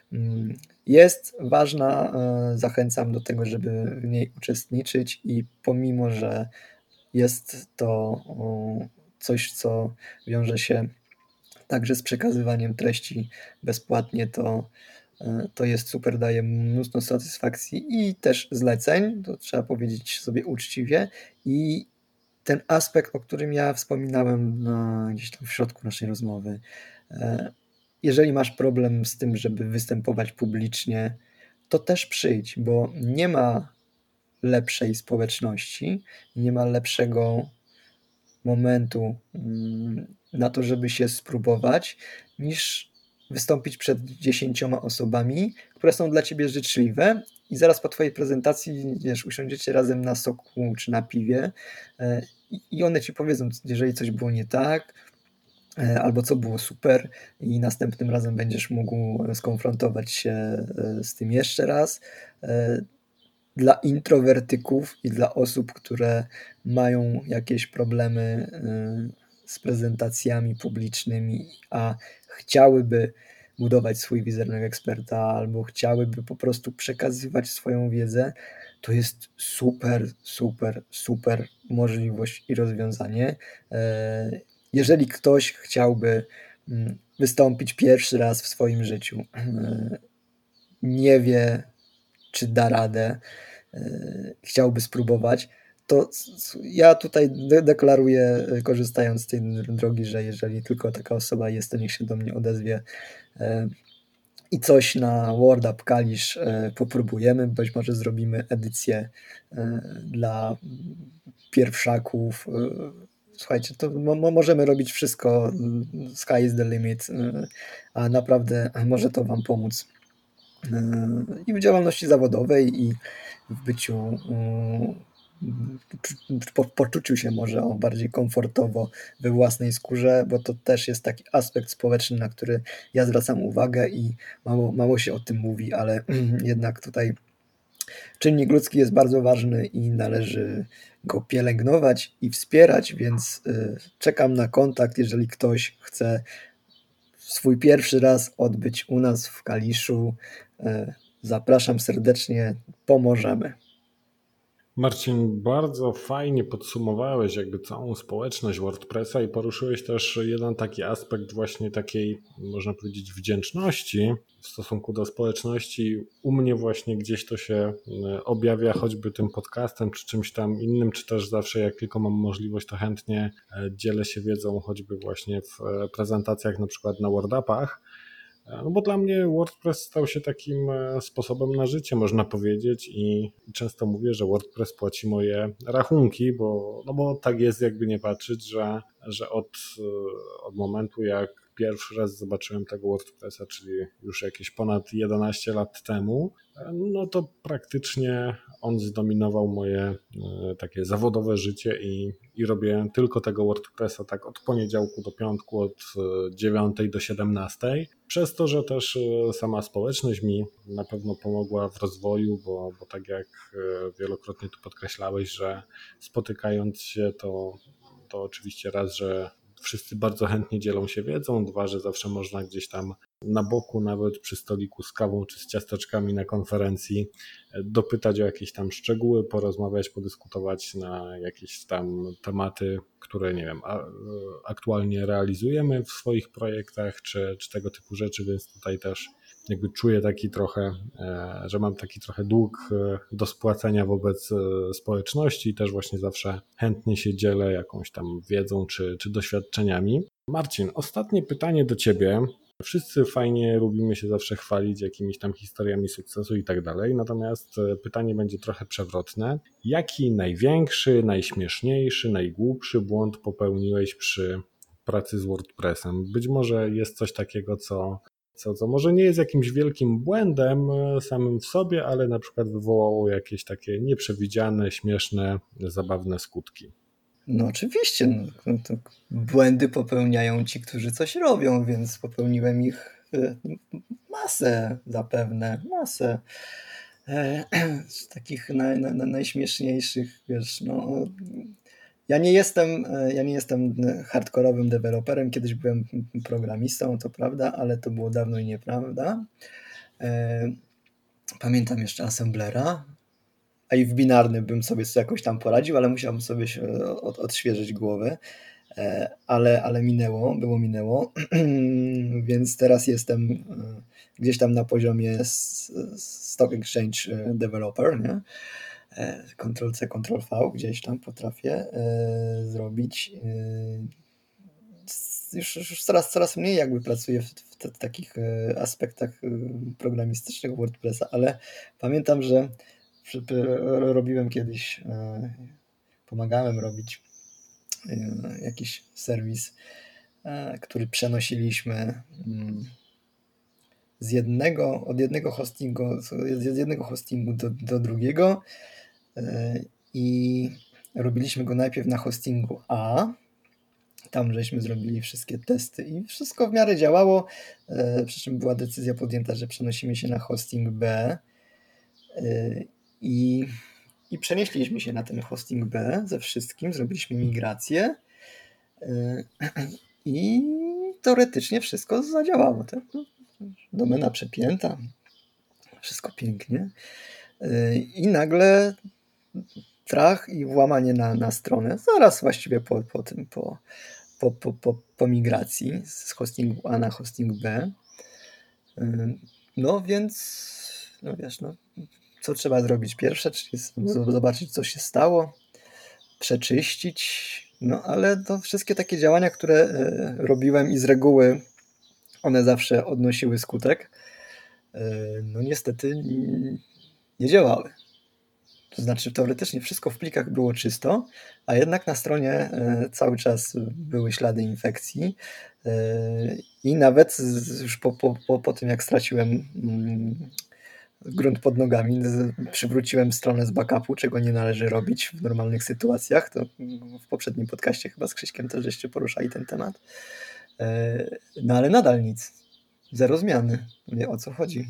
[SPEAKER 2] jest ważna. Zachęcam do tego, żeby w niej uczestniczyć i pomimo, że jest to coś, co wiąże się także z przekazywaniem treści bezpłatnie, to jest super, daje mnóstwo satysfakcji i też zleceń, to trzeba powiedzieć sobie uczciwie. I ten aspekt, o którym ja wspominałem gdzieś tam w środku naszej rozmowy, jeżeli masz problem z tym, żeby występować publicznie, to też przyjdź, bo nie ma lepszej społeczności, nie ma lepszego momentu na to, żeby się spróbować, niż wystąpić przed 10 osobami, które są dla ciebie życzliwe i zaraz po twojej prezentacji, wiesz, usiądziecie razem na soku czy na piwie i one ci powiedzą, jeżeli coś było nie tak, albo co było super i następnym razem będziesz mógł skonfrontować się z tym jeszcze raz. Dla introwertyków i dla osób, które mają jakieś problemy z prezentacjami publicznymi, a chciałyby budować swój wizerunek eksperta albo chciałyby po prostu przekazywać swoją wiedzę, to jest super, super, super możliwość i rozwiązanie. Jeżeli ktoś chciałby wystąpić pierwszy raz w swoim życiu. Nie wie, czy da radę, chciałby spróbować, to ja tutaj deklaruję, korzystając z tej drogi, że jeżeli tylko taka osoba jest, to niech się do mnie odezwie i coś na World Up Kalisz popróbujemy. Być może zrobimy edycję dla pierwszaków. Słuchajcie, to możemy robić wszystko, sky is the limit, a naprawdę może to Wam pomóc i w działalności zawodowej, i w byciu, poczuciu się może bardziej komfortowo we własnej skórze, bo to też jest taki aspekt społeczny, na który ja zwracam uwagę i mało się o tym mówi, ale jednak tutaj czynnik ludzki jest bardzo ważny i należy go pielęgnować i wspierać, więc czekam na kontakt, jeżeli ktoś chce swój pierwszy raz odbyć u nas w Kaliszu. Zapraszam serdecznie, pomożemy.
[SPEAKER 1] Marcin, bardzo fajnie podsumowałeś jakby całą społeczność WordPressa i poruszyłeś też jeden taki aspekt właśnie takiej, można powiedzieć, wdzięczności w stosunku do społeczności. U mnie właśnie gdzieś to się objawia choćby tym podcastem, czy czymś tam innym, czy też zawsze jak tylko mam możliwość, to chętnie dzielę się wiedzą choćby właśnie w prezentacjach na przykład na WordUpach. No bo dla mnie WordPress stał się takim sposobem na życie, można powiedzieć, i często mówię, że WordPress płaci moje rachunki, bo tak jest, jakby nie patrzeć, że od momentu, jak pierwszy raz zobaczyłem tego WordPressa, czyli już jakieś ponad 11 lat temu, no to praktycznie on zdominował moje takie zawodowe życie i robię tylko tego WordPressa tak od poniedziałku do piątku, od 9 do 17. Przez to, że też sama społeczność mi na pewno pomogła w rozwoju, bo tak jak wielokrotnie tu podkreślałeś, że spotykając się to oczywiście raz, że wszyscy bardzo chętnie dzielą się wiedzą, dwa, że zawsze można gdzieś tam na boku, nawet przy stoliku z kawą czy z ciasteczkami na konferencji dopytać o jakieś tam szczegóły, porozmawiać, podyskutować na jakieś tam tematy, które nie wiem, aktualnie realizujemy w swoich projektach, czy tego typu rzeczy, więc tutaj też jakby czuję taki trochę, że mam taki trochę dług do spłacenia wobec społeczności i też właśnie zawsze chętnie się dzielę jakąś tam wiedzą czy doświadczeniami. Marcin, ostatnie pytanie do Ciebie. Wszyscy fajnie lubimy się zawsze chwalić jakimiś tam historiami sukcesu i tak dalej, natomiast pytanie będzie trochę przewrotne. Jaki największy, najśmieszniejszy, najgłupszy błąd popełniłeś przy pracy z WordPressem? Być może jest coś takiego, co może nie jest jakimś wielkim błędem samym w sobie, ale na przykład wywołało jakieś takie nieprzewidziane, śmieszne, zabawne skutki.
[SPEAKER 2] No oczywiście, to błędy popełniają ci, którzy coś robią, więc popełniłem ich masę zapewne, masę. Z takich najśmieszniejszych, wiesz, no... Ja nie jestem hardkorowym deweloperem, kiedyś byłem programistą, to prawda, ale to było dawno i nieprawda. Pamiętam jeszcze Assemblera, a i w binarny bym sobie jakoś tam poradził, ale musiałbym sobie odświeżyć głowę, ale minęło, więc teraz jestem gdzieś tam na poziomie Stock Exchange Developer, nie? Ctrl-C, Ctrl-V gdzieś tam potrafię zrobić. Już coraz mniej jakby pracuję w takich aspektach programistycznych WordPressa, ale pamiętam, że robiłem kiedyś, pomagałem robić jakiś serwis, który przenosiliśmy z jednego hostingu do drugiego i robiliśmy go najpierw na hostingu A. Tam żeśmy zrobili wszystkie testy i wszystko w miarę działało, przy czym była decyzja podjęta, że przenosimy się na hosting B i przenieśliśmy się na ten hosting B ze wszystkim, zrobiliśmy migrację i teoretycznie wszystko zadziałało. Tak? Domena przepięta, wszystko pięknie i nagle trach i włamanie na stronę, zaraz właściwie po po migracji z hostingu A na hosting B. No więc, no wiesz, no, co trzeba zrobić pierwsze, czyli zobaczyć, co się stało, przeczyścić, no ale to wszystkie takie działania, które robiłem i z reguły one zawsze odnosiły skutek, no niestety nie działały. To znaczy teoretycznie wszystko w plikach było czysto, a jednak na stronie cały czas były ślady infekcji i nawet już po tym, jak straciłem grunt pod nogami, przywróciłem stronę z backupu, czego nie należy robić w normalnych sytuacjach. To w poprzednim podcaście chyba z Krzyśkiem też żeście poruszali ten temat. No ale nadal nic. Zero zmiany. Nie, o co chodzi.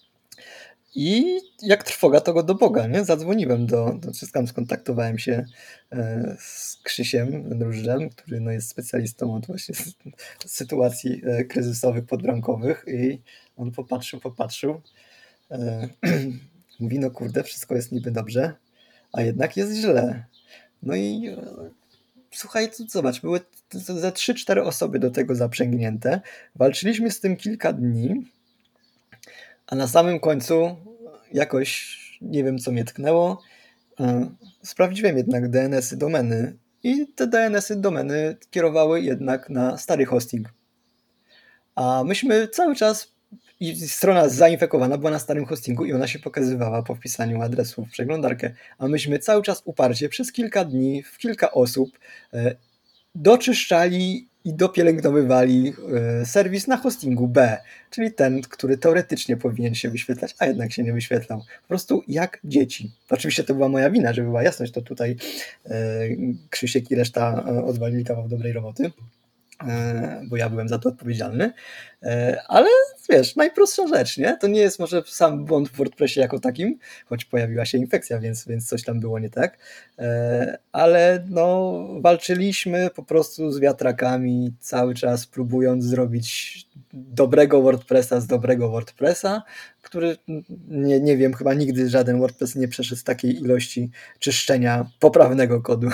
[SPEAKER 2] I jak trwoga, to go do Boga, nie? Zadzwoniłem tam skontaktowałem się z Krzysiem Drużdżem, który no jest specjalistą od właśnie sytuacji kryzysowych, podbramkowych i on popatrzył. Mówi, no kurde, wszystko jest niby dobrze, a jednak jest źle. No i słuchaj, zobacz, były ze 3-4 osoby do tego zaprzęgnięte. Walczyliśmy z tym kilka dni, a na samym końcu jakoś, nie wiem co mnie tknęło, sprawdziłem jednak DNS-y domeny i te DNS-y domeny kierowały jednak na stary hosting. A myśmy cały czas, i strona zainfekowana była na starym hostingu i ona się pokazywała po wpisaniu adresu w przeglądarkę, a myśmy cały czas uparcie przez kilka dni, w kilka osób doczyszczali i dopielęgnowywali serwis na hostingu B, czyli ten, który teoretycznie powinien się wyświetlać, a jednak się nie wyświetlał. Po prostu jak dzieci. Oczywiście to była moja wina, żeby była jasność, to tutaj Krzysiek i reszta odwalili kawał dobrej roboty, bo ja byłem za to odpowiedzialny, ale wiesz, najprostsza rzecz, nie? To nie jest może sam błąd w WordPressie jako takim, choć pojawiła się infekcja, więc coś tam było nie tak, ale no walczyliśmy po prostu z wiatrakami cały czas, próbując zrobić dobrego WordPressa z dobrego WordPressa, który nie wiem, chyba nigdy żaden WordPress nie przeszedł takiej ilości czyszczenia poprawnego kodu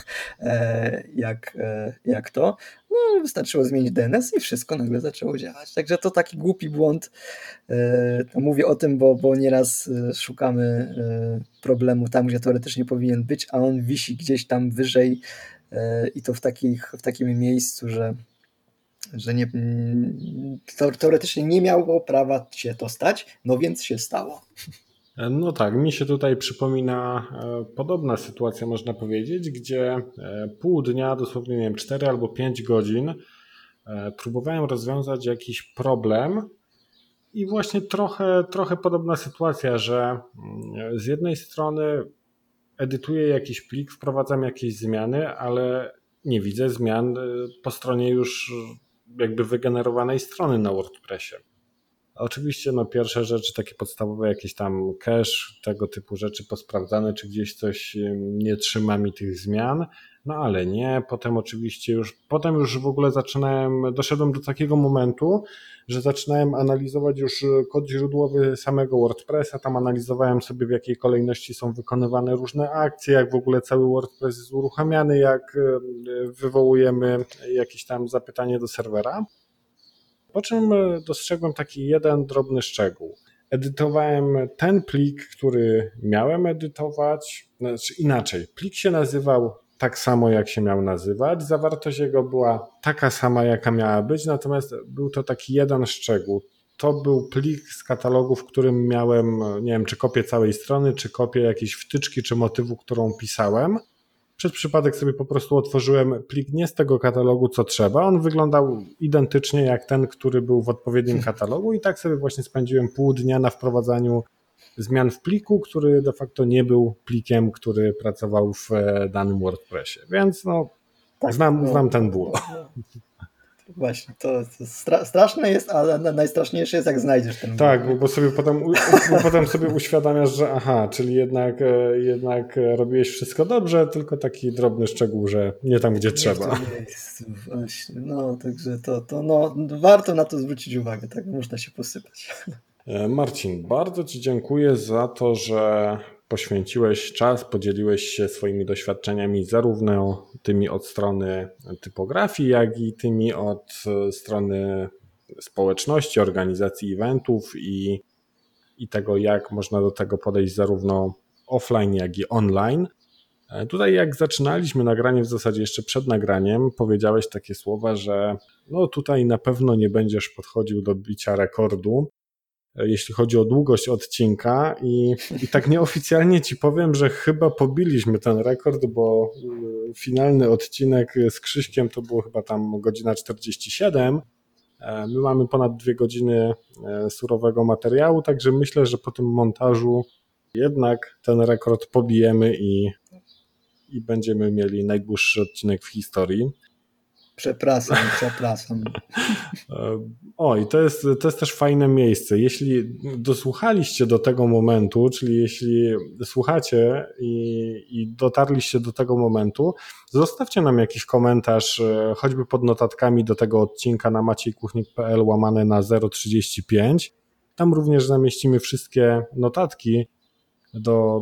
[SPEAKER 2] jak to. No, wystarczyło zmienić DNS i wszystko nagle zaczęło działać. Także to taki głupi błąd. Mówię o tym, bo nieraz szukamy problemu tam, gdzie teoretycznie powinien być, a on wisi gdzieś tam wyżej i to w takim miejscu, że nie, teoretycznie nie miało prawa się to stać, no więc się stało.
[SPEAKER 1] No tak, mi się tutaj przypomina podobna sytuacja, można powiedzieć, gdzie pół dnia, dosłownie nie wiem, 4 albo 5 godzin próbowałem rozwiązać jakiś problem i właśnie trochę podobna sytuacja, że z jednej strony edytuję jakiś plik, wprowadzam jakieś zmiany, ale nie widzę zmian po stronie już jakby wygenerowanej strony na WordPressie. Oczywiście pierwsze rzeczy takie podstawowe, jakieś tam cache, tego typu rzeczy posprawdzane, czy gdzieś coś nie trzyma mi tych zmian, no ale nie, potem już w ogóle doszedłem do takiego momentu, że zaczynałem analizować już kod źródłowy samego WordPressa, tam analizowałem sobie w jakiej kolejności są wykonywane różne akcje, jak w ogóle cały WordPress jest uruchamiany, jak wywołujemy jakieś tam zapytanie do serwera. Po czym dostrzegłem taki jeden drobny szczegół. Edytowałem ten plik, który miałem edytować, znaczy inaczej. Plik się nazywał tak samo, jak się miał nazywać. Zawartość jego była taka sama, jaka miała być, natomiast był to taki jeden szczegół. To był plik z katalogu, w którym miałem, nie wiem, czy kopię całej strony, czy kopię jakiejś wtyczki, czy motywu, którą pisałem. Przez przypadek sobie po prostu otworzyłem plik nie z tego katalogu, co trzeba. On wyglądał identycznie jak ten, który był w odpowiednim katalogu i tak sobie właśnie spędziłem pół dnia na wprowadzaniu zmian w pliku, który de facto nie był plikiem, który pracował w danym WordPressie. Więc tak, znam ten ból.
[SPEAKER 2] Właśnie, to straszne jest, ale najstraszniejsze jest, jak znajdziesz ten.
[SPEAKER 1] Tak, bo sobie potem sobie uświadamiasz, że czyli jednak robiłeś wszystko dobrze, tylko taki drobny szczegół, że nie tam, gdzie trzeba.
[SPEAKER 2] Właśnie, także to warto na to zwrócić uwagę, tak można się posypać.
[SPEAKER 1] Marcin, bardzo Ci dziękuję za to, że poświęciłeś czas, podzieliłeś się swoimi doświadczeniami zarówno tymi od strony typografii, jak i tymi od strony społeczności, organizacji eventów i tego, jak można do tego podejść zarówno offline, jak i online. Tutaj jak zaczynaliśmy nagranie, w zasadzie jeszcze przed nagraniem, powiedziałeś takie słowa, że no tutaj na pewno nie będziesz podchodził do bicia rekordu, jeśli chodzi o długość odcinka i tak nieoficjalnie ci powiem, że chyba pobiliśmy ten rekord, bo finalny odcinek z Krzyśkiem to było chyba tam godzina 47. My mamy ponad 2 godziny surowego materiału, także myślę, że po tym montażu jednak ten rekord pobijemy i będziemy mieli najdłuższy odcinek w historii.
[SPEAKER 2] Przepraszam.
[SPEAKER 1] I to jest też fajne miejsce. Jeśli dosłuchaliście do tego momentu, czyli jeśli słuchacie i dotarliście do tego momentu, zostawcie nam jakiś komentarz, choćby pod notatkami do tego odcinka na maciejkuchnik.pl/035. Tam również zamieścimy wszystkie notatki do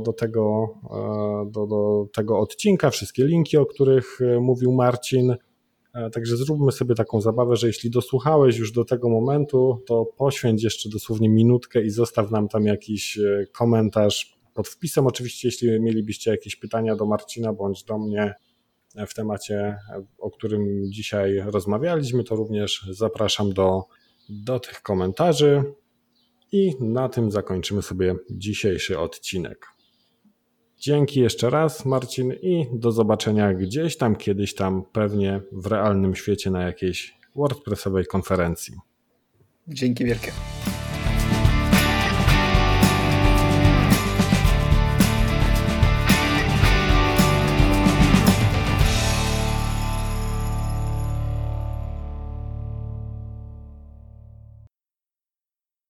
[SPEAKER 1] tego odcinka, wszystkie linki, o których mówił Marcin. Także zróbmy sobie taką zabawę, że jeśli dosłuchałeś już do tego momentu, to poświęć jeszcze dosłownie minutkę i zostaw nam tam jakiś komentarz pod wpisem. Oczywiście, jeśli mielibyście jakieś pytania do Marcina bądź do mnie w temacie, o którym dzisiaj rozmawialiśmy, to również zapraszam do tych komentarzy. I na tym zakończymy sobie dzisiejszy odcinek. Dzięki jeszcze raz, Marcin, i do zobaczenia gdzieś tam, kiedyś tam, pewnie w realnym świecie na jakiejś WordPressowej konferencji.
[SPEAKER 2] Dzięki wielkie.